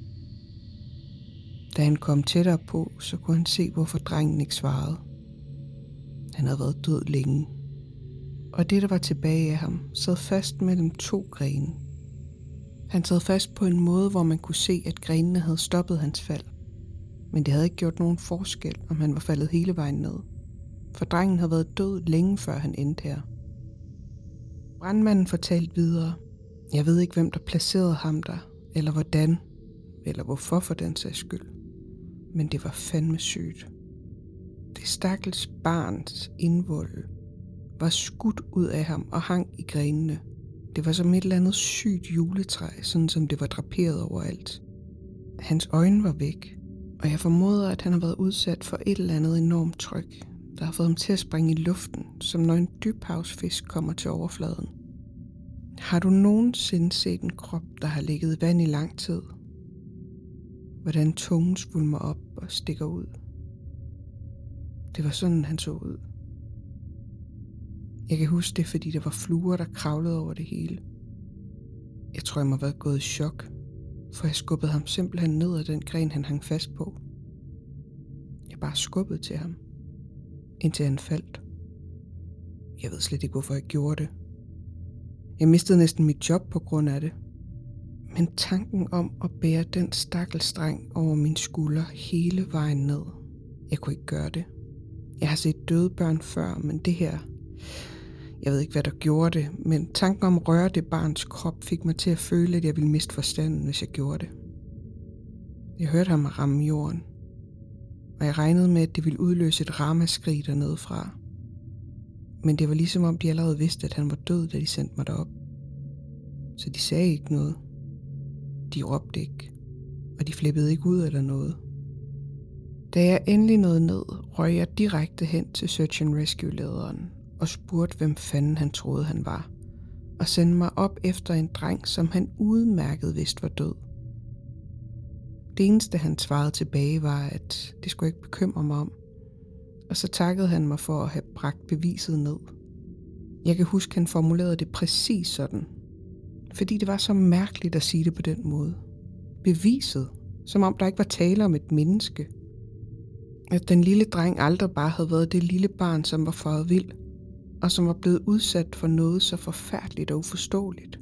Da han kom tættere på, så kunne han se, hvorfor drengen ikke svarede. Han havde været død længe. Og det, der var tilbage af ham, sad fast mellem 2 grene. Han sad fast på en måde, hvor man kunne se, at grenene havde stoppet hans fald. Men det havde ikke gjort nogen forskel, om han var faldet hele vejen ned. For drengen havde været død længe før han endte her. Brandmanden fortalte videre: Jeg ved ikke, hvem der placerede ham der, eller hvordan, eller hvorfor for den sags skyld. Men det var fandme sygt. Det stakkels barns indvold var skudt ud af ham og hang i grenene. Det var som et eller andet sygt juletræ, sådan som det var draperet overalt. Hans øjne var væk, og jeg formoder, at han har været udsat for et eller andet enormt tryk, der har fået ham til at springe i luften, som når en dybhavsfisk kommer til overfladen. Har du nogensinde set en krop, der har ligget i vand i lang tid? Hvordan tungen svulmer op og stikker ud? Det var sådan, han så ud. Jeg kan huske det, fordi der var fluer, der kravlede over det hele. Jeg tror, jeg må have været gået i chok, for jeg skubbede ham simpelthen ned af den gren, han hang fast på. Jeg bare skubbede til ham, indtil han faldt. Jeg ved slet ikke, hvorfor jeg gjorde det. Jeg mistede næsten mit job på grund af det. Men tanken om at bære den stakkels dreng over min skulder hele vejen ned, jeg kunne ikke gøre det. Jeg har set døde børn før, men det her, jeg ved ikke, hvad der gjorde det, men tanken om at røre det barns krop fik mig til at føle, at jeg ville miste forstanden, hvis jeg gjorde det. Jeg hørte ham ramme jorden, og jeg regnede med, at det ville udløse et ramaskrig dernede fra. Men det var ligesom om, de allerede vidste, at han var død, da de sendte mig derop. Så de sagde ikke noget. De råbte ikke, og de flippede ikke ud eller noget. Da jeg endelig nåede ned, røg jeg direkte hen til Search and Rescue-lederen og spurgte, hvem fanden han troede, han var, og sendte mig op efter en dreng, som han udmærket vidste var død. Det eneste, han svarede tilbage, var, at det skulle ikke bekymre mig om, og så takkede han mig for at have bragt beviset ned. Jeg kan huske, han formulerede det præcis sådan, fordi det var så mærkeligt at sige det på den måde. Beviset, som om der ikke var tale om et menneske. At den lille dreng aldrig bare havde været det lille barn, som var faret vild, og som var blevet udsat for noget så forfærdeligt og uforståeligt.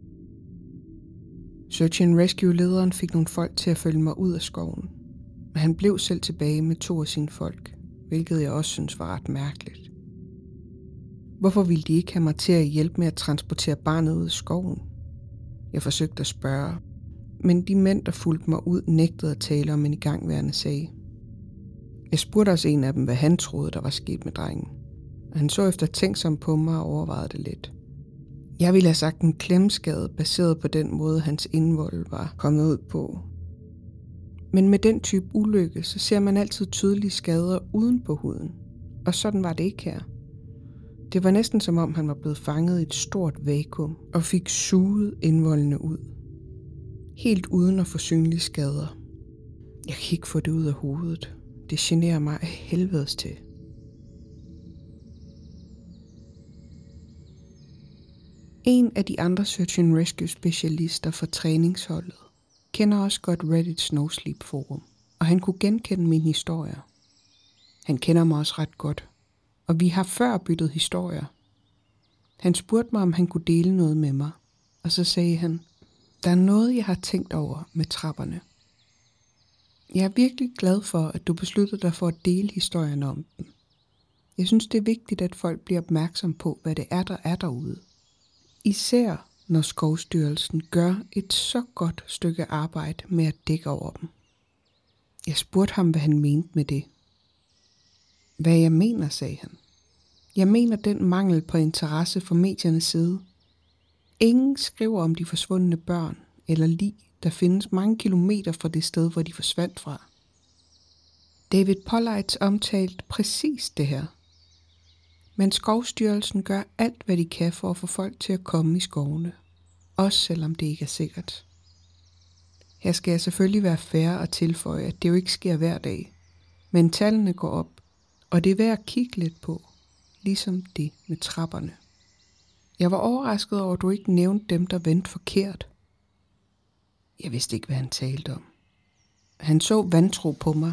Search and Rescue-lederen fik nogle folk til at følge mig ud af skoven, men han blev selv tilbage med 2 af sine folk, hvilket jeg også synes var ret mærkeligt. Hvorfor ville de ikke have mig til at hjælpe med at transportere barnet ud af skoven? Jeg forsøgte at spørge, men de mænd, der fulgte mig ud, nægtede at tale om en igangværende sag. Jeg spurgte også en af dem, hvad han troede, der var sket med drengen, og han så eftertænksomt på mig og overvejede det lidt. Jeg ville have sagt en klemskade, baseret på den måde, hans indvold var kommet ud på. Men med den type ulykke, så ser man altid tydelige skader uden på huden, Og sådan var det ikke her. Det var næsten som om han var blevet fanget i et stort vakuum og fik suget indvoldene ud. Helt uden at få synlige skader. Jeg kan ikke få det ud af hovedet. Det generer mig af helvedes til. En af de andre Search and Rescue specialister fra træningsholdet kender også godt Reddit's No Sleep forum, og han kunne genkende mine historier. Han kender mig også ret godt, og vi har før byttet historier. Han spurgte mig, om han kunne dele noget med mig, og så sagde han, der er noget, jeg har tænkt over med trapperne. Jeg er virkelig glad for, at du besluttede dig for at dele historierne om dem. Jeg synes, det er vigtigt, at folk bliver opmærksom på, hvad det er, der er derude. Især når Skovstyrelsen gør et så godt stykke arbejde med at dække over dem. Jeg spurgte ham, hvad han mente med det. Hvad jeg mener, sagde han. Jeg mener den mangel på interesse fra mediernes side. Ingen skriver om de forsvundne børn eller lig, der findes mange kilometer fra det sted, hvor de forsvandt fra. David Pollites omtalte præcis det her. Men Skovstyrelsen gør alt, hvad de kan for at få folk til at komme i skovene. Også selvom det ikke er sikkert. Her skal jeg selvfølgelig være fair og tilføje, at det jo ikke sker hver dag. Men tallene går op, og det er værd at kigge lidt på, ligesom det med trapperne. Jeg var overrasket over, at du ikke nævnte dem, der vendte forkert. Jeg vidste ikke, hvad han talte om. Han så vantro på mig.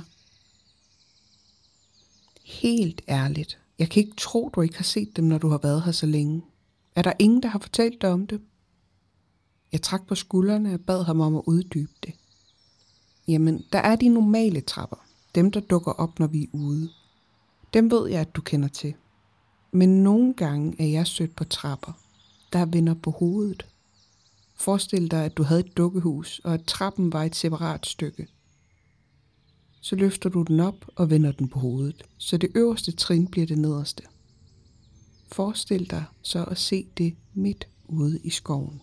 Helt ærligt. Jeg kan ikke tro, du ikke har set dem, når du har været her så længe. Er der ingen, der har fortalt dig om det? Jeg trak på skuldrene og bad ham om at uddybe det. Jamen, der er de normale trapper. Dem, der dukker op, når vi er ude. Dem ved jeg, at du kender til. Men nogle gange er jeg stødt på trapper, der vender på hovedet. Forestil dig, at du havde et dukkehus, og at trappen var et separat stykke. Så løfter du den op og vender den på hovedet, så det øverste trin bliver det nederste. Forestil dig så at se det midt ude i skoven.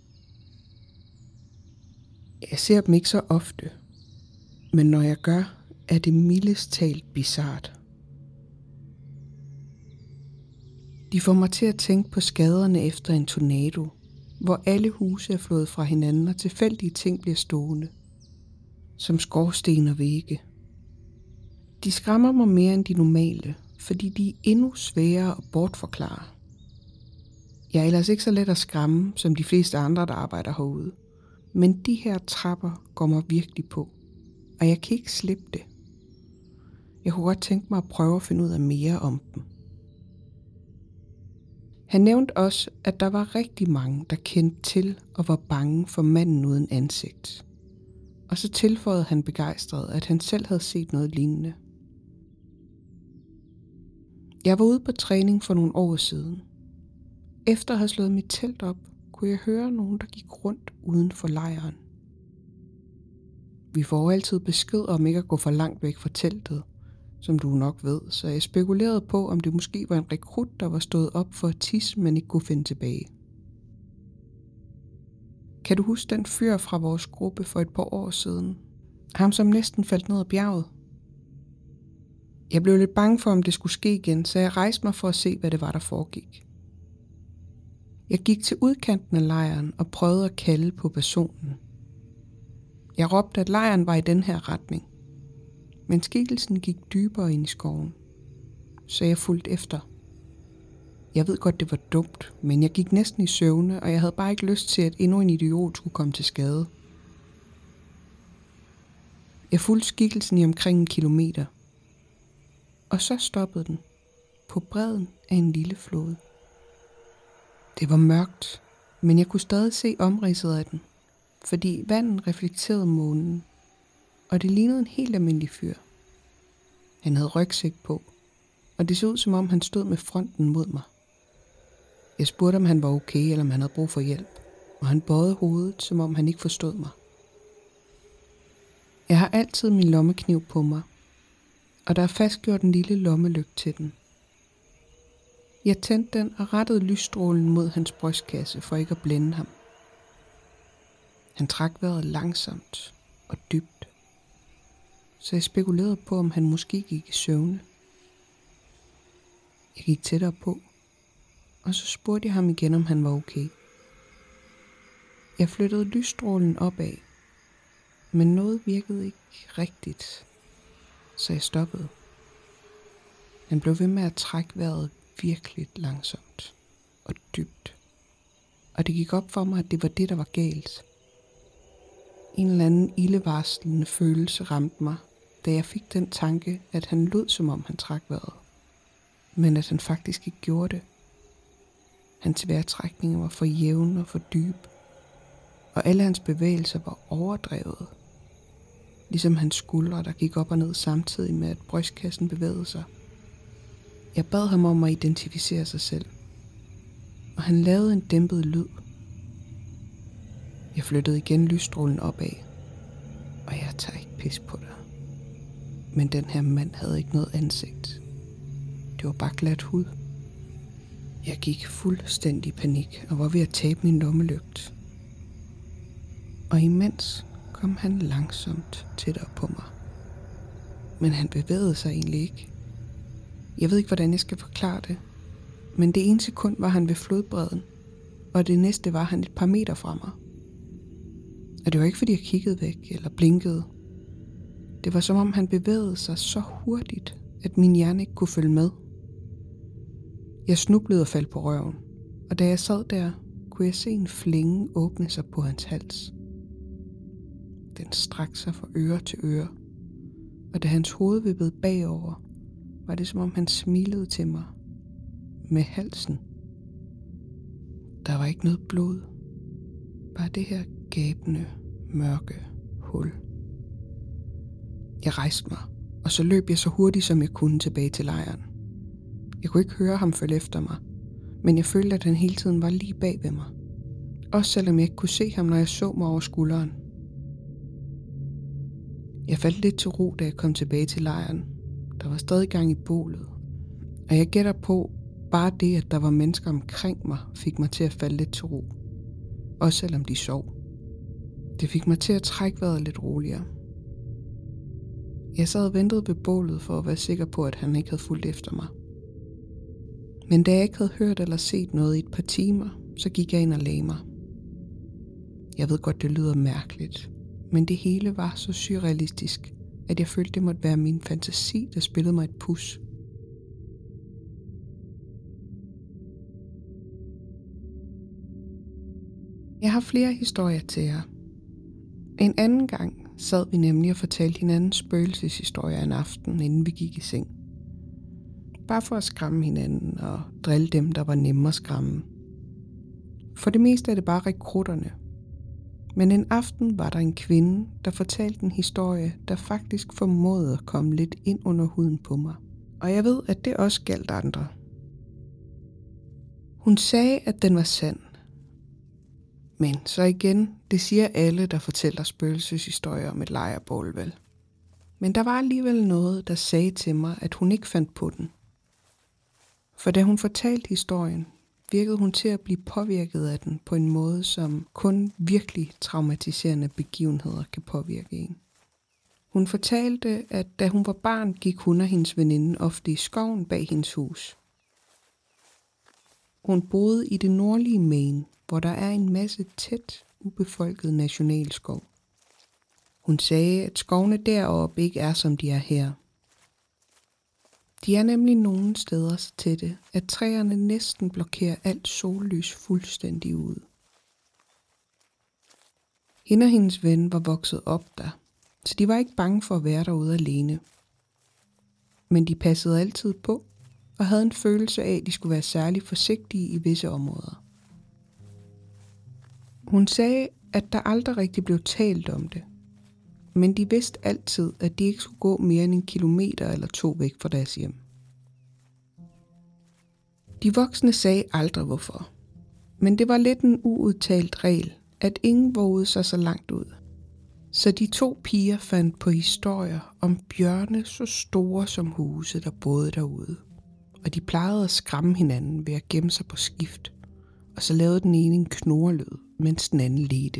Jeg ser dem ikke så ofte, men når jeg gør, er det mildest talt bizart. De får mig til at tænke på skaderne efter en tornado, hvor alle huse er flået fra hinanden og tilfældige ting bliver stående, som skorsten og vægge. De skræmmer mig mere end de normale, fordi de er endnu sværere at bortforklare. Jeg er ellers ikke så let at skræmme, som de fleste andre, der arbejder herude. Men de her trapper går mig virkelig på, og jeg kan ikke slippe det. Jeg kunne godt tænke mig at prøve at finde ud af mere om dem. Han nævnte også, at der var rigtig mange, der kendte til og var bange for manden uden ansigt. Og så tilføjede han begejstret, at han selv havde set noget lignende. Jeg var ude på træning for nogle år siden. Efter at have slået mit telt op, kunne jeg høre nogen, der gik rundt uden for lejren. Vi får altid besked om ikke at gå for langt væk fra teltet, som du nok ved, så jeg spekulerede på, om det måske var en rekrut, der var stået op for at tisse, men ikke kunne finde tilbage. Kan du huske den fyr fra vores gruppe for et par år siden? Ham, som næsten faldt ned ad bjerget? Jeg blev lidt bange for, om det skulle ske igen, så jeg rejste mig for at se, hvad det var, der foregik. Jeg gik til udkanten af lejren og prøvede at kalde på personen. Jeg råbte, at lejren var i den her retning, men skikkelsen gik dybere ind i skoven, så jeg fulgte efter. Jeg ved godt, det var dumt, men jeg gik næsten i søvne, og jeg havde bare ikke lyst til, at endnu en idiot skulle komme til skade. Jeg fulgte skikkelsen i omkring 1 kilometer, og så stoppede den på bredden af en lille flod. Det var mørkt, men jeg kunne stadig se omridset af den, fordi vandet reflekterede månen, og det lignede en helt almindelig fyr. Han havde rygsæk på, og det så ud som om han stod med fronten mod mig. Jeg spurgte, om han var okay, eller om han havde brug for hjælp, og han bøjede hovedet, som om han ikke forstod mig. Jeg har altid min lommekniv på mig, og der er fastgjort en lille lommelygte til den. Jeg tændte den og rettede lysstrålen mod hans brystkasse for ikke at blænde ham. Han trak vejret langsomt og dybt, så jeg spekulerede på, om han måske gik i søvne. Jeg gik tættere på, og så spurgte jeg ham igen, om han var okay. Jeg flyttede lysstrålen opad, men noget virkede ikke rigtigt, så jeg stoppede. Han blev ved med at trække vejret virkelig langsomt og dybt, og det gik op for mig, at det var det, der var galt. En eller anden ildevarslende følelse ramte mig, da jeg fik den tanke, at han lød, som om han trak vejret, men at han faktisk ikke gjorde det. Hans vejrtrækninger var for jævne og for dybe, og alle hans bevægelser var overdrevet. Ligesom hans skuldre, der gik op og ned samtidig med, at brystkassen bevægede sig. Jeg bad ham om at identificere sig selv, og han lavede en dæmpet lyd. Jeg flyttede igen lysstrålen opad, og jeg tager ikke pis på det. Men den her mand havde ikke noget ansigt. Det var bare glat hud. Jeg gik fuldstændig i panik og var ved at tabe min lommelygt. Og imens kom han langsomt tættere på mig. Men han bevægede sig egentlig ikke. Jeg ved ikke, hvordan jeg skal forklare det. Men det ene sekund var han ved flodbredden, og det næste var han et par meter fra mig. Og det var ikke, fordi jeg kiggede væk eller blinkede. Det var som om han bevægede sig så hurtigt, at min hjerne ikke kunne følge med. Jeg snublede og faldt på røven, og da jeg sad der, kunne jeg se en flænge åbne sig på hans hals. Den strakte sig fra øre til øre, og da hans hoved vippede bagover, var det som om han smilede til mig med halsen. Der var ikke noget blod, bare det her gabende, mørke hul. Jeg rejste mig, og så løb jeg så hurtigt som jeg kunne tilbage til lejren. Jeg kunne ikke høre ham følge efter mig, men jeg følte, at han hele tiden var lige bag ved mig. Også selvom jeg ikke kunne se ham, når jeg så mig over skulderen. Jeg faldt lidt til ro, da jeg kom tilbage til lejren. Der var stadig gang i bålet, og jeg gætter på, bare det, at der var mennesker omkring mig, fik mig til at falde lidt til ro. Også selvom de sov. Det fik mig til at trække vejret lidt roligere. Jeg sad og ventede ved bålet for at være sikker på, at han ikke havde fulgt efter mig. Men da jeg ikke havde hørt eller set noget i et par timer, så gik jeg ind og lagde mig. Jeg ved godt, det lyder mærkeligt, men det hele var så surrealistisk, at jeg følte, det måtte være min fantasi, der spillede mig et pus. Jeg har flere historier til jer. En anden gang sad vi nemlig og fortalte hinanden spøgelseshistorier en aften, inden vi gik i seng. Bare for at skræmme hinanden og drille dem, der var nemme at skræmme. For det meste er det bare rekrutterne. Men en aften var der en kvinde, der fortalte en historie, der faktisk formåede at komme lidt ind under huden på mig. Og jeg ved, at det også galt andre. Hun sagde, at den var sand. Men så igen, det siger alle, der fortæller spøgelseshistorier om et lejrbål, vel. Men der var alligevel noget, der sagde til mig, at hun ikke fandt på den. For da hun fortalte historien, virkede hun til at blive påvirket af den på en måde, som kun virkelig traumatiserende begivenheder kan påvirke en. Hun fortalte, at da hun var barn, gik hun og hendes veninde ofte i skoven bag hendes hus. Hun boede i det nordlige Maine, hvor der er en masse tæt, ubefolket nationalskov. Hun sagde, at skovene deroppe ikke er, som de er her. De er nemlig nogle steder så tætte, at træerne næsten blokerer alt sollys fuldstændig ud. Hende og hendes ven var vokset op der, så de var ikke bange for at være derude alene. Men de passede altid på, og havde en følelse af, at de skulle være særlig forsigtige i visse områder. Hun sagde, at der aldrig rigtig blev talt om det, men de vidste altid, at de ikke skulle gå mere end 1 kilometer eller 2 væk fra deres hjem. De voksne sagde aldrig hvorfor, men det var lidt en uudtalt regel, at ingen vågede sig så langt ud. Så de 2 piger fandt på historier om bjørne så store som huse, der boede derude. Og de plejede at skræmme hinanden ved at gemme sig på skift, og så lavede den ene en knurrelyd, mens den anden ledte.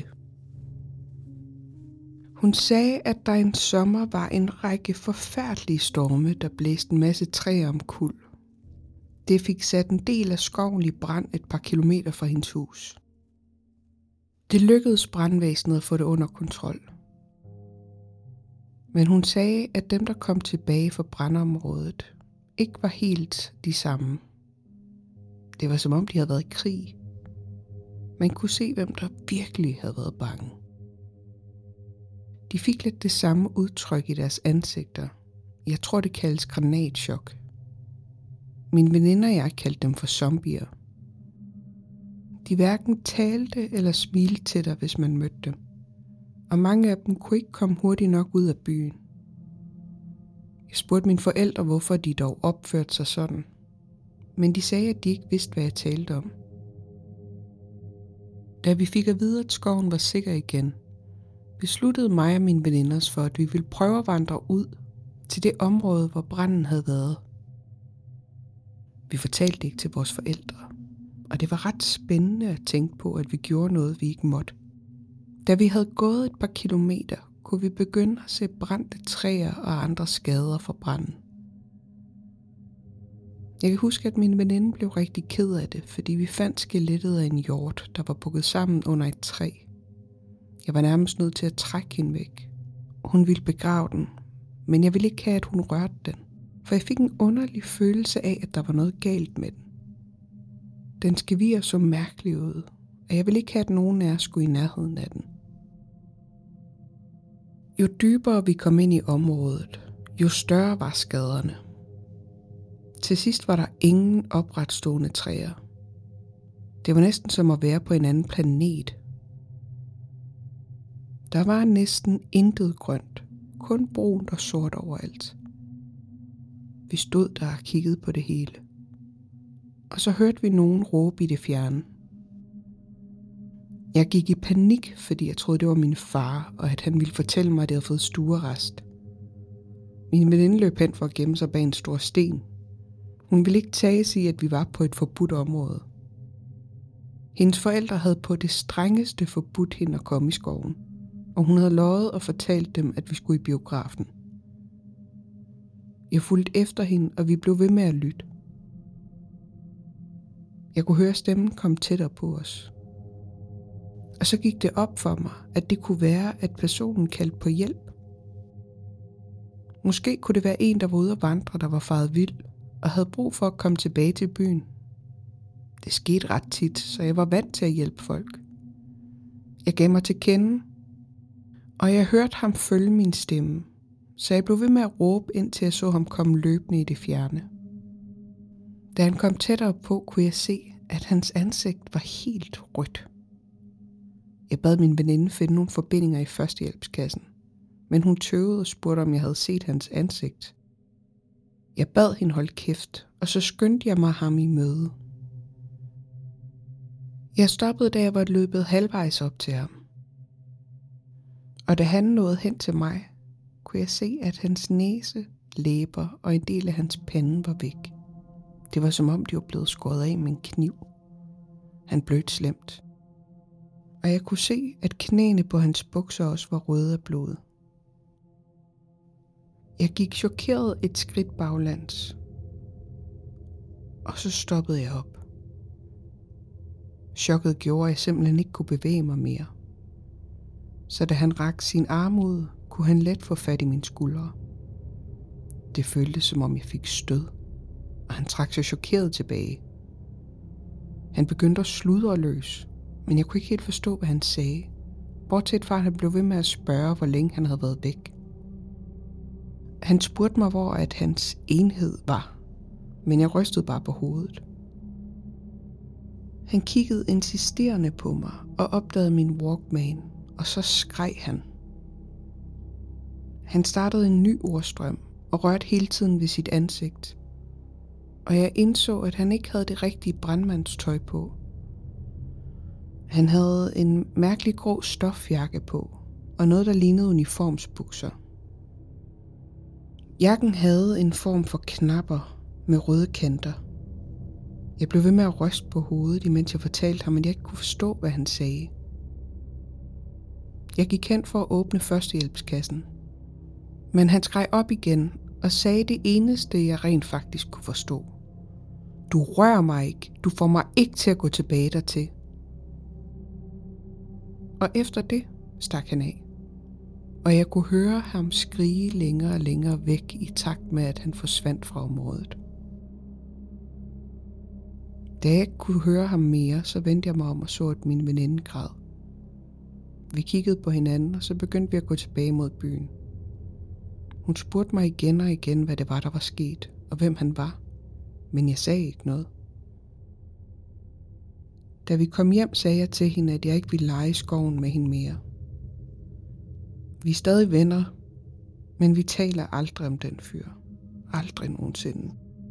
Hun sagde, at der en sommer var en række forfærdelige storme, der blæste en masse træer omkuld. Det fik sat en del af skoven i brand et par kilometer fra hendes hus. Det lykkedes brandvæsenet at få det under kontrol. Men hun sagde, at dem, der kom tilbage fra brandområdet, ikke var helt de samme. Det var som om, de havde været i krig. Man kunne se, hvem der virkelig havde været bange. De fik lidt det samme udtryk i deres ansigter. Jeg tror, det kaldes granatchok. Mine veninder og jeg kaldte dem for zombier. De hverken talte eller smilte til dig, hvis man mødte dem. Og mange af dem kunne ikke komme hurtigt nok ud af byen. Jeg spurgte mine forældre, hvorfor de dog opførte sig sådan. Men de sagde, at de ikke vidste, hvad jeg talte om. Da vi fik at vide, at skoven var sikker igen, besluttede mig og mine veninder for, at vi ville prøve at vandre ud til det område, hvor branden havde været. Vi fortalte det ikke til vores forældre, og det var ret spændende at tænke på, at vi gjorde noget, vi ikke måtte. Da vi havde gået et par kilometer, kunne vi begynde at se brændte træer og andre skader fra branden. Jeg kan huske, at min veninde blev rigtig ked af det, fordi vi fandt skelettet af en hjort, der var bukket sammen under et træ. Jeg var nærmest nødt til at trække hende væk. Hun ville begrave den, men jeg ville ikke have, at hun rørte den, for jeg fik en underlig følelse af, at der var noget galt med den. Den skevir så mærkelig ud, og jeg ville ikke have, at nogen af os skulle i nærheden af den. Jo dybere vi kom ind i området, jo større var skaderne. Til sidst var der ingen opretstående træer. Det var næsten som at være på en anden planet. Der var næsten intet grønt, kun brunt og sort overalt. Vi stod der og kiggede på det hele. Og så hørte vi nogen råbe i det fjerne. Jeg gik i panik, fordi jeg troede, det var min far, og at han ville fortælle mig, at jeg havde fået stuerrest. Min veninde løb hen for at gemme sig bag en stor sten. Hun ville ikke tages i, at vi var på et forbudt område. Hendes forældre havde på det strengeste forbudt hende at komme i skoven, og hun havde lovet og fortalt dem, at vi skulle i biografen. Jeg fulgte efter hende, og vi blev ved med at lytte. Jeg kunne høre stemmen komme tættere på os. Og så gik det op for mig, at det kunne være, at personen kaldte på hjælp. Måske kunne det være en, der var ude at vandre, der var faret vild, og havde brug for at komme tilbage til byen. Det skete ret tit, så jeg var vant til at hjælpe folk. Jeg gav mig til kende, og jeg hørte ham følge min stemme, så jeg blev ved med at råbe, indtil jeg så ham komme løbende i det fjerne. Da han kom tættere på, kunne jeg se, at hans ansigt var helt rødt. Jeg bad min veninde finde nogle forbindinger i førstehjælpskassen, men hun tøvede og spurgte, om jeg havde set hans ansigt. Jeg bad hende holde kæft, og så skyndte jeg mig ham i møde. Jeg stoppede, da jeg var løbet halvvejs op til ham. Og da han nåede hen til mig, kunne jeg se, at hans næse, læber og en del af hans pande var væk. Det var som om, de var blevet skåret af med en kniv. Han blødte slemt. Og jeg kunne se, at knæene på hans bukser også var røde af blod. Jeg gik chokeret et skridt baglands. Og så stoppede jeg op. Chokket gjorde, at jeg simpelthen ikke kunne bevæge mig mere. Så da han rakte sin arm ud, kunne han let få fat i mine skuldre. Det føltes, som om jeg fik stød, og han trak sig chokeret tilbage. Han begyndte at sludre løs, men jeg kunne ikke helt forstå, hvad han sagde. Bortset fra, at han blev ved med at spørge, hvor længe han havde været væk. Han spurgte mig, hvor at hans enhed var, men jeg rystede bare på hovedet. Han kiggede insisterende på mig og opdagede min Walkman, og så skreg han. Han startede en ny ordstrøm og rørte hele tiden ved sit ansigt, og jeg indså, at han ikke havde det rigtige brandmandstøj på. Han havde en mærkelig grå stofjakke på, og noget, der lignede uniformsbukser. Jakken havde en form for knapper med røde kanter. Jeg blev ved med at ryste på hovedet, imens jeg fortalte ham, at jeg ikke kunne forstå, hvad han sagde. Jeg gik hen for at åbne førstehjælpskassen, men han skreg op igen og sagde det eneste, jeg rent faktisk kunne forstå. Du rører mig ikke. Du får mig ikke til at gå tilbage dertil. Og efter det stak han af. Og jeg kunne høre ham skrige længere og længere væk i takt med, at han forsvandt fra området. Da jeg ikke kunne høre ham mere, så vendte jeg mig om og så, at min veninde græd. Vi kiggede på hinanden, og så begyndte vi at gå tilbage mod byen. Hun spurgte mig igen og igen, hvad det var, der var sket, og hvem han var. Men jeg sagde ikke noget. Da vi kom hjem, sagde jeg til hende, at jeg ikke ville lege i skoven med hende mere. Vi er stadig venner, men vi taler aldrig om den fyr. Aldrig nogensinde.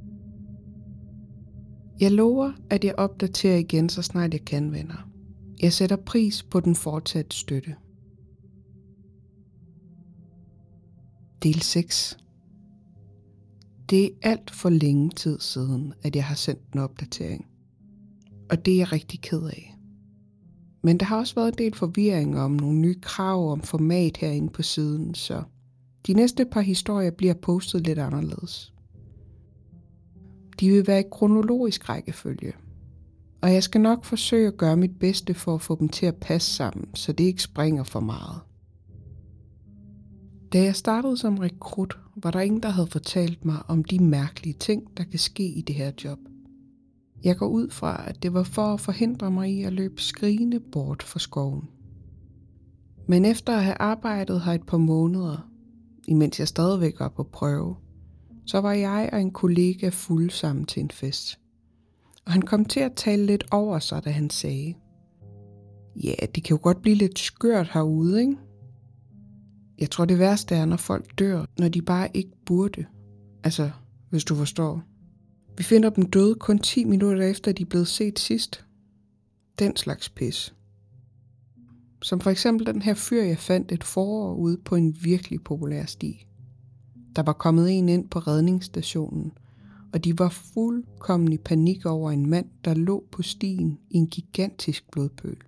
Jeg lover, at jeg opdaterer igen, så snart jeg kan, venner. Jeg sætter pris på den fortsatte støtte. Del 6. Det er alt for længe tid siden, at jeg har sendt en opdatering. Og det er jeg rigtig ked af. Men der har også været en del forvirring om nogle nye krav om format herinde på siden, så de næste par historier bliver postet lidt anderledes. De vil være i kronologisk rækkefølge, og jeg skal nok forsøge at gøre mit bedste for at få dem til at passe sammen, så det ikke springer for meget. Da jeg startede som rekrut, var der ingen, der havde fortalt mig om de mærkelige ting, der kan ske i det her job. Jeg går ud fra, at det var for at forhindre mig i at løbe skrigende bort fra skoven. Men efter at have arbejdet her et par måneder, imens jeg stadigvæk var på prøve, så var jeg og en kollega fulde sammen til en fest. Og han kom til at tale lidt over sig, da han sagde, ja, det kan jo godt blive lidt skørt herude, ikke? Jeg tror det værste er, når folk dør, når de bare ikke burde. Altså, hvis du forstår. Vi finder dem døde kun 10 minutter efter, de er blevet set sidst. Den slags pis. Som for eksempel den her fyr, jeg fandt et forår ude på en virkelig populær sti. Der var kommet en ind på redningsstationen, og de var fuldkommen i panik over en mand, der lå på stien i en gigantisk blodpøl.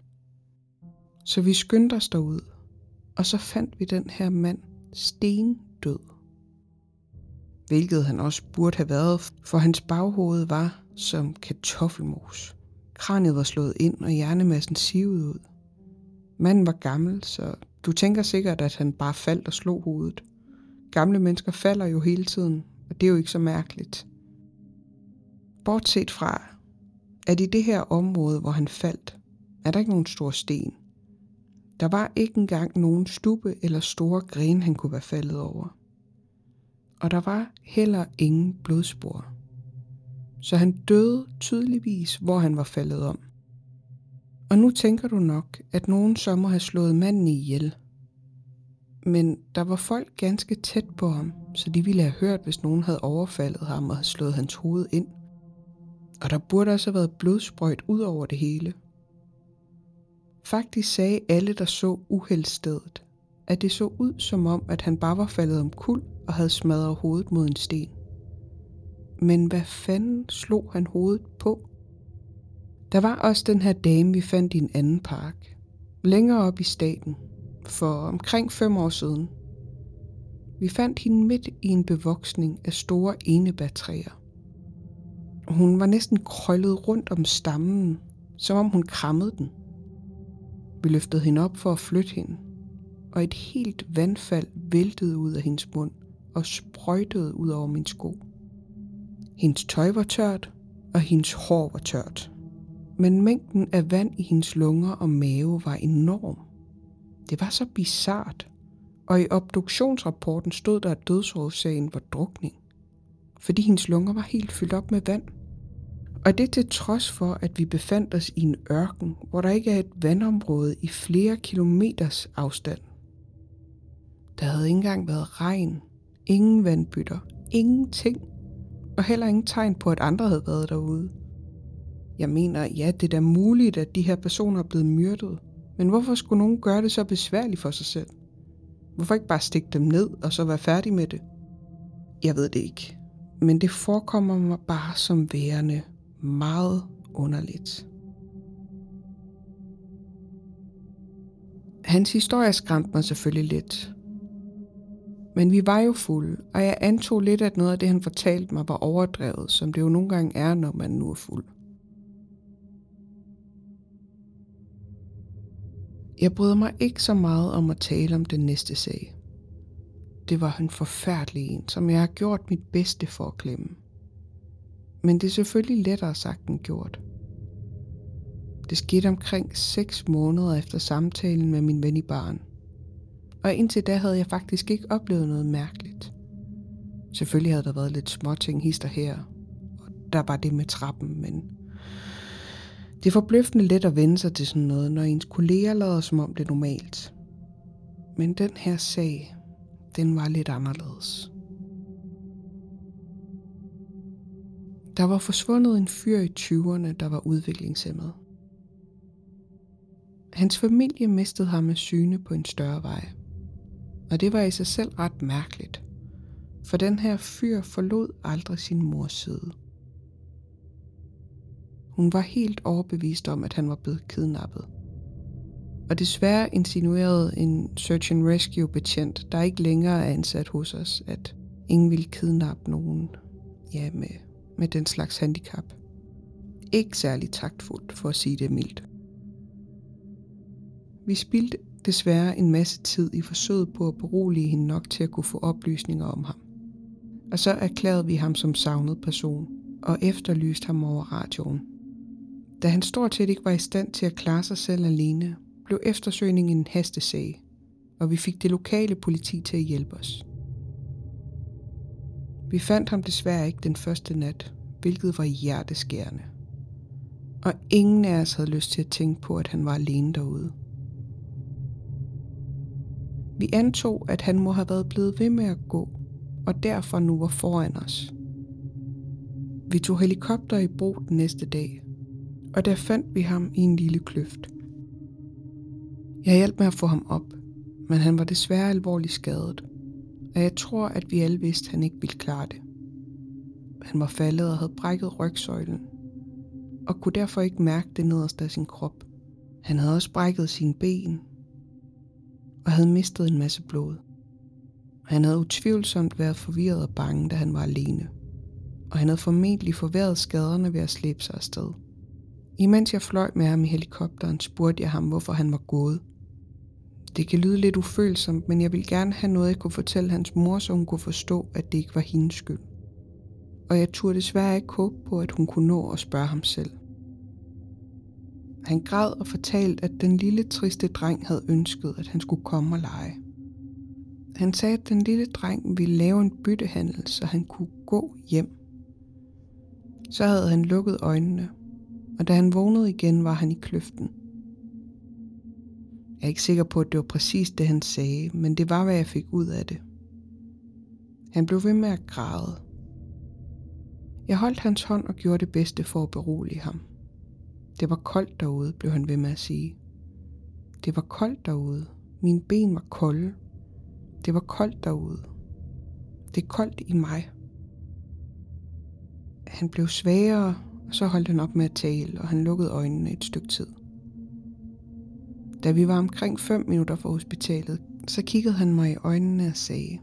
Så vi skyndte os derud, og så fandt vi den her mand stendød. Hvilket han også burde have været, for hans baghoved var som kartoffelmos. Kraniet var slået ind, og hjernemassen sivede ud. Manden var gammel, så du tænker sikkert, at han bare faldt og slog hovedet. Gamle mennesker falder jo hele tiden, og det er jo ikke så mærkeligt. Bortset fra, at i det her område, hvor han faldt, er der ikke nogen stor sten. Der var ikke engang nogen stubbe eller store grene, han kunne være faldet over. Og der var heller ingen blodspor. Så han døde tydeligvis, hvor han var faldet om. Og nu tænker du nok, at nogen så må have slået manden ihjel. Men der var folk ganske tæt på ham, så de ville have hørt, hvis nogen havde overfaldet ham og havde slået hans hoved ind. Og der burde også have været blodsprøjt ud over det hele. Faktisk sagde alle, der så uheldsstedet, at det så ud som om, at han bare var faldet omkuld og havde smadret hovedet mod en sten. Men hvad fanden slog han hovedet på? Der var også den her dame, vi fandt i en anden park, længere op i staten, for omkring 5 år siden. Vi fandt hende midt i en bevoksning af store enebærtræer. Hun var næsten krøllet rundt om stammen, som om hun krammede den. Vi løftede hende op for at flytte hende, og et helt vandfald væltede ud af hendes mund og sprøjtede ud over min sko. Hendes tøj var tørt, og hendes hår var tørt. Men mængden af vand i hendes lunger og mave var enorm. Det var så bizart, og i obduktionsrapporten stod der, at dødsårsagen var drukning, fordi hendes lunger var helt fyldt op med vand. Og det til trods for, at vi befandt os i en ørken, hvor der ikke er et vandområde i flere kilometers afstand. Der havde ikke engang været regn, ingen vandbytter, ingenting, og heller ingen tegn på, at andre havde været derude. Jeg mener, ja, det er da muligt, at de her personer er blevet myrdet, men hvorfor skulle nogen gøre det så besværligt for sig selv? Hvorfor ikke bare stikke dem ned og så være færdig med det? Jeg ved det ikke, men det forekommer mig bare som værende meget underligt. Hans historie skræmte mig selvfølgelig lidt. Men vi var jo fulde, og jeg antog lidt, at noget af det, han fortalte mig, var overdrevet, som det jo nogle gange er, når man nu er fuld. Jeg bryder mig ikke så meget om at tale om den næste sag. Det var en forfærdelig en, som jeg har gjort mit bedste for at glemme. Men det er selvfølgelig lettere sagt end gjort. Det skete omkring 6 måneder efter samtalen med min ven i baren. Og indtil da havde jeg faktisk ikke oplevet noget mærkeligt. Selvfølgelig havde der været lidt småting hister her, og der var det med trappen, men det er forbløffende let at vende sig til sådan noget, når ens kolleger lader som om det er normalt. Men den her sag, den var lidt anderledes. Der var forsvundet en fyr i 20'erne, der var udviklingshæmmet. Hans familie mistede ham med syne på en større vej. Og det var i sig selv ret mærkeligt, for den her fyr forlod aldrig sin mors side. Hun var helt overbevist om, at han var blevet kidnappet. Og desværre insinuerede en search and rescue betjent, der ikke længere er ansat hos os, at ingen ville kidnappe nogen med den slags handicap. Ikke særlig taktfuldt, for at sige det mildt. Vi spildte desværre en masse tid i forsøget på at berolige hende nok til at kunne få oplysninger om ham. Og så erklærede vi ham som savnet person og efterlyste ham over radioen. Da han stort set ikke var i stand til at klare sig selv alene, blev eftersøgningen en hastesag, og vi fik det lokale politi til at hjælpe os. Vi fandt ham desværre ikke den første nat, hvilket var hjerteskærende. Og ingen af os havde lyst til at tænke på, at han var alene derude. Vi antog, at han må have været blevet ved med at gå, og derfor nu var foran os. Vi tog helikopter i brug den næste dag, og der fandt vi ham i en lille kløft. Jeg hjalp med at få ham op, men han var desværre alvorligt skadet, og jeg tror, at vi alle vidste, at han ikke ville klare det. Han var faldet og havde brækket rygsøjlen, og kunne derfor ikke mærke det nederst af sin krop. Han havde også brækket sine ben, og havde mistet en masse blod. Han havde utvivlsomt været forvirret og bange, da han var alene, og han havde formentlig forværret skaderne ved at slæbe sig afsted. Imens jeg fløj med ham i helikopteren, spurgte jeg ham, hvorfor han var gået. Det kan lyde lidt ufølsomt, men jeg ville gerne have noget, jeg kunne fortælle hans mor, så hun kunne forstå, at det ikke var hendes skyld. Og jeg turde desværre ikke håbe på, at hun kunne nå at spørge ham selv. Han græd og fortalte, at den lille triste dreng havde ønsket, at han skulle komme og lege. Han sagde, at den lille dreng ville lave en byttehandel, så han kunne gå hjem. Så havde han lukket øjnene, og da han vågnede igen, var han i kløften. Jeg er ikke sikker på, at det var præcis det, han sagde, men det var, hvad jeg fik ud af det. Han blev ved med at græde. Jeg holdt hans hånd og gjorde det bedste for at berolige ham. Det var koldt derude, blev han ved med at sige. Det var koldt derude. Mine ben var kolde. Det var koldt derude. Det er koldt i mig. Han blev svagere, og så holdt han op med at tale, og han lukkede øjnene et stykke tid. Da vi var omkring 5 minutter fra hospitalet, så kiggede han mig i øjnene og sagde: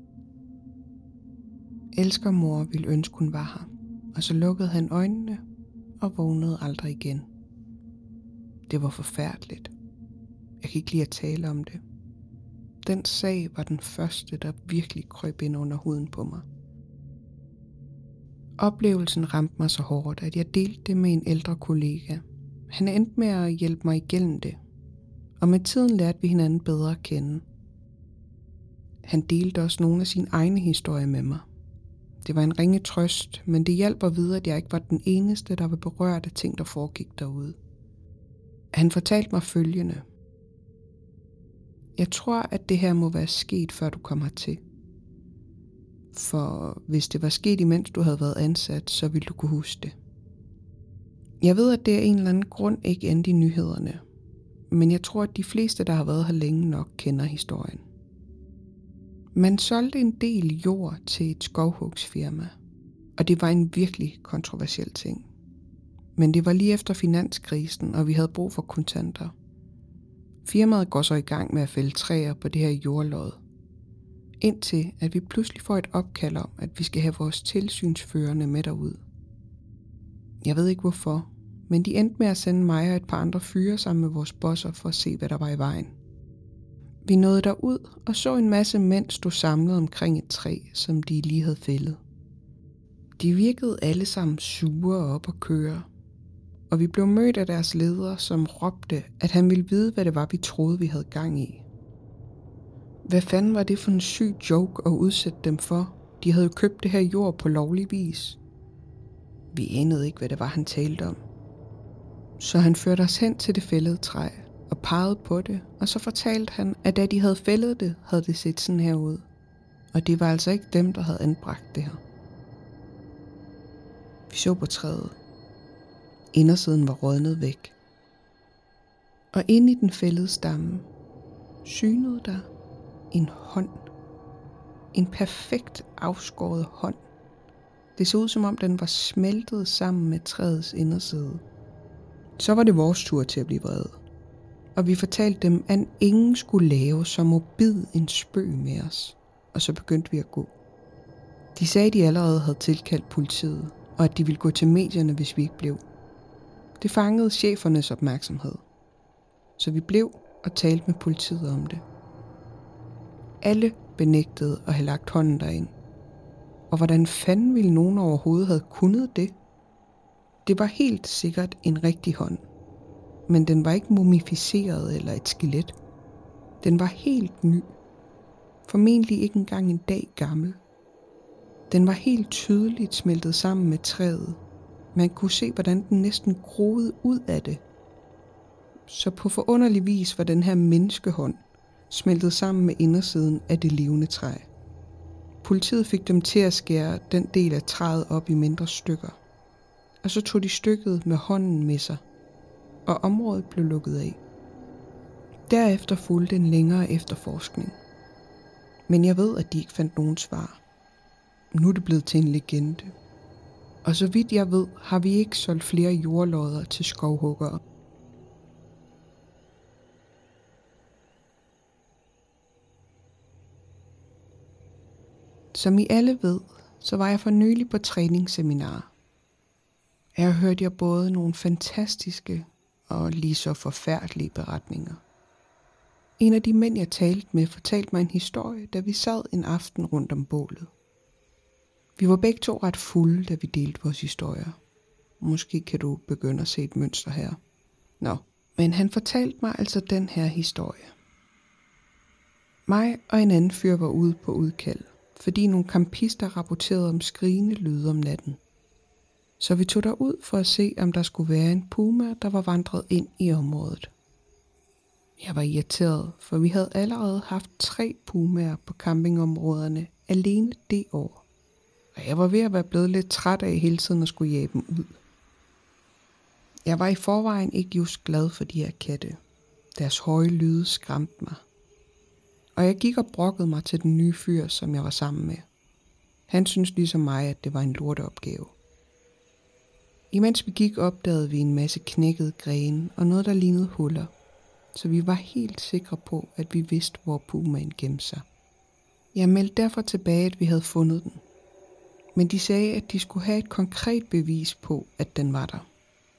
"Elsker mor ville ønske hun var her." Og så lukkede han øjnene og vågnede aldrig igen. Det var forfærdeligt. Jeg kan ikke lide at tale om det. Den sag var den første, der virkelig krøb ind under huden på mig. Oplevelsen ramte mig så hårdt, at jeg delte det med en ældre kollega. Han endte med at hjælpe mig igennem det, og med tiden lærte vi hinanden bedre at kende. Han delte også nogle af sine egne historier med mig. Det var en ringe trøst, men det hjalp at vide, at jeg ikke var den eneste, der var berørt af ting, der foregik derude. Han fortalte mig følgende: "Jeg tror, at det her må være sket, før du kom hertil. For hvis det var sket, imens du havde været ansat, så ville du kunne huske det. Jeg ved, at det af en eller anden grund ikke endte i nyhederne, men jeg tror, at de fleste, der har været her længe nok, kender historien. Man solgte en del jord til et skovhugsfirma, og det var en virkelig kontroversiel ting. Men det var lige efter finanskrisen, og vi havde brug for kontanter. Firmaet går så i gang med at fælde træer på det her jordlod. Indtil at vi pludselig får et opkald om, at vi skal have vores tilsynsførende med derud. Jeg ved ikke hvorfor, men de endte med at sende mig og et par andre fyre sammen med vores bosser for at se, hvad der var i vejen. Vi nåede derud og så en masse mænd stå samlet omkring et træ, som de lige havde fældet. De virkede alle sammen sure og op at køre, og vi blev mødt af deres leder, som råbte, at han ville vide, hvad det var, vi troede, vi havde gang i. Hvad fanden var det for en syg joke at udsætte dem for? De havde jo købt det her jord på lovlig vis. Vi anede ikke, hvad det var, han talte om. Så han førte os hen til det fældede træ og pegede på det, og så fortalte han, at da de havde fældet det, havde det set sådan her ud. Og det var altså ikke dem, der havde anbragt det her. Vi så på træet. Indersiden var rådnet væk. Og inde i den fældede stamme synede der en hånd. En perfekt afskåret hånd. Det så ud som om den var smeltet sammen med træets inderside. Så var det vores tur til at blive vrede. Og vi fortalte dem, at ingen skulle lave så morbid en spøg med os. Og så begyndte vi at gå. De sagde, at de allerede havde tilkaldt politiet, og at de ville gå til medierne, hvis vi ikke blev. Det fangede chefernes opmærksomhed. Så vi blev og talte med politiet om det. Alle benægtede at have lagt hånden derind. Og hvordan fanden ville nogen overhovedet have kunnet det? Det var helt sikkert en rigtig hånd. Men den var ikke mumificeret eller et skelet. Den var helt ny. Formentlig ikke engang en dag gammel. Den var helt tydeligt smeltet sammen med træet. Man kunne se, hvordan den næsten groede ud af det. Så på forunderlig vis var den her menneskehånd smeltet sammen med indersiden af det levende træ. Politiet fik dem til at skære den del af træet op i mindre stykker. Og så tog de stykket med hånden med sig, og området blev lukket af. Derefter fulgte en længere efterforskning. Men jeg ved, at de ikke fandt nogen svar. Nu er det blevet til en legende. Og så vidt jeg ved, har vi ikke solgt flere jordlodder til skovhuggere. Som I alle ved, så var jeg for nylig på træningsseminar. Her hørte jeg både nogle fantastiske og lige så forfærdelige beretninger. En af de mænd, jeg talte med, fortalte mig en historie, da vi sad en aften rundt om bålet. Vi var begge to ret fulde, da vi delte vores historier. Måske kan du begynde at se et mønster her. Nå, men han fortalte mig altså den her historie. Mig og en anden fyr var ude på udkald, fordi nogle campister rapporterede om skrigende lyde om natten. Så vi tog derud for at se, om der skulle være en puma, der var vandret ind i området. Jeg var irriteret, for vi havde allerede haft 3 pumaer på campingområderne alene det år. Og jeg var ved at være blevet lidt træt af hele tiden at skulle jage dem ud. Jeg var i forvejen ikke just glad for de her katte. Deres høje lyde skræmte mig. Og jeg gik og brokkede mig til den nye fyr, som jeg var sammen med. Han syntes ligesom mig, at det var en lorteopgave. Imens vi gik, opdagede vi en masse knækkede grene og noget, der lignede huller. Så vi var helt sikre på, at vi vidste, hvor pumaen gemte sig. Jeg meldte derfor tilbage, at vi havde fundet den. Men de sagde, at de skulle have et konkret bevis på, at den var der.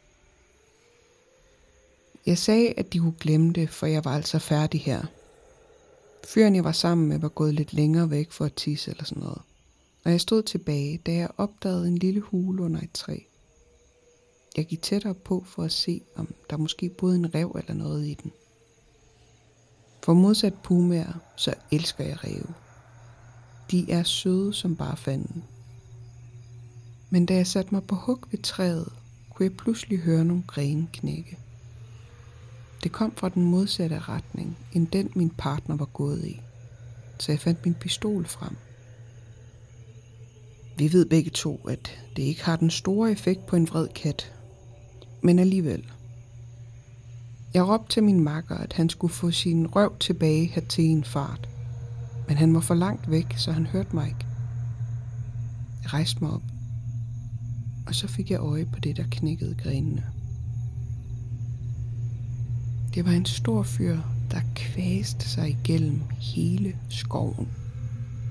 Jeg sagde, at de kunne glemme det, for jeg var altså færdig her. Fyren, jeg var sammen med, var gået lidt længere væk for at tisse eller sådan noget. Og jeg stod tilbage, da jeg opdagede en lille hule under et træ. Jeg gik tættere på for at se, om der måske boede en ræv eller noget i den. For modsat pumaer, så elsker jeg ræve. De er søde som bare fanden. Men da jeg satte mig på hug ved træet, kunne jeg pludselig høre nogle grene knække. Det kom fra den modsatte retning, end den min partner var gået i. Så jeg fandt min pistol frem. Vi ved begge to, at det ikke har den store effekt på en vred kat. Men alligevel. Jeg råbte til min makker, at han skulle få sin røv tilbage hertil i en fart. Men han var for langt væk, så han hørte mig ikke. Jeg rejste mig op. Og så fik jeg øje på det, der knækkede grenene. Det var en stor fyr, der kvæste sig igennem hele skoven.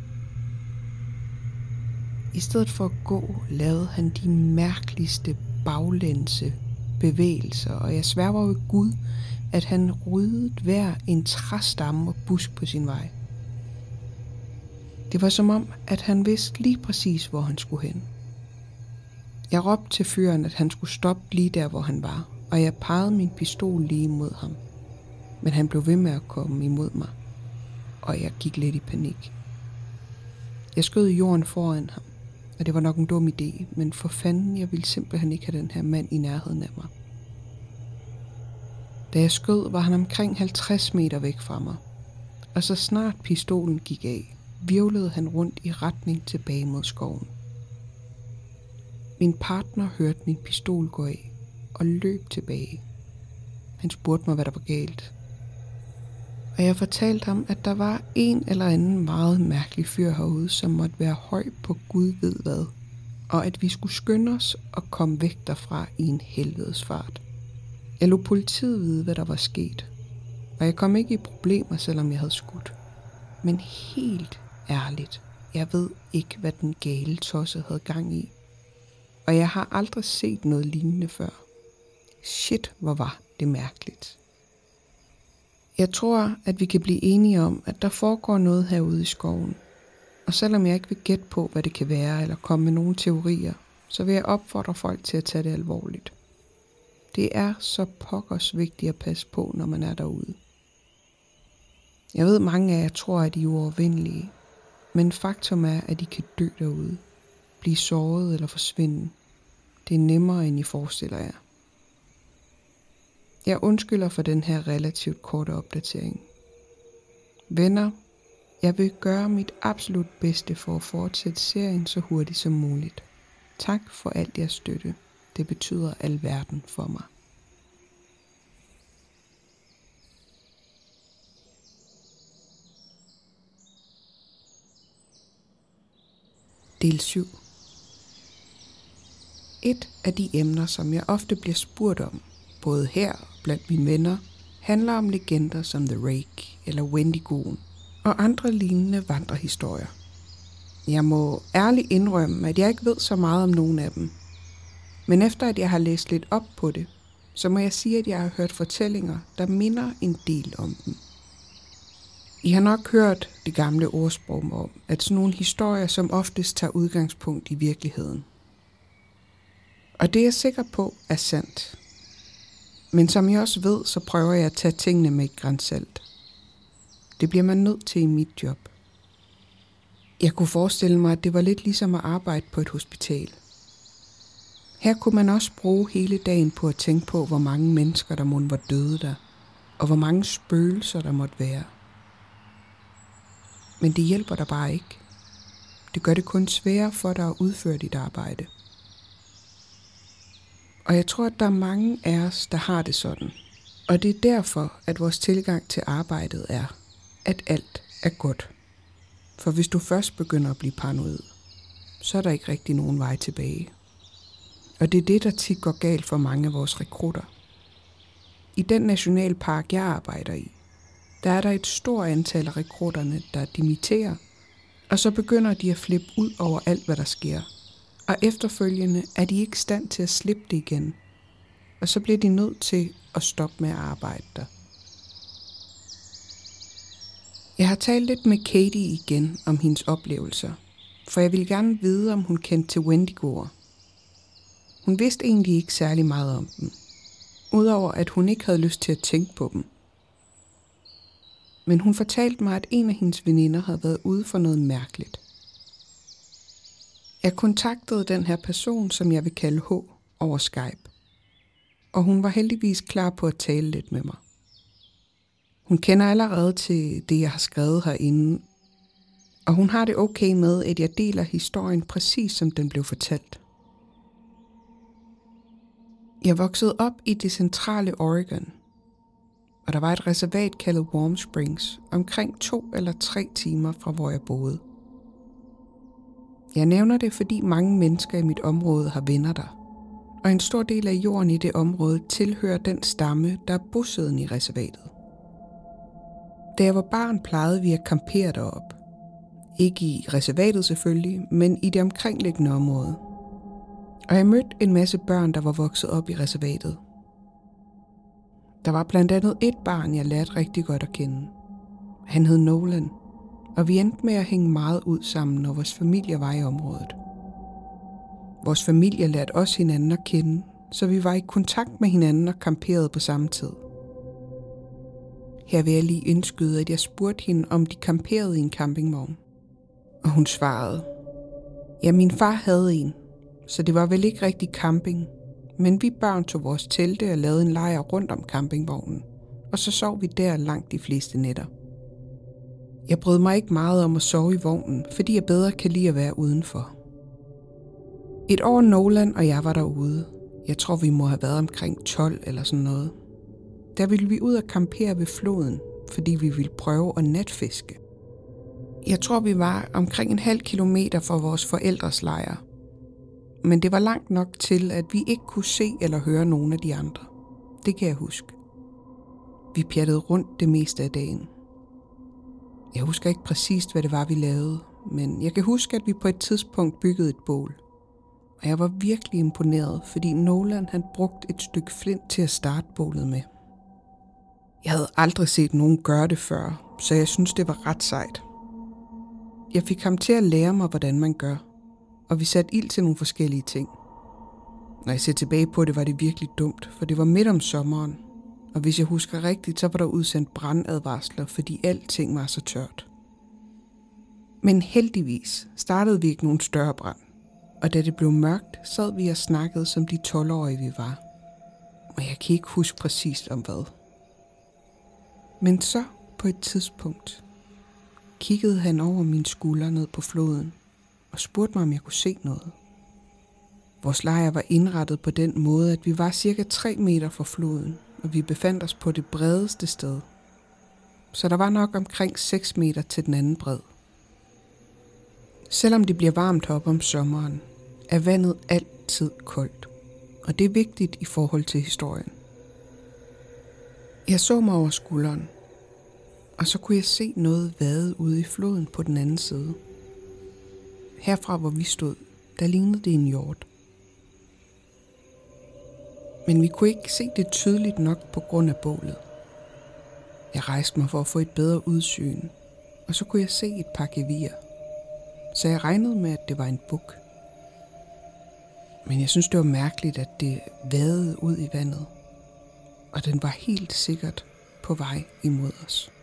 I stedet for at gå, lavede han de mærkeligste baglændse bevægelser, og jeg sværger ved Gud, at han ryddede hver en træstamme og busk på sin vej. Det var som om, at han vidste lige præcis, hvor han skulle hen. Jeg råbte til fyren, at han skulle stoppe lige der, hvor han var, og jeg pegede min pistol lige imod ham. Men han blev ved med at komme imod mig, og jeg gik lidt i panik. Jeg skød i jorden foran ham, og det var nok en dum idé, men for fanden, jeg ville simpelthen ikke have den her mand i nærheden af mig. Da jeg skød, var han omkring 50 meter væk fra mig, og så snart pistolen gik af, hvirvlede han rundt i retning tilbage mod skoven. Min partner hørte min pistol gå af og løb tilbage. Han spurgte mig, hvad der var galt. Og jeg fortalte ham, at der var en eller anden meget mærkelig fyr herude, som måtte være høj på Gud ved hvad, og at vi skulle skynde os og komme væk derfra i en helvedes fart. Jeg lod politiet vide, hvad der var sket, og jeg kom ikke i problemer, selvom jeg havde skudt. Men helt ærligt, jeg ved ikke, hvad den gale tosse havde gang i. Og jeg har aldrig set noget lignende før. Shit, hvor var det mærkeligt. Jeg tror, at vi kan blive enige om, at der foregår noget herude i skoven. Og selvom jeg ikke vil gætte på, hvad det kan være, eller komme med nogle teorier, så vil jeg opfordre folk til at tage det alvorligt. Det er så pokkers vigtigt at passe på, når man er derude. Jeg ved, mange af jer tror, at I er uovervindelige, men faktum er, at I kan dø derude, blive såret eller forsvinde. Det er nemmere, end I forestiller jer. Jeg undskylder for den her relativt korte opdatering. Venner, jeg vil gøre mit absolut bedste for at fortsætte serien så hurtigt som muligt. Tak for alt jeres støtte. Det betyder alverden for mig. Del 7. Et af de emner, som jeg ofte bliver spurgt om, både her og blandt mine venner, handler om legender som The Rake eller Wendigoen og andre lignende vandrehistorier. Jeg må ærligt indrømme, at jeg ikke ved så meget om nogen af dem. Men efter at jeg har læst lidt op på det, så må jeg sige, at jeg har hørt fortællinger, der minder en del om dem. I har nok hørt det gamle ordsprog om, at sådan nogle historier som oftest tager udgangspunkt i virkeligheden. Og det er jeg sikker på er sandt. Men som jeg også ved, så prøver jeg at tage tingene med et gran salt. Det bliver man nødt til i mit job. Jeg kunne forestille mig, at det var lidt ligesom at arbejde på et hospital. Her kunne man også bruge hele dagen på at tænke på, hvor mange mennesker der måtte var døde der, og hvor mange spøgelser der måtte være. Men det hjælper dig bare ikke. Det gør det kun sværere for dig at udføre dit arbejde. Og jeg tror, at der er mange af os, der har det sådan. Og det er derfor, at vores tilgang til arbejdet er, at alt er godt. For hvis du først begynder at blive paranoid, så er der ikke rigtig nogen vej tilbage. Og det er det, der tit går galt for mange af vores rekrutter. I den nationalpark, jeg arbejder i, der er der et stort antal af rekrutterne, der dimitterer, og så begynder de at flippe ud over alt, hvad der sker. Og efterfølgende er de ikke i stand til at slippe det igen. Og så bliver de nødt til at stoppe med at arbejde der. Jeg har talt lidt med Katie igen om hendes oplevelser, for jeg ville gerne vide, om hun kendte til Wendigoer. Hun vidste egentlig ikke særlig meget om dem, udover at hun ikke havde lyst til at tænke på dem. Men hun fortalte mig, at en af hendes veninder havde været ude for noget mærkeligt. Jeg kontaktede den her person, som jeg vil kalde H, over Skype. Og hun var heldigvis klar på at tale lidt med mig. Hun kender allerede til det, jeg har skrevet herinde. Og hun har det okay med, at jeg deler historien præcis som den blev fortalt. Jeg voksede op i det centrale Oregon. Og der var et reservat kaldet Warm Springs, omkring 2 eller 3 timer fra hvor jeg boede. Jeg nævner det, fordi mange mennesker i mit område har venner der, og en stor del af jorden i det område tilhører den stamme, der er bosiddende i reservatet. Da jeg var barn, plejede vi at campere derop. Ikke i reservatet selvfølgelig, men i det omkringliggende område. Og jeg mødte en masse børn, der var vokset op i reservatet. Der var blandt andet et barn, jeg lærte rigtig godt at kende. Han hed Nolan, og vi endte med at hænge meget ud sammen, når vores familie var i området. Vores familie lærte også hinanden at kende, så vi var i kontakt med hinanden og camperede på samme tid. Her vil jeg lige indskyde, at jeg spurgte hende, om de camperede i en campingvogn. Og hun svarede, ja, min far havde en, så det var vel ikke rigtig camping, men vi børn tog vores telte og lavede en lejr rundt om campingvognen, og så sov vi der langt de fleste nætter. Jeg brød mig ikke meget om at sove i vognen, fordi jeg bedre kan lide at være udenfor. Et år Nolan og jeg var derude. Jeg tror, vi må have været omkring 12 eller sådan noget. Der ville vi ud og campere ved floden, fordi vi ville prøve at natfiske. Jeg tror, vi var omkring 0,5 kilometer fra vores forældres lejr. Men det var langt nok til, at vi ikke kunne se eller høre nogen af de andre. Det kan jeg huske. Vi pjattede rundt det meste af dagen. Jeg husker ikke præcist, hvad det var, vi lavede, men jeg kan huske, at vi på et tidspunkt byggede et bål. Og jeg var virkelig imponeret, fordi Nolan han brugte et stykke flint til at starte bålet med. Jeg havde aldrig set nogen gøre det før, så jeg synes, det var ret sejt. Jeg fik ham til at lære mig, hvordan man gør, og vi satte ild til nogle forskellige ting. Når jeg ser tilbage på det, var det virkelig dumt, for det var midt om sommeren, og hvis jeg husker rigtigt, så var der udsendt brandadvarsler, fordi alting var så tørt. Men heldigvis startede vi ikke nogen større brand, og da det blev mørkt, sad vi og snakkede som de 12-årige vi var. Og jeg kan ikke huske præcist om hvad. Men så på et tidspunkt kiggede han over min skulder ned på floden og spurgte mig, om jeg kunne se noget. Vores lejr var indrettet på den måde, at vi var cirka 3 meter fra floden, og vi befandt os på det bredeste sted. Så der var nok omkring 6 meter til den anden bred. Selvom det bliver varmt op om sommeren, er vandet altid koldt, og det er vigtigt i forhold til historien. Jeg så mig over skulderen, og så kunne jeg se noget vade ude i floden på den anden side. Herfra, hvor vi stod, der lignede det en hjort. Men vi kunne ikke se det tydeligt nok på grund af bålet. Jeg rejste mig for at få et bedre udsyn, og så kunne jeg se et par gevier. Så jeg regnede med, at det var en buk. Men jeg synes, det var mærkeligt, at det vadede ud i vandet. Og den var helt sikkert på vej imod os.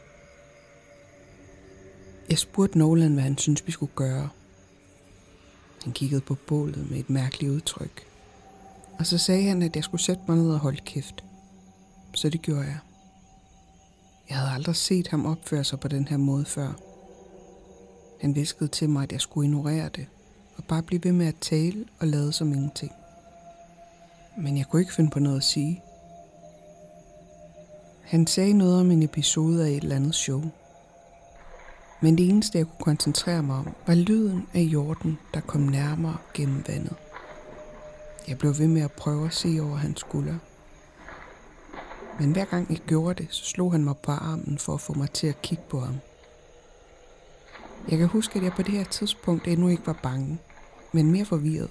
Jeg spurgte Nolan, hvad han syntes, vi skulle gøre. Han kiggede på bålet med et mærkeligt udtryk. Og så sagde han, at jeg skulle sætte mig ned og holde kæft. Så det gjorde jeg. Jeg havde aldrig set ham opføre sig på den her måde før. Han hviskede til mig, at jeg skulle ignorere det, og bare blive ved med at tale og lade som ingenting. Men jeg kunne ikke finde på noget at sige. Han sagde noget om en episode af et eller andet show. Men det eneste, jeg kunne koncentrere mig om, var lyden af hjorten, der kom nærmere gennem vandet. Jeg blev ved med at prøve at se over hans skulder. Men hver gang jeg gjorde det, så slog han mig på armen for at få mig til at kigge på ham. Jeg kan huske, at jeg på det her tidspunkt endnu ikke var bange, men mere forvirret.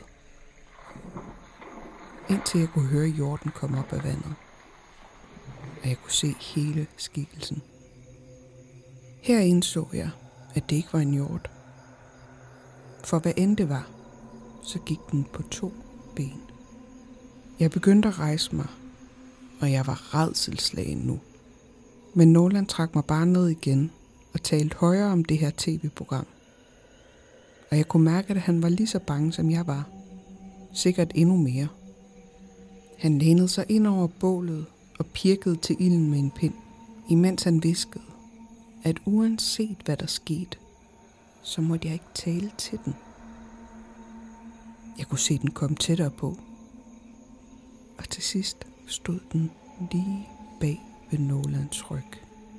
Indtil jeg kunne høre hjorten komme op af vandet. Og jeg kunne se hele skikkelsen. Her indså jeg, at det ikke var en hjort. For hvad end det var, så gik den på 2 ben. Jeg begyndte at rejse mig, og jeg var rædselsslagen nu. Men Nolan trak mig bare ned igen og talte højere om det her tv-program. Og jeg kunne mærke, at han var lige så bange, som jeg var. Sikkert endnu mere. Han lænede sig ind over bålet og pirkede til ilden med en pind, imens han hviskede, at uanset hvad der skete, så måtte jeg ikke tale til den. Jeg kunne se den komme tættere på. Og til sidst stod den lige bag ved Nolans ryg.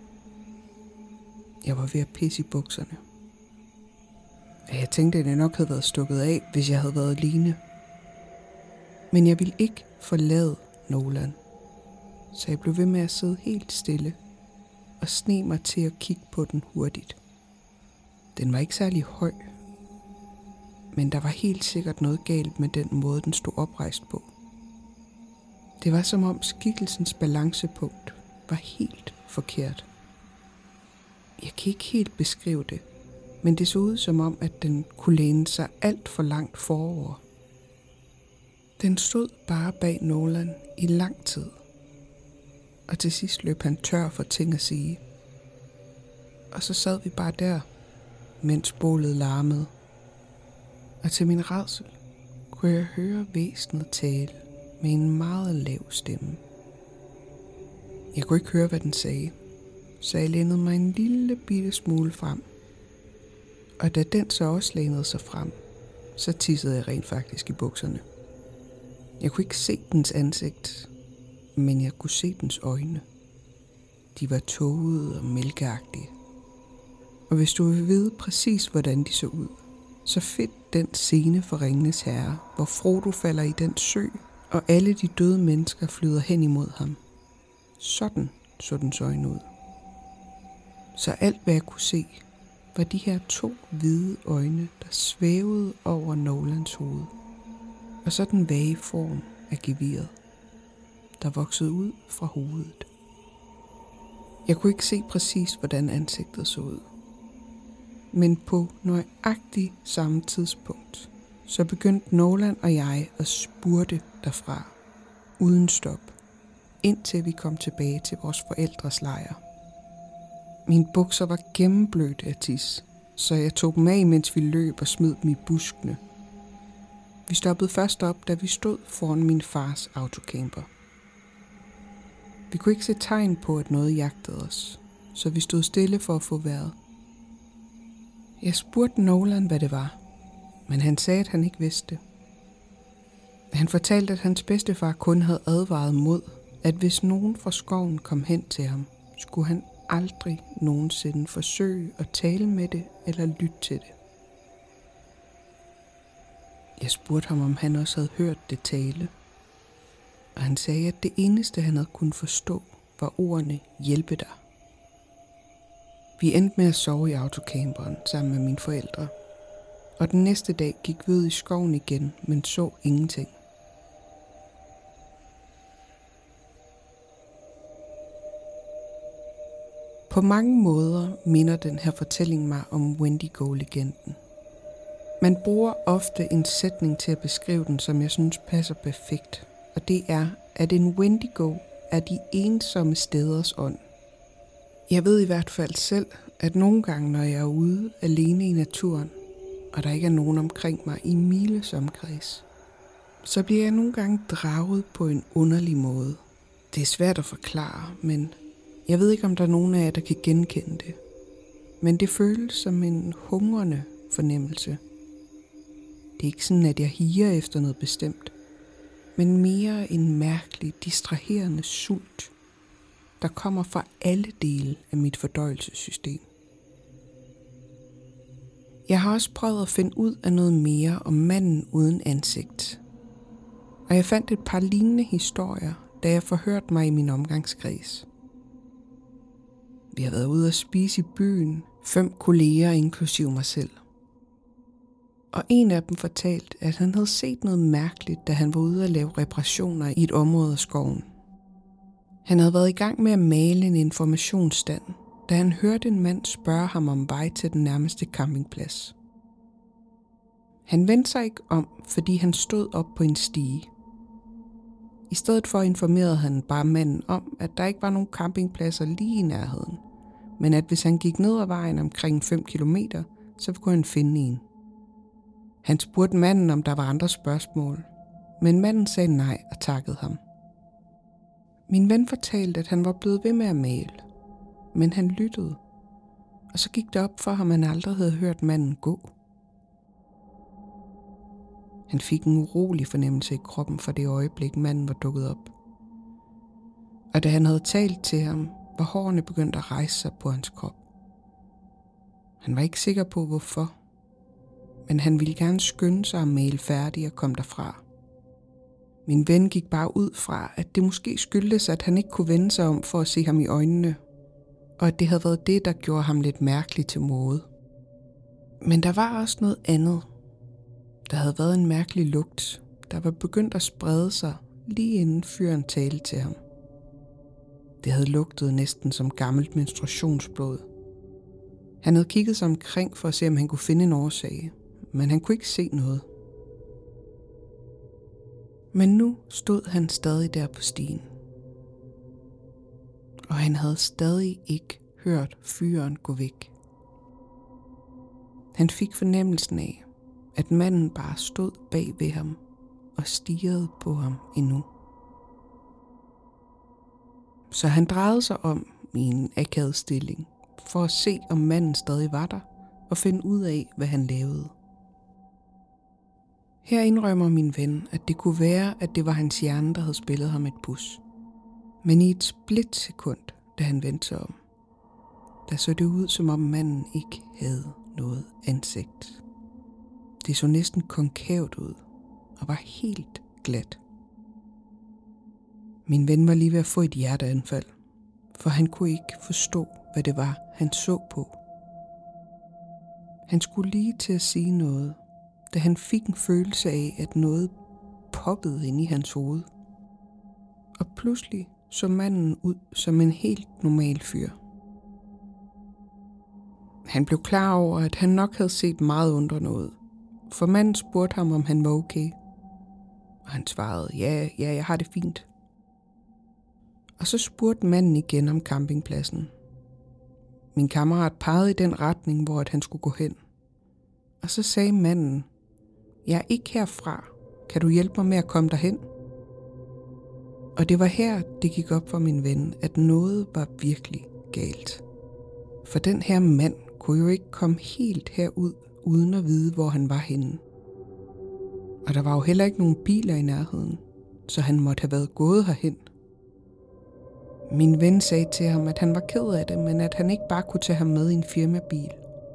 Jeg var ved at pisse i bukserne. Jeg tænkte, at det nok havde været stukket af, hvis jeg havde været alene. Men jeg ville ikke forlade Nolan. Så jeg blev ved med at sidde helt stille og sne mig til at kigge på den hurtigt. Den var ikke særlig høj, men der var helt sikkert noget galt med den måde, den stod oprejst på. Det var som om skikkelsens balancepunkt var helt forkert. Jeg kan ikke helt beskrive det, men det så ud som om, at den kunne læne sig alt for langt forover. Den stod bare bag Nolan i lang tid, og til sidst løb han tør for ting at sige. Og så sad vi bare der, mens bålet larmede, og til min rædsel kunne jeg høre væsenet tale med en meget lav stemme. Jeg kunne ikke høre, hvad den sagde, så jeg lænede mig en lille bitte smule frem. Og da den så også lænede sig frem, så tissede jeg rent faktisk i bukserne. Jeg kunne ikke se dens ansigt, men jeg kunne se dens øjne. De var tågede og mælkeagtige. Og hvis du vil vide præcis, hvordan de så ud, så find den scene fra Ringenes Herre, hvor Frodo falder i den sø, og alle de døde mennesker flyder hen imod ham. Sådan så dens øjne ud. Så alt, hvad jeg kunne se, var de her 2 hvide øjne, der svævede over Nolans hoved. Og så den vage form af geviret, der voksede ud fra hovedet. Jeg kunne ikke se præcis, hvordan ansigtet så ud. Men på nøjagtigt samme tidspunkt, så begyndte Nolan og jeg at spurte derfra, uden stop, indtil vi kom tilbage til vores forældres lejr. Mine bukser var gennemblødte af tis, så jeg tog dem af, mens vi løb og smed dem i buskene. Vi stoppede først op, da vi stod foran min fars autocamper. Vi kunne ikke se tegn på, at noget jagtede os, så vi stod stille for at få vejret. Jeg spurgte Nolan, hvad det var, men han sagde, at han ikke vidste det. Han fortalte, at hans bedstefar kun havde advaret mod, at hvis nogen fra skoven kom hen til ham, skulle han aldrig nogensinde forsøge at tale med det eller lytte til det. Jeg spurgte ham, om han også havde hørt det tale, og han sagde, at det eneste, han havde kunnet forstå, var ordene hjælpe dig. Vi endte med at sove i autocamperen sammen med mine forældre, og den næste dag gik vi ud i skoven igen, men så ingenting. På mange måder minder den her fortælling mig om Wendigo-legenden. Man bruger ofte en sætning til at beskrive den, som jeg synes passer perfekt, og det er, at en Wendigo er de ensomme steders ånd. Jeg ved i hvert fald selv, at nogle gange, når jeg er ude alene i naturen, og der ikke er nogen omkring mig i miles omkreds, så bliver jeg nogle gange draget på en underlig måde. Det er svært at forklare, men jeg ved ikke, om der er nogen af jer, der kan genkende det. Men det føles som en hungrende fornemmelse. Det er ikke sådan, at jeg higer efter noget bestemt, men mere en mærkelig, distraherende sult, der kommer fra alle dele af mit fordøjelsessystem. Jeg har også prøvet at finde ud af noget mere om manden uden ansigt. Og jeg fandt et par lignende historier, da jeg forhørte mig i min omgangskreds. Vi har været ude at spise i byen, 5 kolleger inklusive mig selv. Og en af dem fortalte, at han havde set noget mærkeligt, da han var ude at lave reparationer i et område af skoven. Han havde været i gang med at male en informationsstand, da han hørte en mand spørge ham om vej til den nærmeste campingplads. Han vendte sig ikke om, fordi han stod op på en stige. I stedet for informerede han bare manden om, at der ikke var nogen campingpladser lige i nærheden, men at hvis han gik ned ad vejen omkring 5 kilometer, så kunne han finde en. Han spurgte manden, om der var andre spørgsmål, men manden sagde nej og takkede ham. Min ven fortalte, at han var blevet ved med at male, men han lyttede, og så gik det op for ham, at han aldrig havde hørt manden gå. Han fik en urolig fornemmelse i kroppen for det øjeblik, manden var dukket op. Og da han havde talt til ham, var hårene begyndt at rejse sig på hans krop. Han var ikke sikker på, hvorfor, men han ville gerne skynde sig at male færdig og komme derfra. Min ven gik bare ud fra, at det måske skyldtes, at han ikke kunne vende sig om for at se ham i øjnene, og at det havde været det, der gjorde ham lidt mærkelig til mode. Men der var også noget andet. Der havde været en mærkelig lugt, der var begyndt at sprede sig lige inden fyren talte til ham. Det havde lugtet næsten som gammelt menstruationsblod. Han havde kigget sig omkring for at se, om han kunne finde en årsag, men han kunne ikke se noget. Men nu stod han stadig der på stien. Og han havde stadig ikke hørt fyren gå væk. Han fik fornemmelsen af, at manden bare stod bag ved ham og stirrede på ham endnu. Så han drejede sig om i en akavet stilling for at se, om manden stadig var der og finde ud af, hvad han lavede. Her indrømmer min ven, at det kunne være, at det var hans hjerne, der havde spillet ham et pus. Men i et splitsekund, da han vendte sig om, der så det ud, som om manden ikke havde noget ansigt. Det så næsten konkavt ud og var helt glat. Min ven var lige ved at få et hjerteanfald, for han kunne ikke forstå, hvad det var, han så på. Han skulle lige til at sige noget, da han fik en følelse af, at noget poppede ind i hans hoved. Og pludselig så manden ud som en helt normal fyr. Han blev klar over, at han nok havde set meget undrende ud, for manden spurgte ham, om han var okay. Og han svarede, ja, jeg har det fint. Og så spurgte manden igen om campingpladsen. Min kammerat pegede i den retning, hvor han skulle gå hen. Og så sagde manden, jeg er ikke herfra. Kan du hjælpe mig med at komme derhen? Og det var her, det gik op for min ven, at noget var virkelig galt. For den her mand kunne jo ikke komme helt herud, uden at vide, hvor han var henne. Og der var jo heller ikke nogen biler i nærheden, så han måtte have været gået herhen. Min ven sagde til ham, at han var ked af det, men at han ikke bare kunne tage ham med i en firmabil.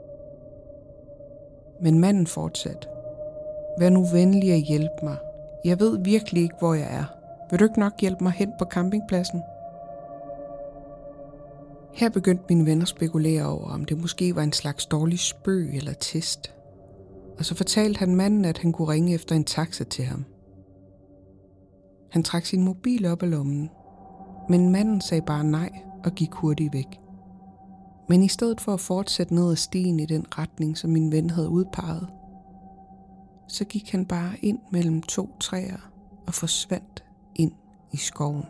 Men manden fortsatte. Vær nu venlig at hjælpe mig. Jeg ved virkelig ikke, hvor jeg er. Vil du ikke nok hjælpe mig hen på campingpladsen? Her begyndte min ven at spekulere over, om det måske var en slags dårlig spøg eller test. Og så fortalte han manden, at han kunne ringe efter en taxa til ham. Han trak sin mobil op af lommen, men manden sagde bare nej og gik hurtigt væk. Men i stedet for at fortsætte ned ad stien i den retning, som min ven havde udpeget, så gik han bare ind mellem 2 træer og forsvandt ind i skoven.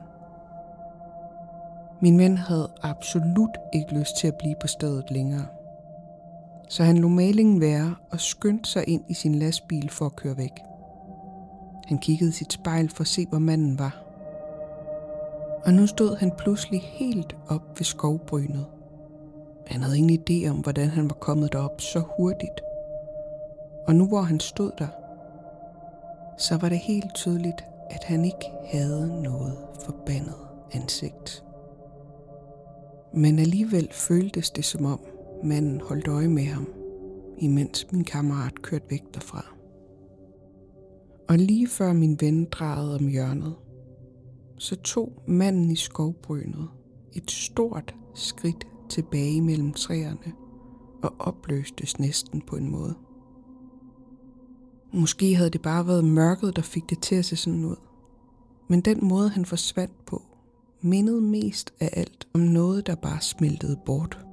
Min ven havde absolut ikke lyst til at blive på stedet længere. Så han lod malingen være og skyndte sig ind i sin lastbil for at køre væk. Han kiggede i sit spejl for at se, hvor manden var. Og nu stod han pludselig helt op ved skovbrynet. Han havde ingen idé om, hvordan han var kommet derop så hurtigt. Og nu hvor han stod der, så var det helt tydeligt, at han ikke havde noget forbandet ansigt. Men alligevel føltes det som om manden holdt øje med ham, imens min kammerat kørte væk derfra. Og lige før min ven drejede om hjørnet, så tog manden i skovbrynet et stort skridt tilbage mellem træerne og opløstes næsten på en måde. Måske havde det bare været mørket, der fik det til at se sådan ud. Men den måde, han forsvandt på, mindede mest af alt om noget, der bare smeltede bort.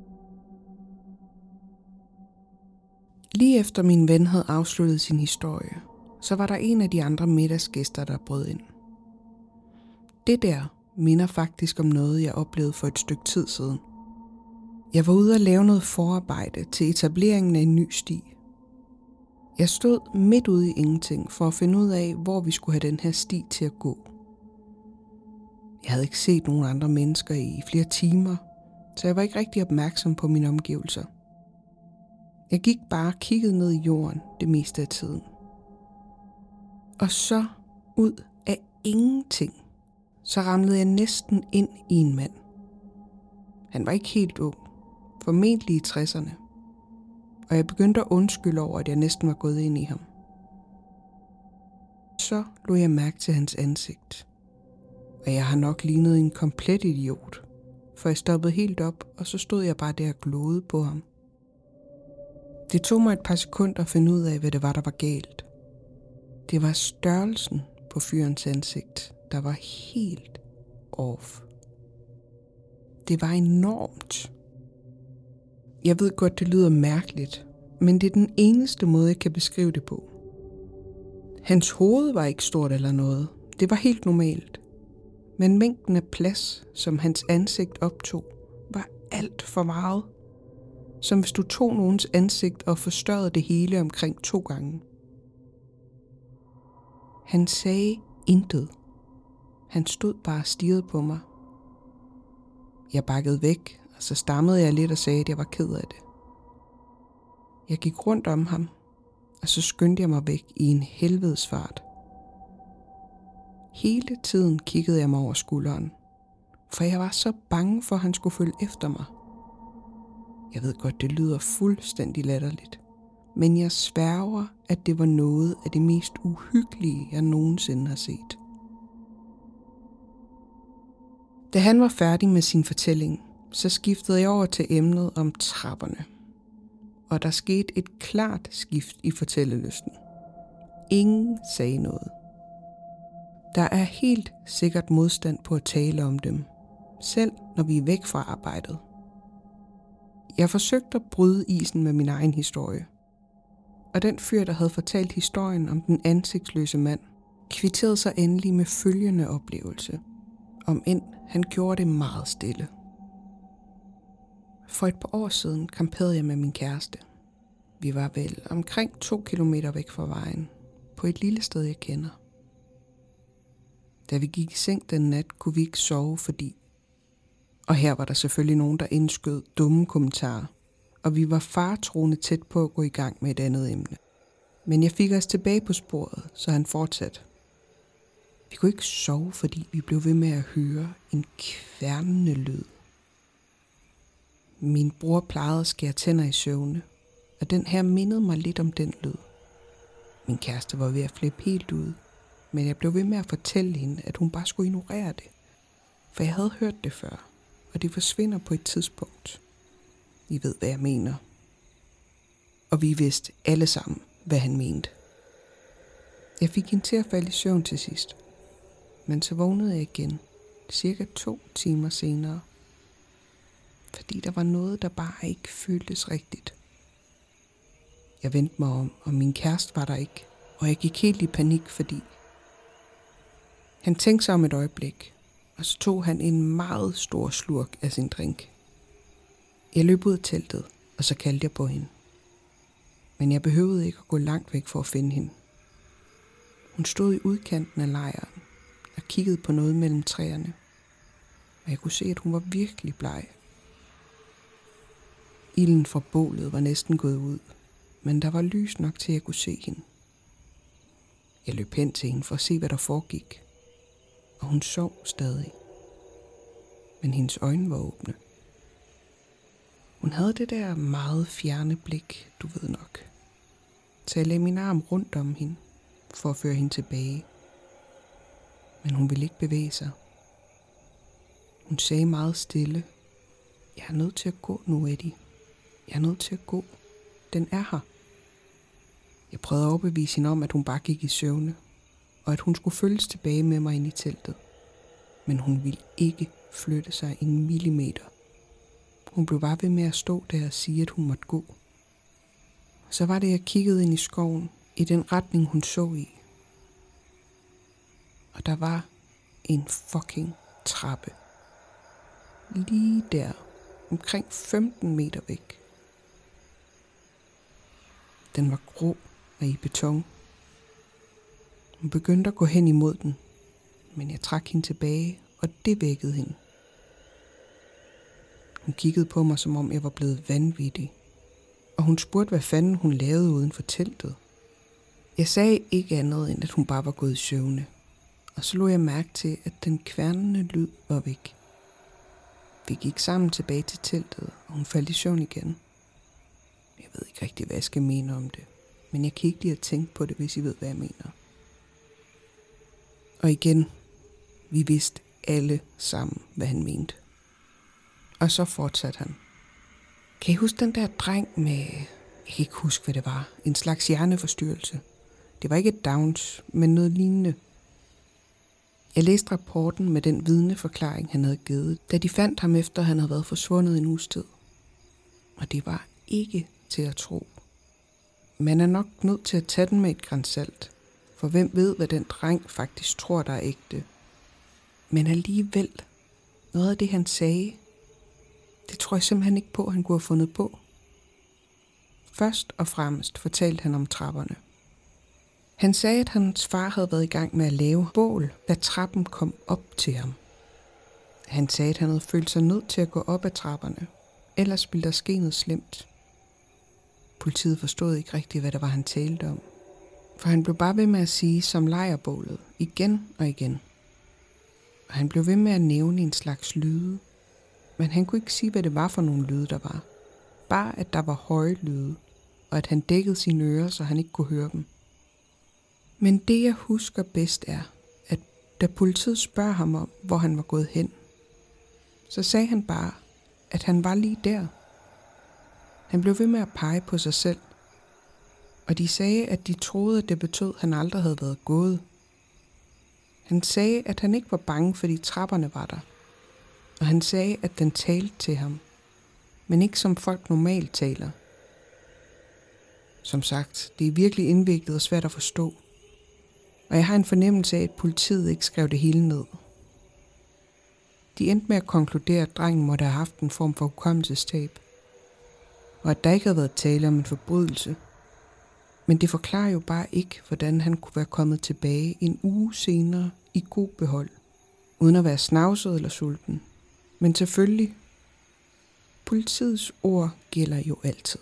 Lige efter min ven havde afsluttet sin historie, så var der en af de andre middagsgæster, der brød ind. Det der minder faktisk om noget, jeg oplevede for et stykke tid siden. Jeg var ude at lave noget forarbejde til etableringen af en ny sti. Jeg stod midt ude i ingenting for at finde ud af, hvor vi skulle have den her sti til at gå. Jeg havde ikke set nogen andre mennesker i flere timer, så jeg var ikke rigtig opmærksom på mine omgivelser. Jeg gik bare og kiggede ned i jorden det meste af tiden. Og så ud af ingenting, så ramlede jeg næsten ind i en mand. Han var ikke helt ung, formentlig i 60'erne. Og jeg begyndte at undskylde over, at jeg næsten var gået ind i ham. Så lod jeg mærke til hans ansigt. Og jeg har nok lignet en komplet idiot, for jeg stoppede helt op, og så stod jeg bare der og glodede på ham. Det tog mig et par sekunder at finde ud af, hvad det var, der var galt. Det var størrelsen på fyrens ansigt, der var helt off. Det var enormt. Jeg ved godt, det lyder mærkeligt, men det er den eneste måde, jeg kan beskrive det på. Hans hoved var ikke stort eller noget. Det var helt normalt. Men mængden af plads, som hans ansigt optog, var alt for meget. Som hvis du tog nogens ansigt og forstørrede det hele omkring 2 gange. Han sagde intet. Han stod bare og stirrede på mig. Jeg bakkede væk, og så stammede jeg lidt og sagde, at jeg var ked af det. Jeg gik rundt om ham, og så skyndte jeg mig væk i en helvedes fart. Hele tiden kiggede jeg mig over skulderen, for jeg var så bange for, at han skulle følge efter mig. Jeg ved godt, det lyder fuldstændig latterligt, men jeg sværger, at det var noget af det mest uhyggelige, jeg nogensinde har set. Da han var færdig med sin fortælling, så skiftede jeg over til emnet om trapperne. Og der skete et klart skift i fortællelysten. Ingen sagde noget. Der er helt sikkert modstand på at tale om dem, selv når vi er væk fra arbejdet. Jeg forsøgte at bryde isen med min egen historie. Og den fyr, der havde fortalt historien om den ansigtsløse mand, kvitterede sig endelig med følgende oplevelse, om end han gjorde det meget stille. For et par år siden camperede jeg med min kæreste. Vi var vel omkring 2 kilometer væk fra vejen, på et lille sted, jeg kender. Da vi gik i seng den nat, kunne vi ikke sove, fordi... Og her var der selvfølgelig nogen, der indskød dumme kommentarer, og vi var faretroende tæt på at gå i gang med et andet emne. Men jeg fik os tilbage på sporet, så han fortsatte. Vi kunne ikke sove, fordi vi blev ved med at høre en kværnende lyd. Min bror plejede at skære tænder i søvne, og den her mindede mig lidt om den lyd. Min kæreste var ved at flippe helt ud, men jeg blev ved med at fortælle hende, at hun bare skulle ignorere det. For jeg havde hørt det før, og det forsvinder på et tidspunkt. I ved, hvad jeg mener. Og vi vidste alle sammen, hvad han mente. Jeg fik hende til at falde i søvn til sidst. Men så vågnede jeg igen, cirka 2 timer senere. Fordi der var noget, der bare ikke føltes rigtigt. Jeg vendte mig om, og min kæreste var der ikke. Og jeg gik helt i panik, fordi... Han tænkte sig om et øjeblik, og så tog han en meget stor slurk af sin drink. Jeg løb ud af teltet, og så kaldte jeg på hende. Men jeg behøvede ikke at gå langt væk for at finde hende. Hun stod i udkanten af lejren og kiggede på noget mellem træerne. Og jeg kunne se, at hun var virkelig bleg. Ilden fra bålet var næsten gået ud, men der var lys nok til, at jeg kunne se hende. Jeg løb hen til hende for at se, hvad der foregik. Og hun sov stadig. Men hendes øjne var åbne. Hun havde det der meget fjerne blik, du ved nok. Så jeg lagde min arm rundt om hende, for at føre hende tilbage. Men hun ville ikke bevæge sig. Hun sagde meget stille. Jeg er nødt til at gå nu, Eddie. Jeg er nødt til at gå. Den er her. Jeg prøvede at overbevise hende om, at hun bare gik i søvne, og at hun skulle følges tilbage med mig ind i teltet. Men hun ville ikke flytte sig en millimeter. Hun blev bare ved med at stå der og sige, at hun måtte gå. Så var det, jeg kiggede ind i skoven, i den retning, hun så i. Og der var en fucking trappe. Lige der, omkring 15 meter væk. Den var grå og i beton. Hun begyndte at gå hen imod den, men jeg trak hende tilbage, og det vækkede hende. Hun kiggede på mig, som om jeg var blevet vanvittig, og hun spurgte, hvad fanden hun lavede uden for teltet. Jeg sagde ikke andet, end at hun bare var gået i søvne, og så lå jeg mærke til, at den kværnende lyd var væk. Vi gik sammen tilbage til teltet, og hun faldt i søvn igen. Jeg ved ikke rigtig, hvad jeg skal mene om det, men jeg kan ikke lide at tænke på det, hvis I ved, hvad jeg mener. Og igen, vi vidste alle sammen, hvad han mente. Og så fortsatte han. Kan I huske den der dreng med Jeg kan ikke huske, hvad det var. En slags hjerneforstyrrelse. Det var ikke et Downs, men noget lignende. Jeg læste rapporten med den vidneforklaring, han havde givet, da de fandt ham efter, han havde været forsvundet en uges tid. Og det var ikke til at tro. Man er nok nødt til at tage den med et gran salt, for hvem ved, hvad den dreng faktisk tror, der er ægte. Men alligevel, noget af det, han sagde, det tror jeg simpelthen ikke på, han kunne have fundet på. Først og fremmest fortalte han om trapperne. Han sagde, at hans far havde været i gang med at lave bål, da trappen kom op til ham. Han sagde, at han havde følt sig nødt til at gå op ad trapperne, ellers ville der ske noget slemt. Politiet forstod ikke rigtigt, hvad det var, han talte om, for han blev bare ved med at sige som lejrbålet, igen og igen. Og han blev ved med at nævne en slags lyde, men han kunne ikke sige, hvad det var for nogle lyde, der var. Bare at der var høje lyde, og at han dækkede sine ører, så han ikke kunne høre dem. Men det, jeg husker bedst er, at da politiet spørger ham om, hvor han var gået hen, så sagde han bare, at han var lige der. Han blev ved med at pege på sig selv, og de sagde, at de troede, at det betød, at han aldrig havde været gået. Han sagde, at han ikke var bange, fordi trapperne var der, og han sagde, at den talte til ham, men ikke som folk normalt taler. Som sagt, det er virkelig indviklet og svært at forstå, og jeg har en fornemmelse af, at politiet ikke skrev det hele ned. De endte med at konkludere, at drengen måtte have haft en form for hukommelsestab, og at der ikke havde været tale om en forbrydelse. Men det forklarer jo bare ikke, hvordan han kunne være kommet tilbage en uge senere i god behold, uden at være snavset eller sulten. Men selvfølgelig, politiets ord gælder jo altid.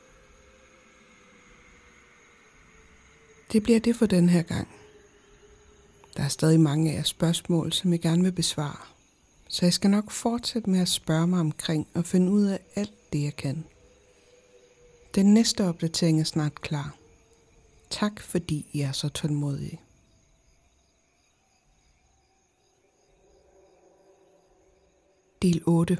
Det bliver det for den her gang. Der er stadig mange af jeres spørgsmål, som jeg gerne vil besvare. Så jeg skal nok fortsætte med at spørge mig omkring og finde ud af alt det, jeg kan. Den næste opdatering er snart klar. Tak fordi I er så tålmodige. Del 8.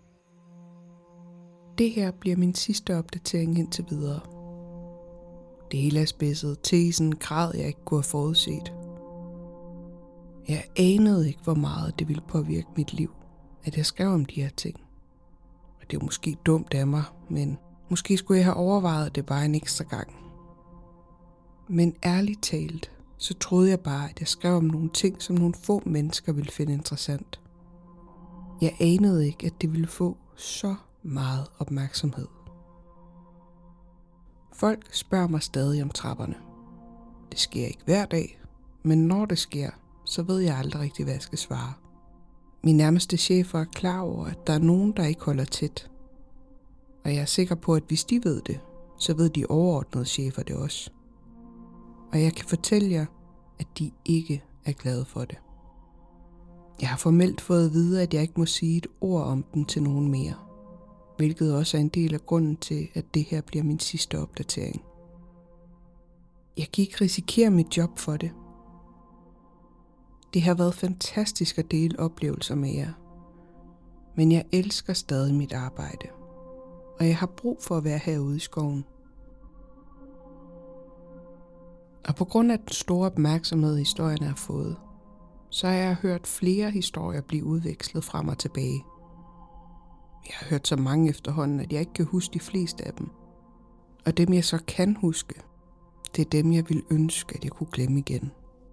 Det her bliver min sidste opdatering indtil videre. Det hele er spidset til i sådan en grad, jeg ikke kunne have forudset. Jeg anede ikke, hvor meget det ville påvirke mit liv, at jeg skrev om de her ting. Og det er måske dumt af mig, men måske skulle jeg have overvejet det bare en ekstra gang. Men ærligt talt, så troede jeg bare, at jeg skrev om nogle ting, som nogle få mennesker ville finde interessant. Jeg anede ikke, at det ville få så meget opmærksomhed. Folk spørger mig stadig om trapperne. Det sker ikke hver dag, men når det sker, så ved jeg aldrig rigtig, hvad jeg skal svare. Min nærmeste chefer er klar over, at der er nogen, der ikke holder tæt. Og jeg er sikker på, at hvis de ved det, så ved de overordnede chefer det også. Og jeg kan fortælle jer, at de ikke er glade for det. Jeg har formelt fået at vide, at jeg ikke må sige et ord om dem til nogen mere. Hvilket også er en del af grunden til, at det her bliver min sidste opdatering. Jeg kan ikke risikere mit job for det. Det har været fantastisk at dele oplevelser med jer. Men jeg elsker stadig mit arbejde. Og jeg har brug for at være herude i skoven. Og på grund af den store opmærksomhed, historierne har fået, så har jeg hørt flere historier blive udvekslet frem og tilbage. Jeg har hørt så mange efterhånden, at jeg ikke kan huske de fleste af dem. Og dem jeg så kan huske, det er dem jeg ville ønske, at jeg kunne glemme igen.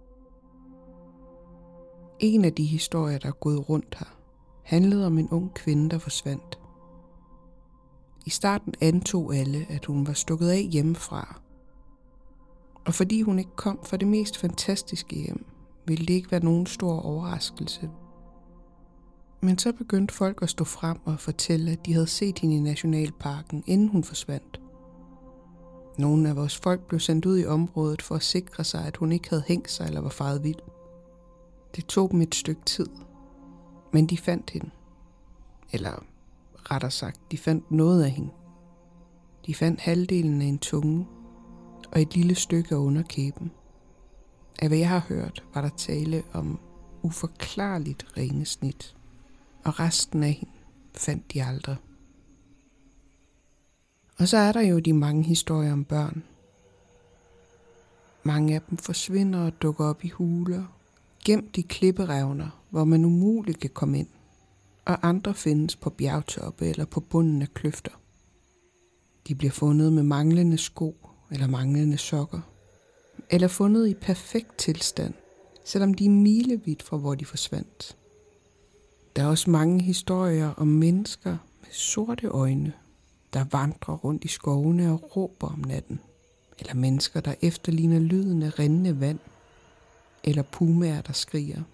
En af de historier, der er gået rundt her, handlede om en ung kvinde, der forsvandt. I starten antog alle, at hun var stukket af hjemmefra. Og fordi hun ikke kom fra det mest fantastiske hjem, ville det ikke være nogen stor overraskelse. Men så begyndte folk at stå frem og fortælle, at de havde set hende i nationalparken, inden hun forsvandt. Nogle af vores folk blev sendt ud i området for at sikre sig, at hun ikke havde hængt sig eller var faret vild. Det tog dem et stykke tid, men de fandt hende. Eller rettere sagt, de fandt noget af hende. De fandt halvdelen af en tunge og et lille stykke af underkæben. Af hvad jeg har hørt, var der tale om uforklarligt ringesnit, og resten af hende fandt de aldrig. Og så er der jo de mange historier om børn. Mange af dem forsvinder og dukker op i huler, gemt i klipperevner, hvor man umuligt kan komme ind, og andre findes på bjergtoppe eller på bunden af kløfter. De bliver fundet med manglende sko eller manglende sokker, eller fundet i perfekt tilstand, selvom de er milevidt fra hvor de forsvandt. Der er også mange historier om mennesker med sorte øjne, der vandrer rundt i skovene og råber om natten, eller mennesker, der efterligner lyden af rindende vand, eller pumaer, der skriger.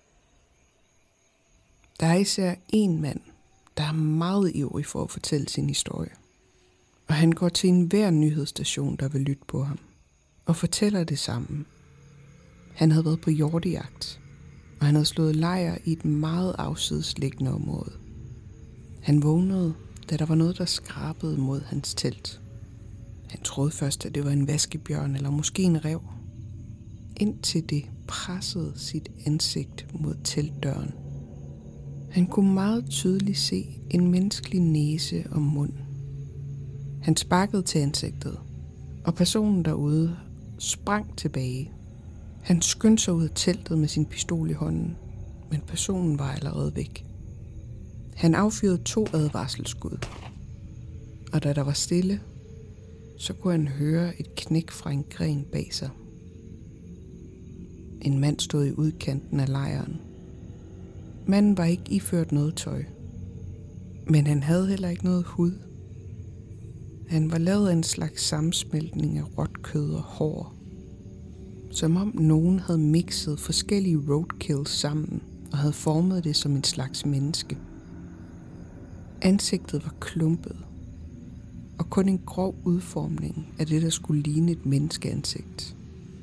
Der er især en mand, der er meget ivrig for at fortælle sin historie. Og han går til enhver nyhedsstation, der vil lytte på ham, og fortæller det samme. Han havde været på hjortejagt, og han havde slået lejr i et meget afsidesliggende område. Han vågnede, da der var noget, der skrabede mod hans telt. Han troede først, at det var en vaskebjørn eller måske en ræv, indtil det pressede sit ansigt mod teltdøren. Han kunne meget tydeligt se en menneskelig næse og mund. Han sparkede til ansigtet, og personen derude sprang tilbage. Han skyndte sig ud af teltet med sin pistol i hånden, men personen var allerede væk. Han affyrede 2 advarselsskud, og da der var stille, så kunne han høre et knæk fra en gren bag sig. En mand stod i udkanten af lejren. Manden var ikke iført noget tøj, men han havde heller ikke noget hud. Han var lavet af en slags sammensmeltning af råt kød og hår, som om nogen havde mixet forskellige roadkills sammen og havde formet det som en slags menneske. Ansigtet var klumpet, og kun en grov udformning af det, der skulle ligne et menneskeansigt.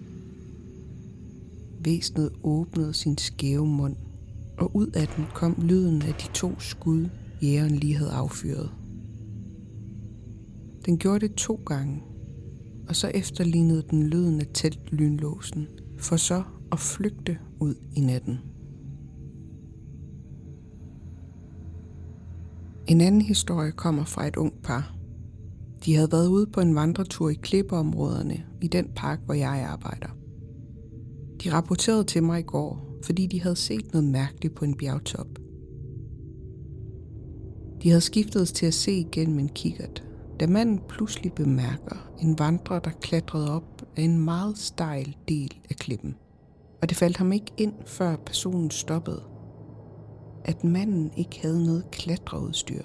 Væsenet åbnede sin skæve mund, og ud af den kom lyden af de 2 skud, jægeren lige havde affyret. Den gjorde det 2 gange, og så efterlignede den lyden af teltlynlåsen, for så at flygte ud i natten. En anden historie kommer fra et ungt par. De havde været ude på en vandretur i klippeområderne i den park, hvor jeg arbejder. De rapporterede til mig i går, fordi de havde set noget mærkeligt på en bjergtop. De havde skiftet til at se igennem en kikkert, da manden pludselig bemærker en vandrer, der klatrede op af en meget stejl del af klippen. Og det faldt ham ikke ind, før personen stoppede, at manden ikke havde noget klatreudstyr.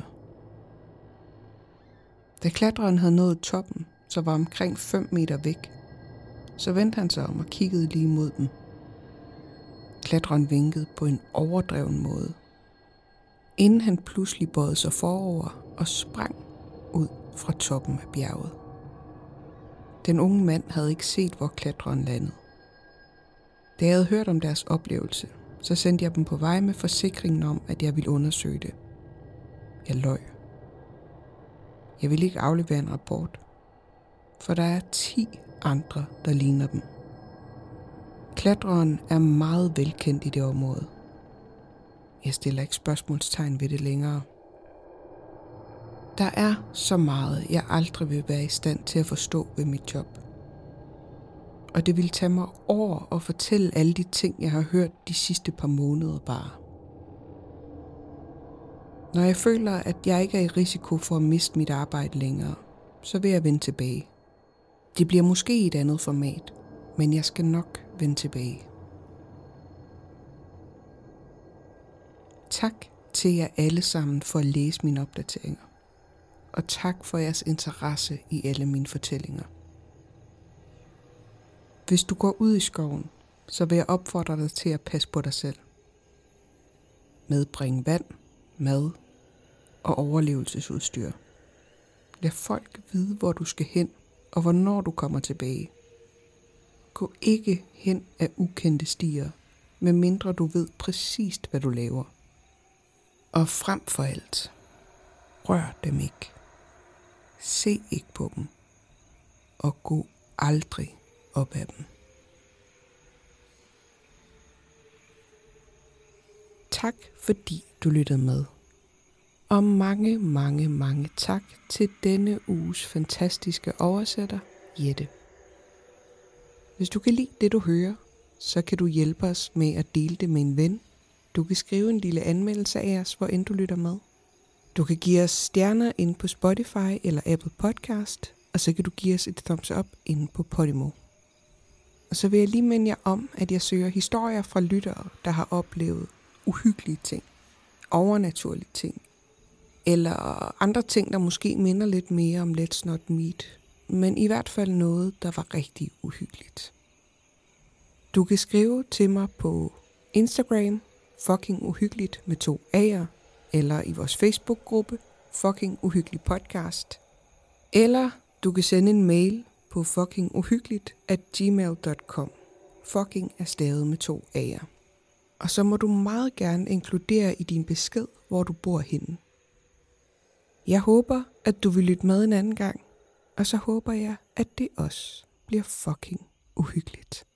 Da klatreren havde nået toppen, så var omkring 5 meter væk, så vendte han sig om og kiggede lige mod dem. Klatreren vinkede på en overdreven måde, inden han pludselig bøjede sig forover og sprang ud fra toppen af bjerget. Den unge mand havde ikke set, hvor klatreren landede. Da jeg havde hørt om deres oplevelse, så sendte jeg dem på vej med forsikringen om, at jeg ville undersøge det. Jeg løj. Jeg ville ikke aflevere en rapport, for der er 10 andre, der ligner dem. Klatreren er meget velkendt i det område. Jeg stiller ikke spørgsmålstegn ved det længere. Der er så meget, jeg aldrig vil være i stand til at forstå ved mit job. Og det vil tage mig år at fortælle alle de ting, jeg har hørt de sidste par måneder bare. Når jeg føler, at jeg ikke er i risiko for at miste mit arbejde længere, så vil jeg vende tilbage. Det bliver måske i et andet format, men jeg skal nok vende tilbage. Tak til jer alle sammen for at læse mine opdateringer. Og tak for jeres interesse i alle mine fortællinger. Hvis du går ud i skoven, så vil jeg opfordre dig til at passe på dig selv. Medbring vand, mad og overlevelsesudstyr. Lad folk vide, hvor du skal hen og hvornår du kommer tilbage. Gå ikke hen af ukendte stier, medmindre du ved præcist, hvad du laver. Og frem for alt, rør dem ikke. Se ikke på dem. Og gå aldrig op ad dem. Tak fordi du lyttede med. Og mange, mange, mange tak til denne uges fantastiske oversætter, Jette. Hvis du kan lide det, du hører, så kan du hjælpe os med at dele det med en ven. Du kan skrive en lille anmeldelse af os, hvor end du lytter med. Du kan give os stjerner inde på Spotify eller Apple Podcast, og så kan du give os et thumbs up inde på Podimo. Og så vil jeg lige minde jer om, at jeg søger historier fra lyttere, der har oplevet uhyggelige ting, overnaturlige ting, eller andre ting, der måske minder lidt mere om Let's Not Meet, men i hvert fald noget, der var rigtig uhyggeligt. Du kan skrive til mig på Instagram, fucking uhyggeligt med 2 A'er, eller i vores Facebook-gruppe, fucking uhyggelig podcast, eller du kan sende en mail på fuckinguhyggeligt@gmail.com. Fucking er stavet med 2 A'er. Og så må du meget gerne inkludere i din besked, hvor du bor henne. Jeg håber, at du vil lytte med en anden gang, og så håber jeg, at det også bliver fucking uhyggeligt.